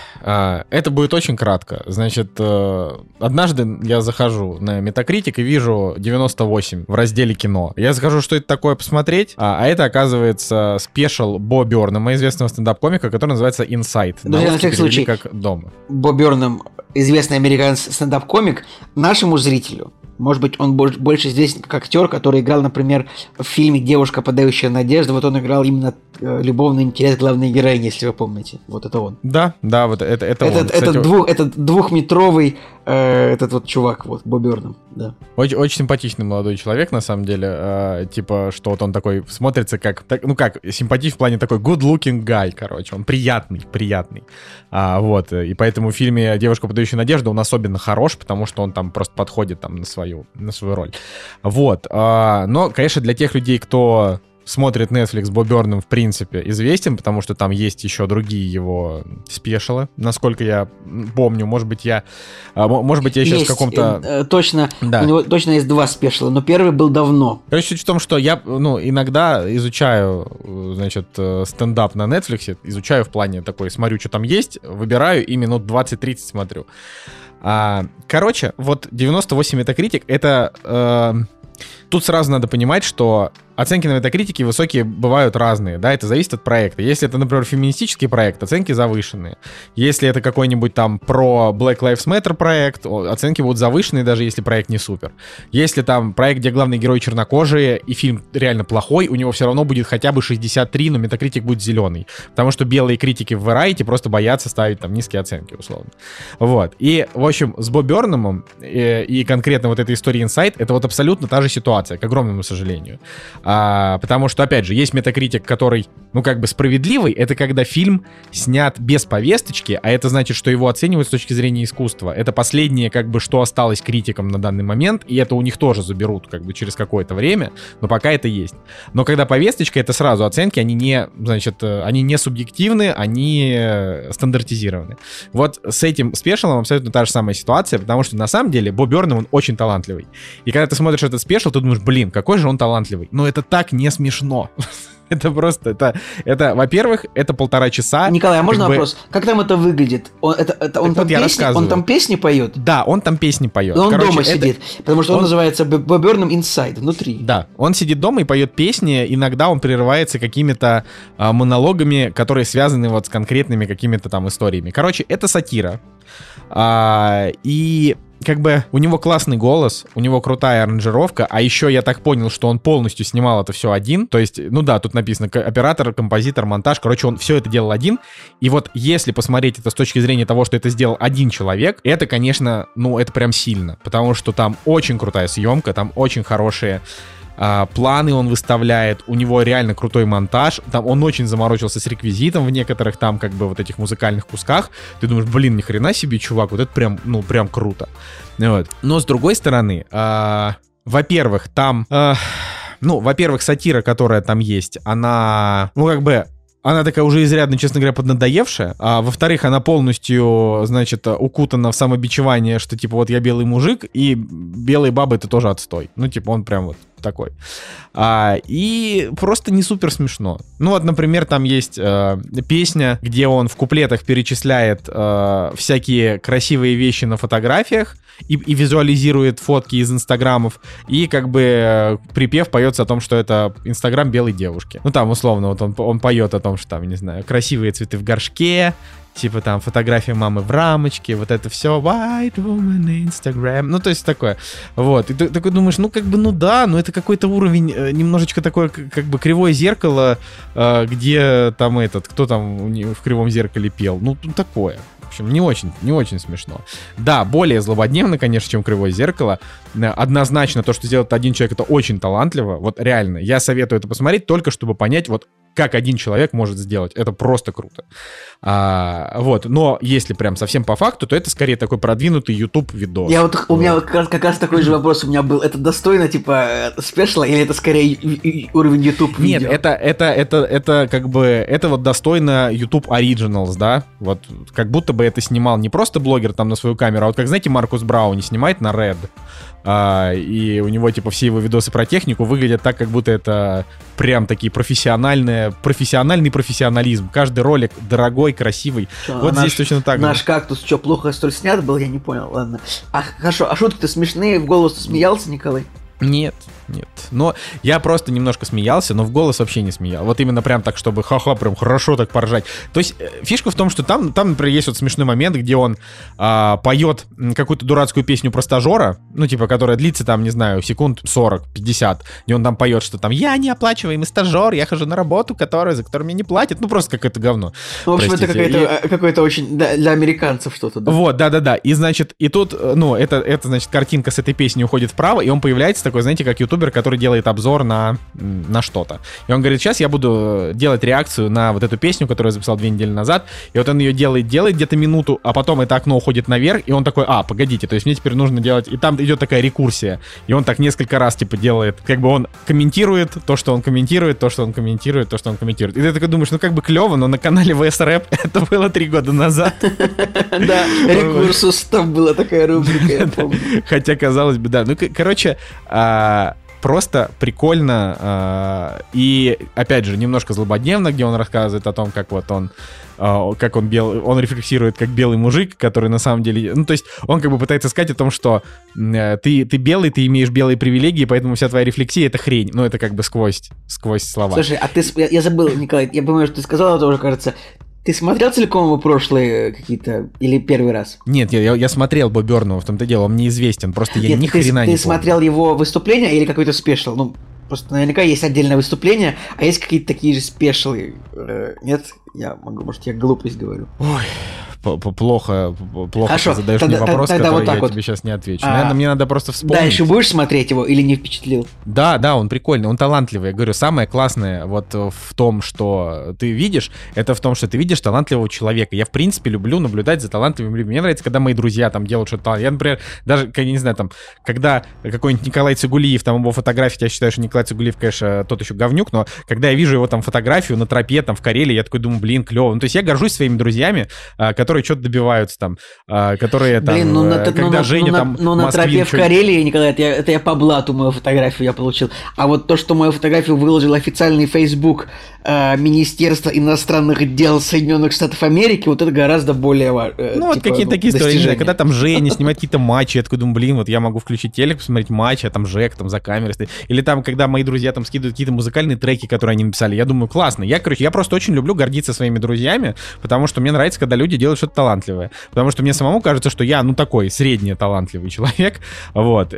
это будет очень кратко. Значит, однажды я захожу на Metacritic и вижу девяносто восемь в разделе кино. Я захожу, что это такое, посмотреть, а это, оказывается, спешл Бо Бёрнема, известного стендап-комика, который называется Inside. Да, на всякий случай, как дома. Бо Бёрнем, известный американский стендап-комик, нашему зрителю, может быть, он больше известен как актер, который играл, например, в фильме «Девушка, подающая надежду». Вот он играл именно э, любовный интерес главной героини, если вы помните. Вот это он. Да, да, вот это, это этот, он. Кстати, этот, двух, этот двухметровый э, этот вот чувак, вот, Бо Бёрнем, да. Очень, очень симпатичный молодой человек, на самом деле. Э, типа, что вот он такой смотрится как... Так, ну как, симпатичный в плане такой good-looking guy, короче. Он приятный, приятный. А, вот, и поэтому в фильме «Девушка, подающая надежду» он особенно хорош, потому что он там просто подходит там на свою на свою роль. Вот. Но, конечно, для тех людей, кто смотрит Netflix, Бо Бёрнем, в принципе, известен, потому что там есть еще другие его спешалы, насколько я помню. Может быть, я может быть, я сейчас есть, в каком-то... Э, точно, да. У него точно есть два спешала, но первый был давно. Короче, суть в том, что я, ну, иногда изучаю, значит, стендап на Netflix, изучаю в плане такой, смотрю, что там есть, выбираю и минут двадцать-тридцать смотрю. А, короче, вот девяносто восемь Metacritic, это... Э, тут сразу надо понимать, что оценки на Metacritic высокие бывают разные, да, это зависит от проекта. Если это, например, феминистический проект, оценки завышенные. Если это какой-нибудь там про Black Lives Matter проект, оценки будут завышенные, даже если проект не супер. Если там проект, где главные герои чернокожие, и фильм реально плохой, у него все равно будет хотя бы шестьдесят три, но Metacritic будет зеленый. Потому что белые критики в Variety просто боятся ставить там низкие оценки, условно. Вот. И, в общем, с Бо Бёрнамом и, и конкретно вот этой историей Inside, это вот абсолютно та же ситуация, к огромному сожалению. А, потому что, опять же, есть Metacritic, который, ну, как бы справедливый, это когда фильм снят без повесточки, а это значит, что его оценивают с точки зрения искусства. Это последнее, как бы, что осталось критикам на данный момент, и это у них тоже заберут, как бы, через какое-то время, но пока это есть. Но когда повесточка, это сразу оценки, они не, значит, они не субъективны, они стандартизированы. Вот с этим спешалом абсолютно та же самая ситуация, потому что, на самом деле, Бо Бёрнам, он очень талантливый. И когда ты смотришь этот спешл, ты думаешь, блин, какой же он талантливый. Но это так не смешно. Это просто, это, это, во-первых, это полтора часа. Николай, а можно как бы... вопрос? Как там это выглядит? Он, это, это, он, там, вот песни, он там песни поет? Да, он там песни поет. И он Короче, дома это... сидит, потому что он, он называется Бо Бёрнам Inside, внутри. Да, он сидит дома и поет песни, иногда он прерывается какими-то а, монологами, которые связаны вот с конкретными какими-то там историями. Короче, это сатира. А, и... Как бы у него классный голос, у него крутая аранжировка, а еще я так понял, что он полностью снимал это все один. То есть, ну да, тут написано оператор, композитор, монтаж. Короче, он все это делал один. И вот если посмотреть это с точки зрения того, что это сделал один человек, это, конечно, ну это прям сильно. Потому что там очень крутая съемка, там очень хорошие... А, планы он выставляет, у него реально крутой монтаж, там он очень заморочился с реквизитом в некоторых там как бы вот этих музыкальных кусках. Ты думаешь, блин, ни хрена себе, чувак, вот это прям, ну, прям круто. Вот. Но с другой стороны, а, во-первых, там, а, ну, во-первых, сатира, которая там есть, она, ну, как бы, она такая уже изрядно, честно говоря, поднадоевшая. А во-вторых, она полностью, значит, укутана в самобичевание, что, типа, вот я белый мужик, и белые бабы — это тоже отстой. Ну, типа, он прям вот такой. А, и просто не супер смешно. Ну, вот, например, там есть э, песня, где он в куплетах перечисляет э, всякие красивые вещи на фотографиях и, и визуализирует фотки из инстаграмов, и как бы э, припев поется о том, что это инстаграм белой девушки. Ну, там, условно, вот он, он поет о том, что там, не знаю, красивые цветы в горшке, типа там фотография мамы в рамочке, вот это все, white woman Instagram, ну то есть такое, вот, и ты такой думаешь, ну как бы, ну да, но это какой-то уровень, немножечко такое, как бы кривое зеркало, где там этот, кто там в кривом зеркале пел, ну такое. В общем, не очень, не очень смешно. Да, более злободневно, конечно, чем «Кривое зеркало». Однозначно то, что сделает один человек, это очень талантливо. Вот реально, я советую это посмотреть только, чтобы понять, вот как один человек может сделать. Это просто круто. А, вот, но если прям совсем по факту, то это скорее такой продвинутый YouTube-видос. Я вот, у меня вот как раз, как раз такой же вопрос у меня был. Это достойно, типа, спешла, или это скорее уровень YouTube-видео? Нет, это, это, это, это как бы, это вот достойно YouTube Originals, да? Вот как будто бы это снимал не просто блогер там на свою камеру, а вот как, знаете, Маркус Брауни снимает на Red, а, и у него, типа, все его видосы про технику выглядят так, как будто это прям такие профессиональные, профессиональный профессионализм. Каждый ролик дорогой, красивый. Что, вот а здесь наш, точно так же. Наш кактус что, плохо столь снят был? Я не понял, ладно. А, хорошо, а шутки-то смешные, в голос ты смеялся, Николай? Нет, нет. Но я просто немножко смеялся, но в голос вообще не смеял. Вот именно прям так, чтобы ха-ха, прям хорошо так поржать. То есть фишка в том, что там, там например, есть вот смешной момент, где он а, поет какую-то дурацкую песню про стажера, ну, типа, которая длится там, не знаю, секунд сорок-пятьдесят, и он там поет, что там «Я неоплачиваемый стажер, я хожу на работу, которая, за которую мне не платят». Ну, просто какое-то говно. Ну, в общем, простите. Это какое-то, и... какое-то очень да, для американцев что-то. Да? Вот, да-да-да. И, значит, и тут, ну, это, это, значит, картинка с этой песней уходит вправо, и он появляется такой, знаете, как ютубер, который делает обзор на, на что-то. И он говорит, сейчас я буду делать реакцию на вот эту песню, которую я записал две недели назад. И вот он ее делает, делает где-то минуту, а потом это окно уходит наверх, и он такой, а, погодите, то есть мне теперь нужно делать... И там идет такая рекурсия. И он так несколько раз, типа, делает, как бы он комментирует то, что он комментирует, то, что он комментирует, то, что он комментирует. И ты такой думаешь, ну как бы клево, но на канале ви эс Rap это было три года назад. Да, рекурсус, там была такая рубрика, я помню. Хотя, казалось бы, да. Ну, короче... просто прикольно. Э, и, опять же, немножко злободневно, где он рассказывает о том, как вот он э, как он белый, он рефлексирует как белый мужик, который на самом деле... Ну, то есть он как бы пытается сказать о том, что э, ты, ты белый, ты имеешь белые привилегии, поэтому вся твоя рефлексия — это хрень. Ну, это как бы сквозь, сквозь слова. Слушай, а ты... Я, я забыл, Николай, я понимаю, что ты сказал, это уже, кажется... Ты смотрел целиком его прошлые какие-то или первый раз? Нет, я, я смотрел Бо Бёрнема, в том-то дело, он мне известен, просто я Нет, ни ты, хрена ты не смотрел помню. его выступление или какой-то спешл? Ну, просто наверняка есть отдельное выступление, а есть какие-то такие же спешлы. Э, нет? Я могу, может, я глупость говорю. Ой, плохо, плохо Хорошо, ты задаешь тогда, мне вопрос, тогда который вот так я вот. тебе сейчас не отвечу. А, Наверное, мне надо просто вспомнить. Да, еще будешь смотреть его или не впечатлил? Да, да, он прикольный, он талантливый. Я говорю, самое классное вот в том, что ты видишь, это в том, что ты видишь талантливого человека. Я, в принципе, люблю наблюдать за талантливыми людьми. Мне нравится, когда мои друзья там делают что-то талантливое. Я, например, даже, я не знаю, там, когда какой-нибудь Николай Цигулиев, там, его фотографии, я считаю, что Николай Цигулиев, конечно, тот еще говнюк, но когда я вижу его там фотографию на тропе, там, в Карелии, я такой думаю, блин, клево. Ну, то есть я горжусь своими друзьями, которые что-то добиваются там, которые там, Блин, ну, на, когда ну, Женя ну, там... Ну, на Москвин, тропе в чё- Карелии, Николай, это я, это я по блату мою фотографию я получил. А вот то, что мою фотографию выложил официальный Facebook э, Министерства иностранных дел Соединенных Штатов Америки, вот это гораздо более важно. Ну, вот какие-то такие истории, не знаю, когда там Женя снимает какие-то матчи, я такой думаю, блин, вот я могу включить телек, посмотреть матчи, а там Жек там за камерой стоит. Или там, когда мои друзья там скидывают какие-то музыкальные треки, которые они написали, я думаю, классно. Я, короче, я просто очень люблю гордиться своими друзьями, потому что мне нравится, когда люди делают что-то талантливое. Потому что мне самому кажется, что я, ну, такой средне талантливый человек, вот.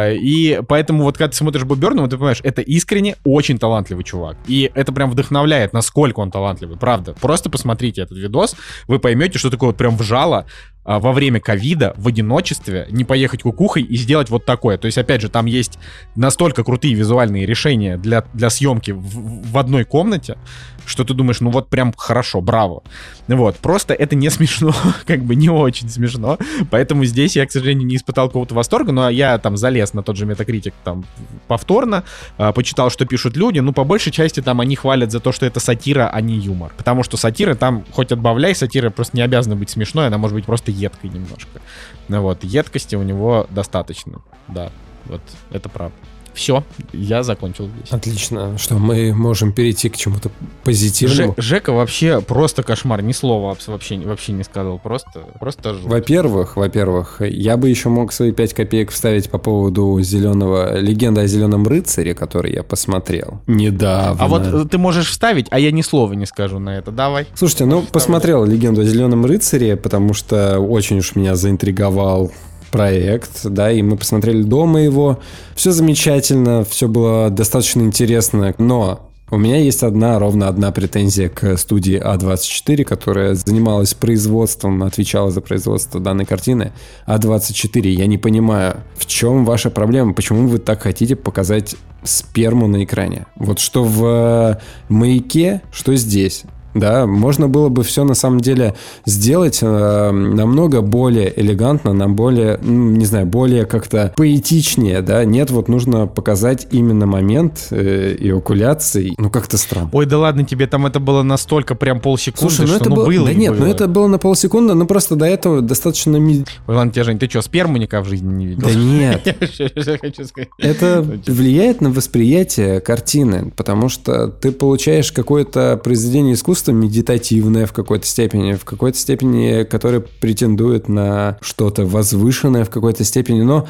И поэтому вот, когда ты смотришь Бо Бёрнема, ты понимаешь, это искренне очень талантливый чувак. И это прям вдохновляет, насколько он талантливый, правда. Просто посмотрите этот видос, вы поймете, что такое вот прям вжало во время ковида в одиночестве не поехать кукухой и сделать вот такое. То есть, опять же, там есть настолько крутые визуальные решения для, для съемки в, в одной комнате, что ты думаешь, ну вот прям хорошо, браво. Вот, просто это не смешно, как бы не очень смешно, поэтому здесь я, к сожалению, не испытал какого-то восторга, но я там залез на тот же Metacritic там повторно, э, почитал, что пишут люди, ну, по большей части там они хвалят за то, что это сатира, а не юмор, потому что сатира там, хоть отбавляй, сатира просто не обязана быть смешной, она может быть просто едкой немножко. Ну вот, едкости у него достаточно, да, вот, это правда. Все, я закончил здесь. Отлично, что мы можем перейти к чему-то позитивному. Ж- Жека вообще просто кошмар, ни слова вообще, вообще не сказал, просто, просто жуть. Во-первых, во-первых, я бы еще мог свои пять копеек вставить по поводу зеленого «Легенда о зеленом рыцаре», который я посмотрел недавно. А вот ты можешь вставить, а я ни слова не скажу на это, давай. Слушайте, ну, Вставай. посмотрел «Легенду о зеленом рыцаре», потому что очень уж меня заинтриговал проект, да, и мы посмотрели дома его. Все замечательно, все было достаточно интересно, но у меня есть одна, ровно одна претензия к студии А двадцать четыре, которая занималась производством, отвечала за производство данной картины. А двадцать четыре, я не понимаю, в чем ваша проблема, почему вы так хотите показать сперму на экране? Вот что в «Маяке», что здесь. Да, можно было бы все на самом деле сделать э, намного более элегантно, нам более, ну, не знаю, более как-то поэтичнее, да. Нет, вот нужно показать именно момент э, эякуляции. Ну, как-то странно. Ой, да ладно, тебе там это было настолько прям полсекунды, Слушай, ну что это ну было... было Да и нет, было. ну это было на полсекунды, но просто до этого достаточно... ми- Ой, ладно, тебе, Жень, ты что, сперму никогда в жизни не видел? Да нет. Я хочу сказать. Это влияет на восприятие картины, потому что ты получаешь какое-то произведение искусства медитативное в какой-то степени, в какой-то степени, которое претендует на что-то возвышенное в какой-то степени, но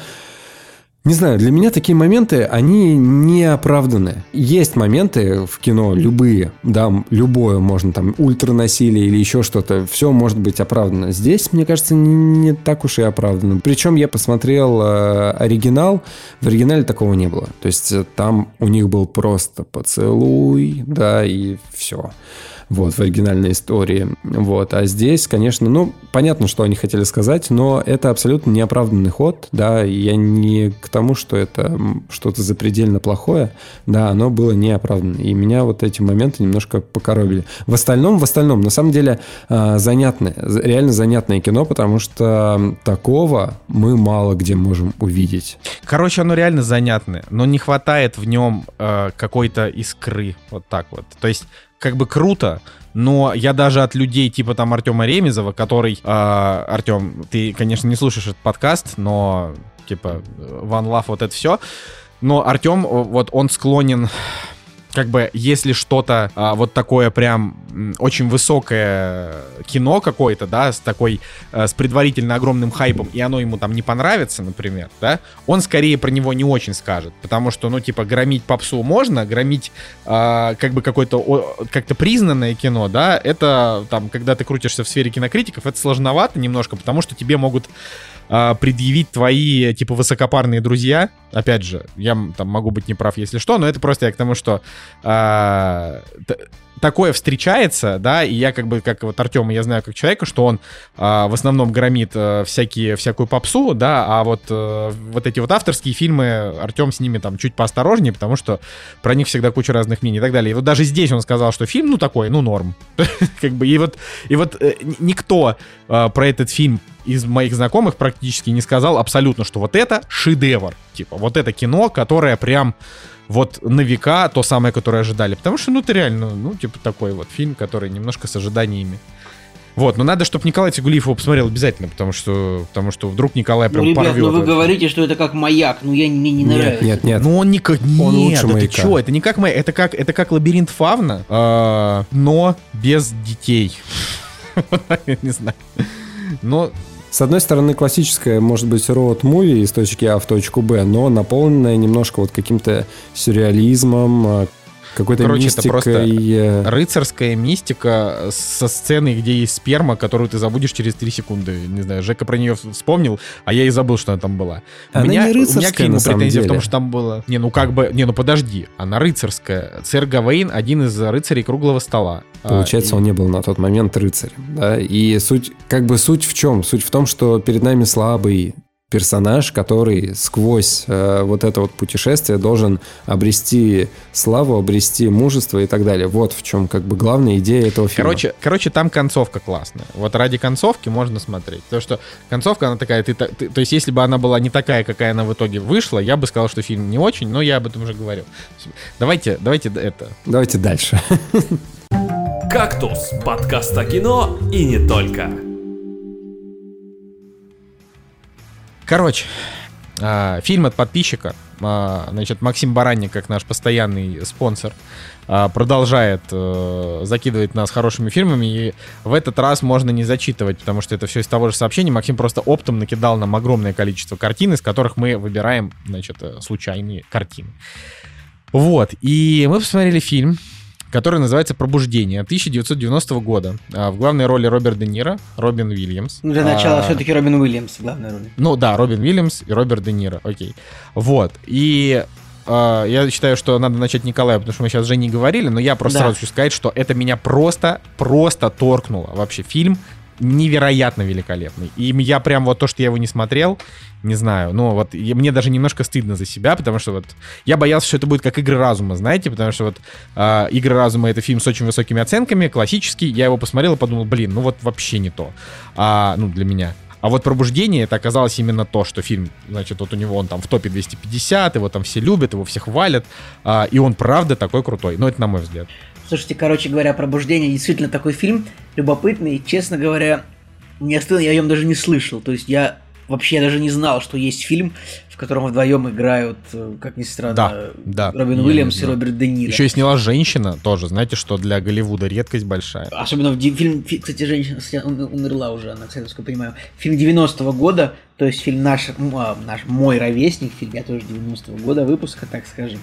не знаю, для меня такие моменты, они не оправданы. Есть моменты в кино, любые, да, любое можно, там, ультранасилие или еще что-то, все может быть оправдано. Здесь, мне кажется, не так уж и оправдано. Причем я посмотрел э, оригинал, в оригинале такого не было. То есть там у них был просто поцелуй, да, и все. Вот, в оригинальной истории. Вот. А здесь, конечно, ну, понятно, что они хотели сказать, но это абсолютно неоправданный ход, да, я не к тому, что это что-то запредельно плохое, да, оно было неоправданно. И меня вот эти моменты немножко покоробили. В остальном, в остальном, на самом деле, занятное, реально занятное кино, потому что такого мы мало где можем увидеть. Короче, оно реально занятное, но не хватает в нем э, какой-то искры, вот так вот. То есть как бы круто, но я даже от людей типа там Артема Ремезова, который... Э, Артем, ты, конечно, не слушаешь этот подкаст, но типа One Love, вот это все. Но Артем, вот он склонен... Как бы, если что-то а, вот такое прям м, очень высокое кино какое-то, да, с такой, а, с предварительно огромным хайпом, и оно ему там не понравится, например, да, он скорее про него не очень скажет, потому что, ну, типа, громить попсу можно, громить а, как бы какое-то о, как-то признанное кино, да, это там, когда ты крутишься в сфере кинокритиков, это сложновато немножко, потому что тебе могут предъявить твои, типа, высокопарные друзья. Опять же, я там могу быть неправ, если что, но это просто я к тому, что а, т- такое встречается, да, и я как бы, как вот Артема, я знаю как человека, что он а, в основном громит а, всякие, всякую попсу, да, а вот, а, вот эти вот авторские фильмы, Артем с ними там чуть поосторожнее, потому что про них всегда куча разных мнений и так далее. И вот даже здесь он сказал, что фильм, ну, такой, ну, норм. Как бы, и вот, и вот никто про этот фильм из моих знакомых практически не сказал абсолютно, что вот это шедевр. Типа, вот это кино, которое прям вот на века то самое, которое ожидали. Потому что, ну, ты реально, ну, типа такой вот фильм, который немножко с ожиданиями. Вот, но надо, чтобы Николай Цигулиев его посмотрел обязательно, потому что, потому что вдруг Николай прям ну, ребят, порвет. Ну, вы вообще. говорите, что это как маяк, ну, я, мне не нет, нравится. Нет, нет, Ну, он не как... Нет, он лучше да маяка. ты чё, это не как маяк, это как, это как лабиринт Фавна, э, но без детей. Я не знаю. Но... С одной стороны, классическая, может быть, роуд-муви из точки А в точку Б, но наполненная немножко вот каким-то сюрреализмом, какой-то Короче, мистикой. это просто рыцарская мистика со сценой, где есть сперма, которую ты забудешь через три секунды. Не знаю, Жека про нее вспомнил, а я и забыл, что она там была. Она у меня, не рыцарская, у меня к фильму на самом претензия деле. в том, что там было... Не, ну как бы... Не, ну подожди. Она рыцарская. Сэр Гавейн один из рыцарей круглого стола. Получается, а, и... он не был на тот момент рыцарем, да? И суть, как бы суть в чем? Суть в том, что перед нами слабый персонаж, который сквозь э, вот это вот путешествие должен обрести славу, обрести мужество и так далее. Вот в чем как бы главная идея этого фильма. Короче, короче, там концовка классная. Вот ради концовки можно смотреть. Потому что концовка, она такая... Ты, ты, то есть, если бы она была не такая, какая она в итоге вышла, я бы сказал, что фильм не очень, но я об этом уже говорил. Давайте, давайте это... Давайте дальше. «Кактус» — подкаст о кино и не только. Короче, э, фильм от подписчика, э, значит, Максим Баранник, как наш постоянный спонсор, э, продолжает э, закидывать нас хорошими фильмами, и в этот раз можно не зачитывать, потому что это все из того же сообщения. Максим просто оптом накидал нам огромное количество картин, из которых мы выбираем, значит, случайные картины. Вот, и мы посмотрели фильм, который называется «Пробуждение» тысяча девятьсот девяностого года. В главной роли Роберт Де Ниро, Робин Уильямс. Ну, для начала а, все-таки Робин Уильямс в главной роли. Ну да, Робин Уильямс и Роберт Де Ниро, окей. Вот, и э, я считаю, что надо начать Николая, потому что мы сейчас с Женей говорили, но я просто Да. сразу хочу сказать, что это меня просто, просто торкнуло. Вообще фильм невероятно великолепный. И я прям вот то, что я его не смотрел, не знаю, ну вот и мне даже немножко стыдно за себя, потому что вот я боялся, что это будет как «Игры разума», знаете, потому что вот э, «Игры разума» — это фильм с очень высокими оценками, классический, я его посмотрел и подумал, блин, ну вот вообще не то, а, ну для меня. А вот «Пробуждение» — это оказалось именно то, что фильм, значит, вот у него он там в топе двести пятьдесят, его там все любят, его все хвалят, а, и он правда такой крутой, ну это на мой взгляд. Слушайте, короче говоря, «Пробуждение» действительно такой фильм любопытный. Честно говоря, мне стыдно, я о нем даже не слышал. То есть я вообще даже не знал, что есть фильм, в котором вдвоем играют, как ни странно, Да, да. Робин Я Уильямс не и знаю. Роберт Де Ниро. Еще и сняла женщина тоже, знаете, что для Голливуда редкость большая. Особенно в ди- фильм, фи- кстати, женщина кстати, ум- умерла уже, она, кстати, насколько я понимаю. Фильм девяностого года, то есть фильм наш, м, а, наш мой ровесник, фильм я тоже девяностого года выпуска, так скажем.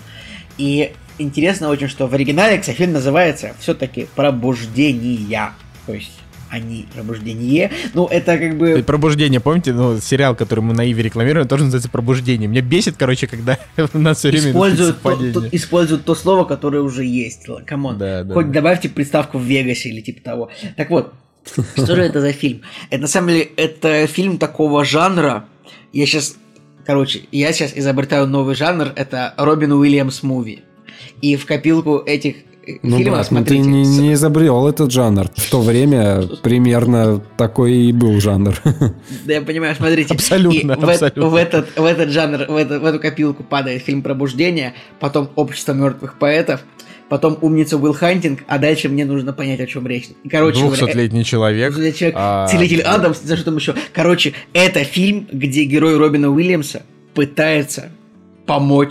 И интересно очень, что в оригинале, кстати, фильм называется все-таки «Пробуждение». То есть они пробуждение. Ну, это как бы... И «Пробуждение», помните, ну, сериал, который мы на Иви рекламируем, тоже называется «Пробуждение». Меня бесит, короче, когда у нас все время Используют то, совпадения. то- используют то слово, которое уже есть. Л- Камон. Да, да, Хоть да. добавьте приставку в Вегасе или типа того. Так вот, что же это за фильм? Это на самом деле это фильм такого жанра. Я сейчас, короче, я сейчас изобретаю новый жанр. Это Робин Уильямс муви. И в копилку этих э, Ну, фильмов, брат, ну ты смотрите, не, с- не изобрел этот жанр. В то время примерно такой и был жанр. Да, я понимаю, смотрите. Абсолютно, И в, э- абсолютно. в этот, в этот жанр, в, это- в эту копилку падает фильм «Пробуждение», потом «Общество мертвых поэтов», потом «Умница Уилл Хантинг», а дальше мне нужно понять, о чем речь. И, короче говоря, Двухсотлетний человек. э- человек, а, Целитель Адамс, за что там еще. Короче, это фильм, где герой Робина Уильямса пытается помочь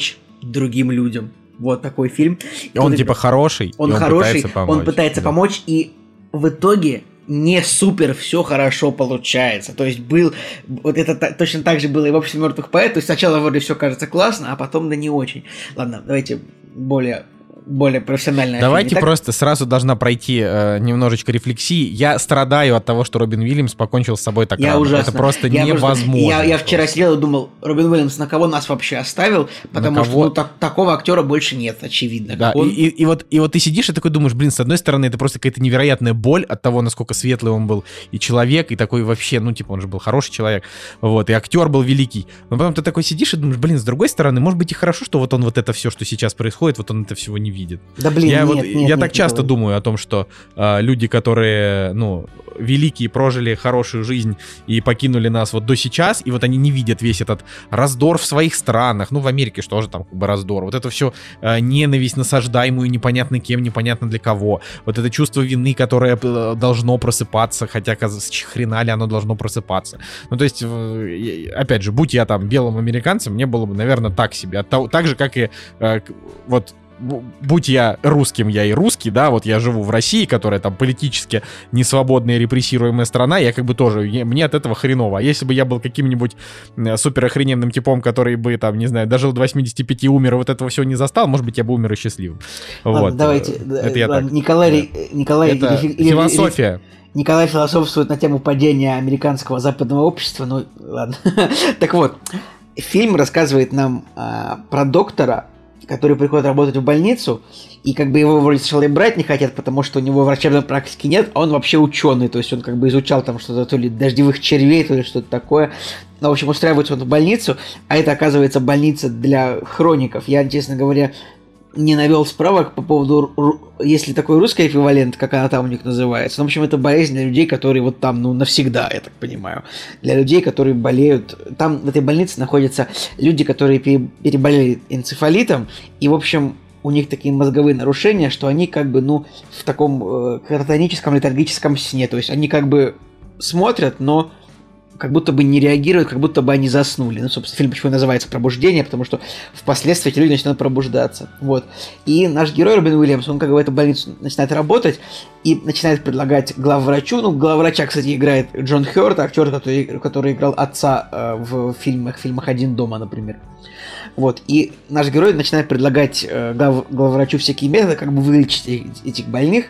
другим людям. Вот такой фильм. И он, он типа хороший, он, и он хороший, пытается помочь. Он пытается да. помочь, и в итоге не супер все хорошо получается. То есть был... Вот это та, точно так же было и в «Обществе мертвых поэтов». То есть сначала вроде все кажется классно, а потом да не очень. Ладно, давайте более... более профессиональная. Давайте просто сразу должна пройти э, немножечко рефлексии. Я страдаю от того, что Робин Уильямс покончил с собой так я рано. ужасно. Это просто я невозможно. Просто, я, я вчера сидел и думал, Робин Уильямс на кого нас вообще оставил? Потому что ну, так, такого актера больше нет, очевидно. Да, он... и, и, и, вот, и вот ты сидишь и такой думаешь, блин, с одной стороны, это просто какая-то невероятная боль от того, насколько светлый он был и человек, и такой вообще, ну, типа, он же был хороший человек, вот, и актер был великий. Но потом ты такой сидишь и думаешь, блин, с другой стороны, может быть и хорошо, что вот он вот это все, что сейчас происходит, вот он это всего не видит. Да, блин, Я, нет, вот, нет, я нет, так нет, часто нет. думаю о том, что э, люди, которые, ну, великие, прожили хорошую жизнь и покинули нас вот до сейчас, и вот они не видят весь этот раздор в своих странах, ну, в Америке что же там как бы раздор, вот это все э, ненависть насаждаемую непонятно кем, непонятно для кого, вот это чувство вины, которое должно просыпаться, хотя с хрена ли оно должно просыпаться. Ну, то есть, э, опять же, будь я там белым американцем, мне было бы, наверное, так себе. Так же, как и э, вот будь я русским, я и русский, да, вот я живу в России, которая там политически несвободная и репрессируемая страна, я как бы тоже, мне от этого хреново. А если бы я был каким-нибудь супер охрененным типом, который бы там, не знаю, дожил до восьмидесяти пяти, умер, и вот этого всего не застал, может быть, я бы умер и счастливым. Ладно, вот. давайте. Это я ладно, так. Николай, Да. Николай, это или, философия. Или, Николай философствует на тему падения американского западного общества, ну, ладно. Так вот, фильм рассказывает нам а, про доктора, который приходит работать в больницу, и как бы его вроде сначала и брать не хотят, потому что у него врачебной практики нет, а он вообще ученый, то есть он как бы изучал там что-то, то ли дождевых червей, то ли что-то такое. Ну, в общем, устраивается он в больницу, а это, оказывается, больница для хроников. Я, честно говоря, не навел справок по поводу, есть ли такой русский эквивалент, как она там у них называется. Ну, в общем, это болезнь для людей, которые вот там, ну, навсегда, я так понимаю. Для людей, которые болеют... Там в этой больнице находятся люди, которые переболели энцефалитом, и, в общем, у них такие мозговые нарушения, что они как бы, ну, в таком э, кататоническом летаргическом сне. То есть они как бы смотрят, но как будто бы не реагируют, как будто бы они заснули. Ну, собственно, фильм почему называется «Пробуждение», потому что впоследствии эти люди начинают пробуждаться. Вот. И наш герой Робин Уильямс, он как бы в эту больницу начинает работать и начинает предлагать главврачу. Ну, главврача, кстати, играет Джон Хёрд, актер, который, который играл отца э, в фильмах, фильмах «Один дома», например. Вот. И наш герой начинает предлагать э, глав, главврачу всякие методы, как бы вылечить этих больных.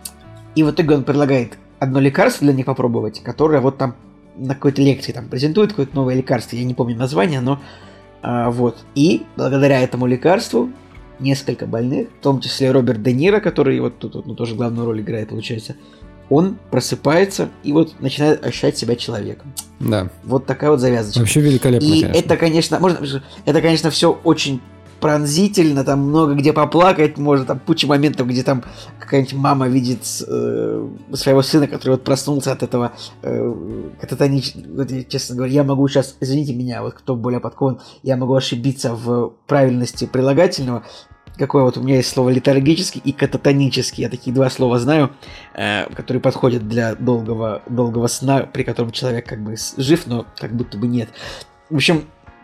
И в итоге он предлагает одно лекарство для них попробовать, которое вот там на какой-то лекции там презентует какое-то новое лекарство, я не помню название, но а, вот. И благодаря этому лекарству несколько больных, в том числе Роберт Де Ниро, который вот тут ну, тоже главную роль играет, получается, он просыпается и вот начинает ощущать себя человеком. Да. Вот такая вот завязочка. Вообще великолепно, И конечно. это, конечно, можно, это, конечно, все очень пронзительно, там много где поплакать можно, там куча моментов, где там какая-нибудь мама видит э, своего сына, который вот проснулся от этого э, кататоничного, вот, честно говоря, я могу сейчас, извините меня, вот кто более подкован, я могу ошибиться в правильности прилагательного, какое вот у меня есть слово летаргический и кататонический, я такие два слова знаю, э, которые подходят для долгого, долгого сна, при котором человек как бы жив, но как будто бы нет. В общем,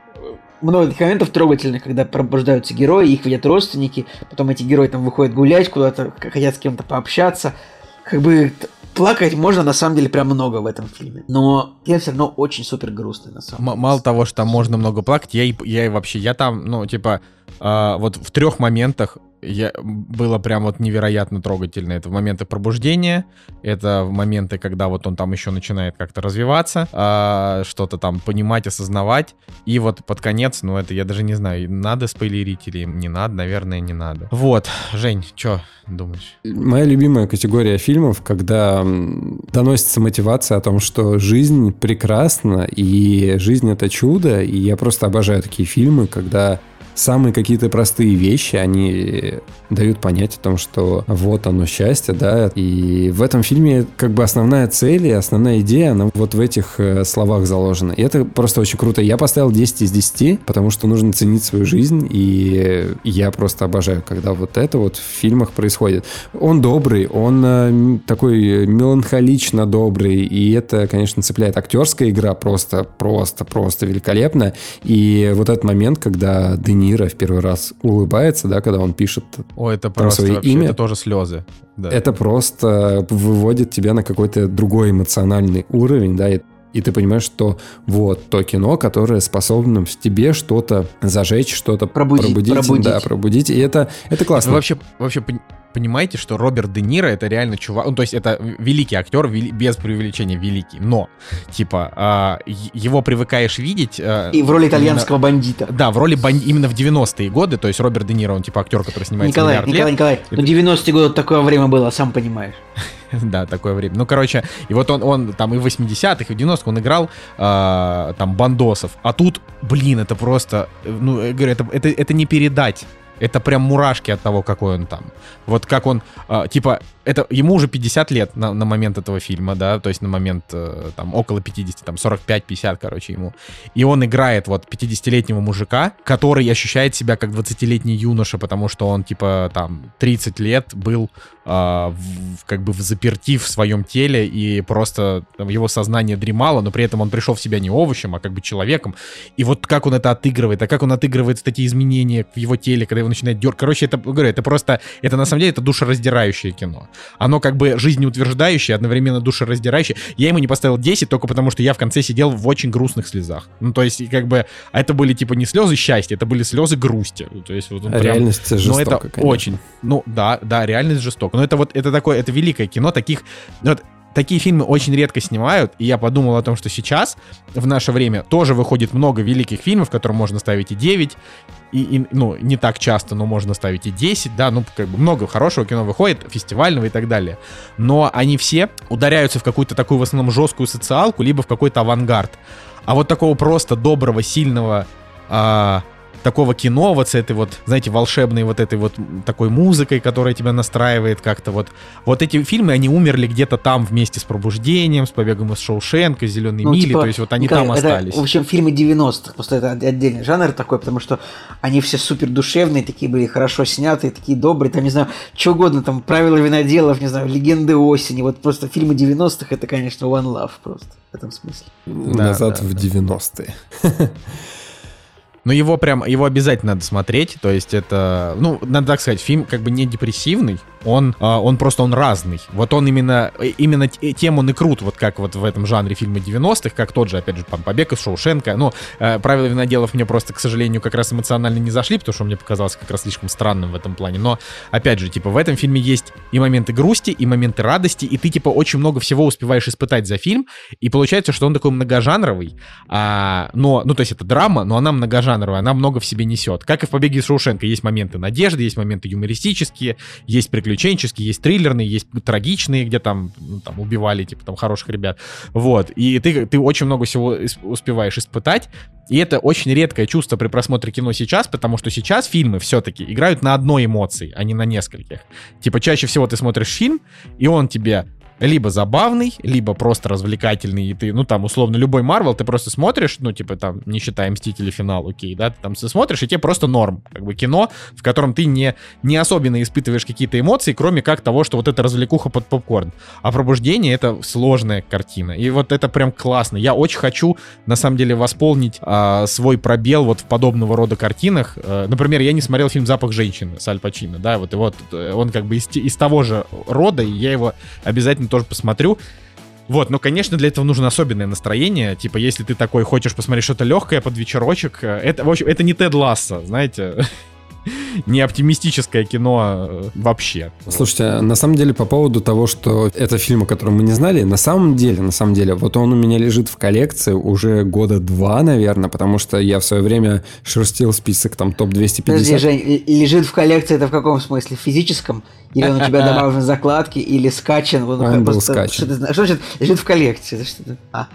много таких моментов трогательных, когда пробуждаются герои, их видят родственники, потом эти герои там выходят гулять куда-то, хотят с кем-то пообщаться. Как бы плакать можно на самом деле прям много в этом фильме. Но фильм все равно очень супер грустный на самом деле. Мало того, что там можно много плакать, я и, я и вообще, я там, ну, типа, э, вот в трех моментах я, было прям вот невероятно трогательно. Это в моменты пробуждения, это в моменты, когда вот он там еще начинает как-то развиваться, э, что-то там понимать, осознавать. И вот под конец, ну это я даже не знаю, надо спойлерить или не надо, наверное, не надо. Вот, Жень, что думаешь? Моя любимая категория фильмов, когда доносится мотивация о том, что жизнь прекрасна, и жизнь — это чудо, и я просто обожаю такие фильмы, когда самые какие-то простые вещи, они дают понять о том, что вот оно счастье, да, и в этом фильме как бы основная цель и основная идея, она вот в этих э, словах заложена, и это просто очень круто. Я поставил десять из десяти, потому что нужно ценить свою жизнь, и я просто обожаю, когда вот это вот в фильмах происходит. Он добрый, он э, такой меланхолично добрый, и это, конечно, цепляет. Актерская игра просто, просто, просто великолепна, и вот этот момент, когда Де Ниро в первый раз улыбается, да, когда он пишет О, это про просто свое вообще, имя. это тоже слезы. Да. Это просто выводит тебя на какой-то другой эмоциональный уровень, да, и, и ты понимаешь, что вот то кино, которое способно в тебе что-то зажечь, что-то Пробудить, пробудить, пробудить. да, пробудить, и это, это классно. Вы вообще, вообще пон- понимаете, что Роберт Де Ниро это реально чувак, ну, то есть это великий актер, вели- без преувеличения великий, но, типа, а, е- его привыкаешь видеть... а, И в роли именно- итальянского бандита. Да, в роли бан- именно в девяностые годы, то есть Роберт Де Ниро, он типа актер, который снимается Николай, миллиард Николай, лет. Николай, ну девяностые годы такое время было, сам понимаешь. Да, такое время. Ну, короче, и вот он, он там и в восьмидесятых, и в девяностых он играл э, там бандосов. А тут, блин, это просто, ну, я говорю, это, это, это не передать. Это прям мурашки от того, какой он там. Вот как он, э, типа, это ему уже пятьдесят лет на, на момент этого фильма, да, то есть на момент э, там около пятидесяти, там сорок пять пятьдесят, короче, ему. И он играет вот пятидесятилетнего мужика, который ощущает себя как двадцатилетний юноша, потому что он, типа, там, тридцать лет был э, в, как бы в заперти в своем теле, и просто там, его сознание дремало, но при этом он пришел в себя не овощем, а как бы человеком. И вот как он это отыгрывает, а как он отыгрывает вот эти изменения в его теле, когда его начинает дергать. Короче, это, говорю, это просто, это на самом деле, это душераздирающее кино. Оно как бы жизнеутверждающее, одновременно душераздирающее. Я ему не поставил десять только потому, что я в конце сидел в очень грустных слезах. Ну, то есть, как бы, а это были, типа, не слезы счастья, это были слезы грусти. То есть, вот он прям, реальность жестока, ну, это конечно. очень, ну, да, да, реальность жестока. Но это вот, это такое, это великое кино, таких, вот, такие фильмы очень редко снимают, и я подумал о том, что сейчас, в наше время, тоже выходит много великих фильмов, которым можно ставить и девять, и, и, ну, не так часто, но можно ставить и десять, да, ну, как бы много хорошего кино выходит, фестивального и так далее. Но они все ударяются в какую-то такую, в основном, жесткую социалку, либо в какой-то авангард. А вот такого просто доброго, сильного... А, такого кино вот с этой вот, знаете, волшебной вот этой вот такой музыкой, которая тебя настраивает как-то вот. Вот эти фильмы, они умерли где-то там вместе с «Пробуждением», с «Побегом из Шоушенка», с «Зеленой Ну, мили», типа, то есть вот они Николай, там это, остались. В общем, фильмы девяностых, просто это отдельный жанр такой, потому что они все супер душевные, такие были хорошо снятые, такие добрые, там, не знаю, что угодно, там, «Правила виноделов», не знаю, «Легенды осени», вот просто фильмы девяностых, это, конечно, one love просто в этом смысле. Да, Назад да, в да. девяностые. Но его прям, его обязательно надо смотреть, то есть это, ну, надо так сказать, фильм как бы не депрессивный, он, а, он просто, он разный. Вот он именно, именно тем он и крут, вот как вот в этом жанре фильма девяностых, как тот же, опять же, «Побег из Шоушенка». Ну, э, «Правила виноделов» мне просто, к сожалению, как раз эмоционально не зашли, потому что мне показалось как раз слишком странным в этом плане. Но, опять же, типа, в этом фильме есть и моменты грусти, и моменты радости, и ты, типа, очень много всего успеваешь испытать за фильм, и получается, что он такой многожанровый, а, но, ну, то есть это драма, но она многожанровая, она много в себе несет. Как и в «Побеге из Шоушенка» есть моменты надежды, есть моменты юмористические, есть приключенческие, есть триллерные, есть трагичные, где там, ну, там убивали, типа, там, хороших ребят. Вот. И ты, ты очень много всего успеваешь испытать. И это очень редкое чувство при просмотре кино сейчас, потому что сейчас фильмы все-таки играют на одной эмоции, а не на нескольких. Типа, чаще всего ты смотришь фильм, и он тебе либо забавный, либо просто развлекательный, и ты, ну, там, условно, любой Марвел, ты просто смотришь, ну, типа, там, не считая «Мстители. Финал», окей, да, ты там смотришь, и тебе просто норм, как бы, кино, в котором ты не, не особенно испытываешь какие-то эмоции, кроме как того, что вот это развлекуха под попкорн. А «Пробуждение» — это сложная картина, и вот это прям классно. Я очень хочу, на самом деле, восполнить а, свой пробел вот в подобного рода картинах. А, например, я не смотрел фильм «Запах женщины» с Аль Пачино, да, вот, и вот он как бы из, из того же рода, и я его обязательно тоже посмотрю. Вот, но, конечно, для этого нужно особенное настроение. Типа, если ты такой хочешь посмотреть что-то легкое под вечерочек, это, в общем, это не Тед Лассо, знаете, не оптимистическое кино вообще. Слушайте, на самом деле, по поводу того, что это фильм, о котором мы не знали, на самом деле, на самом деле, вот он у меня лежит в коллекции уже года два, наверное, потому что я в свое время шерстил список там топ двести пятьдесят. Подожди, Жень, лежит в коллекции, это в каком смысле? В физическом? Или он у тебя добавлен в закладки, или скачан? Он, он был просто, скачан. Что, ты знаешь? Что значит лежит в коллекции? Это что-то... а.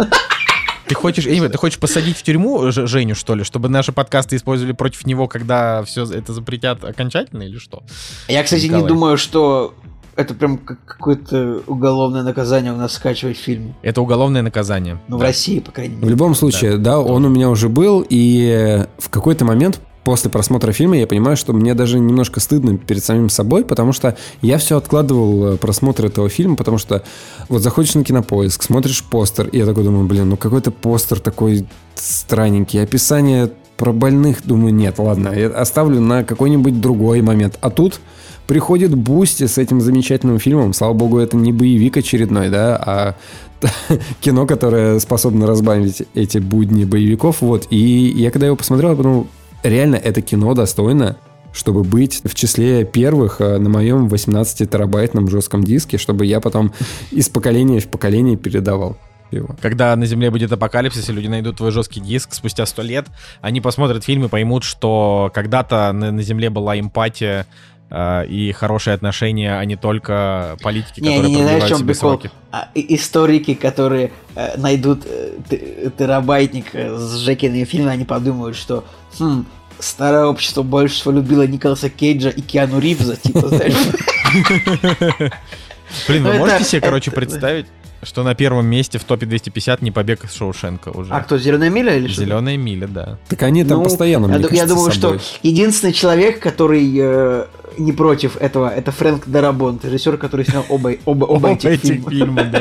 Ты хочешь, anyway, ты хочешь посадить в тюрьму Ж- Женю, что ли, чтобы наши подкасты использовали против него, когда все это запретят окончательно, или что? Я, кстати, Николай. не думаю, что это прям как какое-то уголовное наказание у нас скачивать фильмы. Это уголовное наказание. Ну, Да. в России, по крайней В мере. любом случае, да, он у меня уже был, и в какой-то момент после просмотра фильма я понимаю, что мне даже немножко стыдно перед самим собой, потому что я все откладывал просмотр этого фильма, потому что вот заходишь на Кинопоиск, смотришь постер, и я такой думаю, блин, ну какой-то постер такой странненький, описание про больных думаю, нет, ладно, я оставлю на какой-нибудь другой момент. А тут приходит Бусти с этим замечательным фильмом. Слава богу, это не боевик очередной, да, а кино, которое способно разбавить эти будни боевиков. Вот. И я когда его посмотрел, я подумал, реально это кино достойно, чтобы быть в числе первых на моем восемнадцатитерабайтном жестком диске, чтобы я потом из поколения в поколение передавал его. Когда на Земле будет апокалипсис, и люди найдут твой жесткий диск спустя сто лет, они посмотрят фильм и поймут, что когда-то на, на Земле была эмпатия э, и хорошие отношения, а не только политики, не, которые не, не продлевают знаешь, себе прикол? сроки. А, историки, которые э, найдут э, терабайтник с Жекиными фильмами, они подумают, что хм, старое общество больше всего любило Николаса Кейджа и Киану Ривза, типа, знаешь. Блин, вы Ну, можете это- себе, короче, это- представить, что на первом месте в топе двести пятьдесят не побег из Шоушенка уже? А кто, «Зеленая миля» или что? Зеленая миля, да. Так они там Ну, постоянно, я, мне ду- я кажется, думаю, с собой. что единственный человек, который э, не против этого, это Фрэнк Дарабонт, режиссер, который снял оба, оба, оба этих фильма. фильма, да.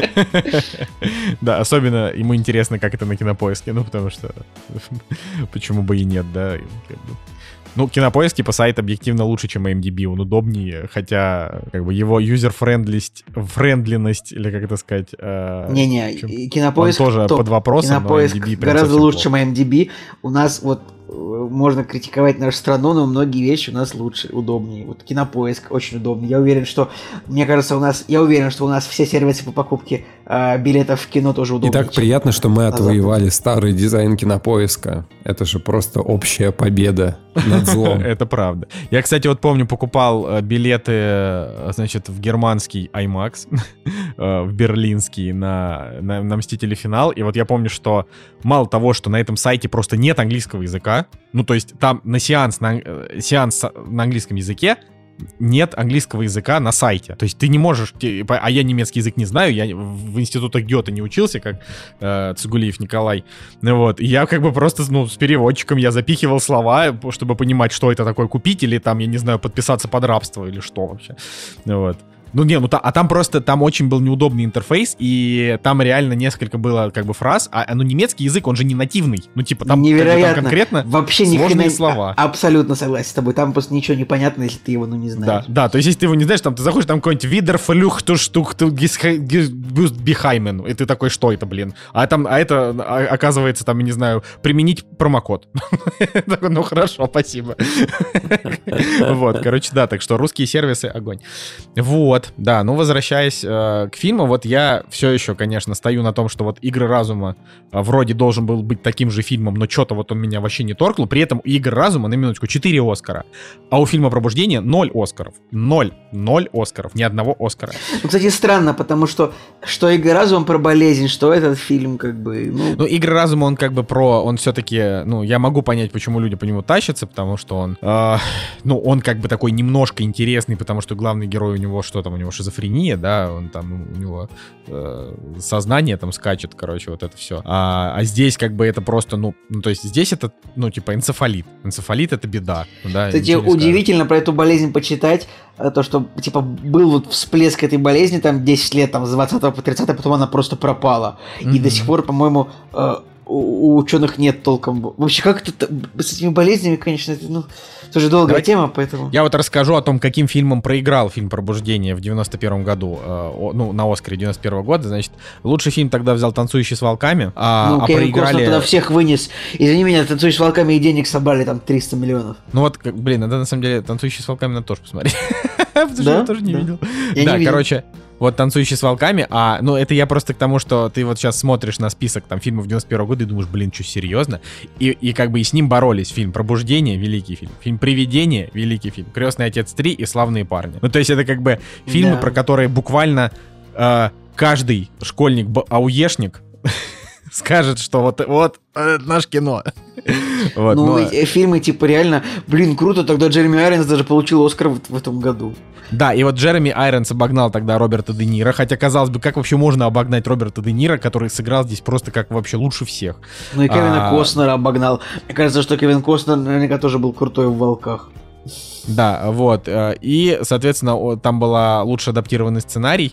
Да, особенно ему интересно, как это на Кинопоиске, ну, потому что почему бы и нет, да. как бы. Ну, Кинопоиск, типа, сайт объективно лучше, чем эм ди би, он удобнее, хотя, как бы, его юзер-френдливость, френдленность, или как это сказать... э, Не-не, в общем, и Кинопоиск он тоже топ. под вопросом, но Кинопоиск эм ди би прям гораздо совсем лучше, плохо. чем эм ди би. У нас вот э, можно критиковать нашу страну, но многие вещи у нас лучше, удобнее. Вот Кинопоиск очень удобный. Я уверен, что, мне кажется, у нас, я уверен, что у нас все сервисы по покупке э, билетов в кино тоже И удобнее. так приятно, что мы отвоевали старый дизайн Кинопоиска. Это же просто общая победа над злом. Это правда. Я, кстати, вот помню, покупал э, билеты, э, значит, в германский IMAX, э, в берлинский на, на, на «Мстители. Финал». И вот я помню, что мало того, что на этом сайте просто нет английского языка, ну, то есть там на сеанс на, э, сеанс на английском языке нет английского языка на сайте. То есть ты не можешь... Типа, а я немецкий язык не знаю, я в институтах Гёте не учился, как э, Цигулиев Николай. Ну вот. И я как бы просто, ну, с переводчиком я запихивал слова, чтобы понимать, что это такое купить, или там, я не знаю, подписаться под рабство, или что вообще. Ну вот. Ну не, ну та, а там просто, там очень был неудобный интерфейс, и там реально несколько было как бы фраз, а ну немецкий язык, он же не нативный, ну типа там, как бы, Невероятно. там конкретно Вообще ни сложные хрена- слова. а- Абсолютно согласен с тобой. Там просто ничего не понятно, если ты его, ну, не Да, знаешь. да, то есть если ты его не знаешь, там ты заходишь, там какой-нибудь видер, флюх, ту штук, ту бихаймен, и ты такой, что это, блин? А там, а это, а, оказывается, там, я не знаю, применить промокод. Такой, ну хорошо, спасибо. Вот, короче, да, так что русские сервисы огонь. Вот, да, ну возвращаясь э, к фильму, вот я все еще, конечно, стою на том, что вот «Игры разума» э, вроде должен был быть таким же фильмом, но что-то вот он меня вообще не торкнул. При этом у «Игр разума», на минуточку, четыре Оскара, а у фильма «Пробуждение» ноль Оскаров. Ноль. Ноль Оскаров. Ни одного Оскара. Ну, кстати, странно, потому что что «Игры разума» про болезнь, что этот фильм как бы, ну... Ну, «Игры разума», он как бы про... Он все-таки... Ну, я могу понять, почему люди по нему тащатся, потому что он... Э, ну, он как бы такой немножко интересный, потому что главный герой у него, что там, у него шизофрения, да, он там, у него э, сознание там скачет, короче, вот это все. А, а здесь как бы это просто, ну, ну, то есть здесь это, ну, типа энцефалит. Энцефалит — это беда, да. Кстати, ничего не удивительно про эту болезнь почитать, э, то, что, типа, был вот всплеск этой болезни, там, десять лет, там, с двадцатого по тридцатый, потом она просто пропала. И Мгм. до сих пор, по-моему, э, у, у ученых нет толком... Вообще, как это... С этими болезнями, конечно, это, ну, тоже долгая Давайте- тема, поэтому... Я вот расскажу о том, каким фильмом проиграл фильм «Пробуждение» в девяносто первом году, э, о- ну, на Оскаре девяносто первого года. Значит, лучший фильм тогда взял «Танцующий с волками», а, ну, а Кевин Костнер проиграли... тогда всех вынес. Извини меня, «Танцуешь с волками» и денег собрали там триста миллионов. Ну вот, как- блин, надо на самом деле «Танцующий с волками» надо тоже посмотреть. Потому что Да? я тоже не Да. видел. Я Да, не видел. короче, вот «Танцующий с волками», а, ну, это я просто к тому, что ты вот сейчас смотришь на список там фильмов девяносто первого года и думаешь, блин, что, серьезно? И, и как бы и с ним боролись фильм «Пробуждение» — великий фильм, фильм «Привидение» — великий фильм, «Крестный отец три» и «Славные парни». Ну, то есть это как бы фильмы, Да. про которые буквально э, каждый школьник, б- ауешник скажет, что вот, вот э, наше кино. Вот, ну, но- э, фильмы, типа, реально, блин, круто, тогда Джереми Айронс даже получил Оскар в, в этом году. Да, и вот Джереми Айронс обогнал тогда Роберта Де Ниро, хотя, казалось бы, как вообще можно обогнать Роберта Де Ниро, который сыграл здесь просто как вообще лучше всех. Ну и Кевина А. Костнера обогнал. Мне кажется, что Кевин Костнер наверняка тоже был крутой в «Волках». Да, вот. И, соответственно, там был лучше адаптированный сценарий,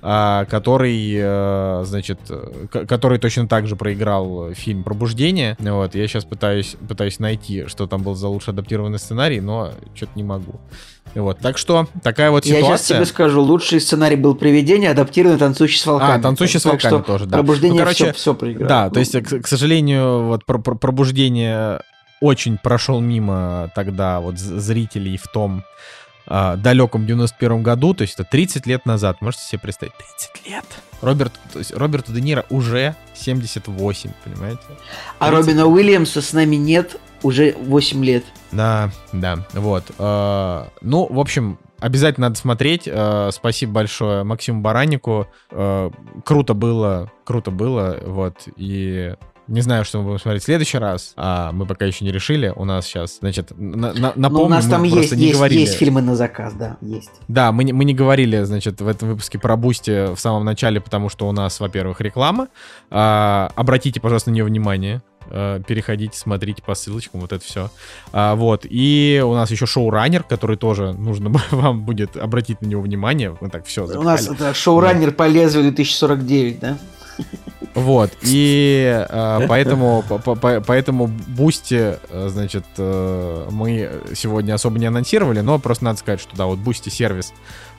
который, значит, который точно так же проиграл фильм «Пробуждение». Вот. Я сейчас пытаюсь, пытаюсь найти, что там был за лучше адаптированный сценарий, но что-то не могу. Вот. Так что, такая вот ситуация. Я сейчас тебе скажу, лучший сценарий был «Привидение», адаптированный «Танцующий с волками». А, «Танцующий с волками» тоже, да. «Пробуждение» ну, короче, все, все проиграло. Да, то есть, к, к сожалению, вот «Пробуждение» очень прошел мимо тогда вот зрителей в том а, далеком девяносто первом году, то есть это тридцать лет назад, можете себе представить, тридцать лет. Роберт, то есть Роберту Де Ниро уже семьдесят восемь, понимаете? А Робина Уильямса с нами нет уже восемь лет. Да, да, вот. А, ну, в общем, обязательно надо смотреть. А, спасибо большое Максиму Бараннику. А, круто было, круто было, вот, и... Не знаю, что мы будем смотреть в следующий раз, а мы пока еще не решили. У нас сейчас, значит, на, на, напомню, ну, у нас там мы есть, не есть, говорили. есть фильмы на заказ, да, есть. Да, мы, мы не говорили, значит, в этом выпуске про Бусти в самом начале, потому что у нас, во-первых, реклама. А, обратите, пожалуйста, на нее внимание. А, переходите, смотрите по ссылочкам, вот это все. А, вот, и у нас еще шоураннер, который тоже нужно вам будет обратить на него внимание. Вот так все. У нас это шоураннер по лезвию две тысячи сорок девять, да? Вот, и э, поэтому, по, по, поэтому Бусти, значит, э, мы сегодня особо не анонсировали, но просто надо сказать, что да, вот Бусти сервис,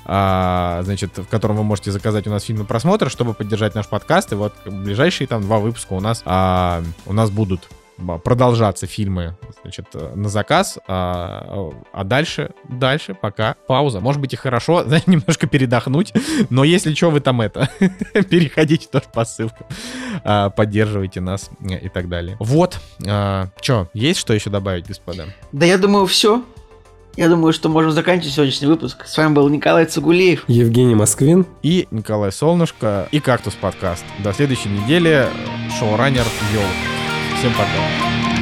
э, значит, в котором вы можете заказать у нас фильм на просмотр, чтобы поддержать наш подкаст, и вот ближайшие там два выпуска у нас, э, у нас будут продолжаться фильмы, значит, на заказ, а, а дальше, дальше пока пауза. Может быть и хорошо, знаете, немножко передохнуть, но если что, вы там это, переходите тоже по ссылкам, а, поддерживайте нас и так далее. Вот, а, что, есть что еще добавить, господа? Да я думаю, все. Я думаю, что можем заканчивать сегодняшний выпуск. С вами был Николай Цугулиев, Евгений Москвин и Николай Солнышко и Кактус подкаст. До следующей недели. Шоураннер Йоу. Всем пока.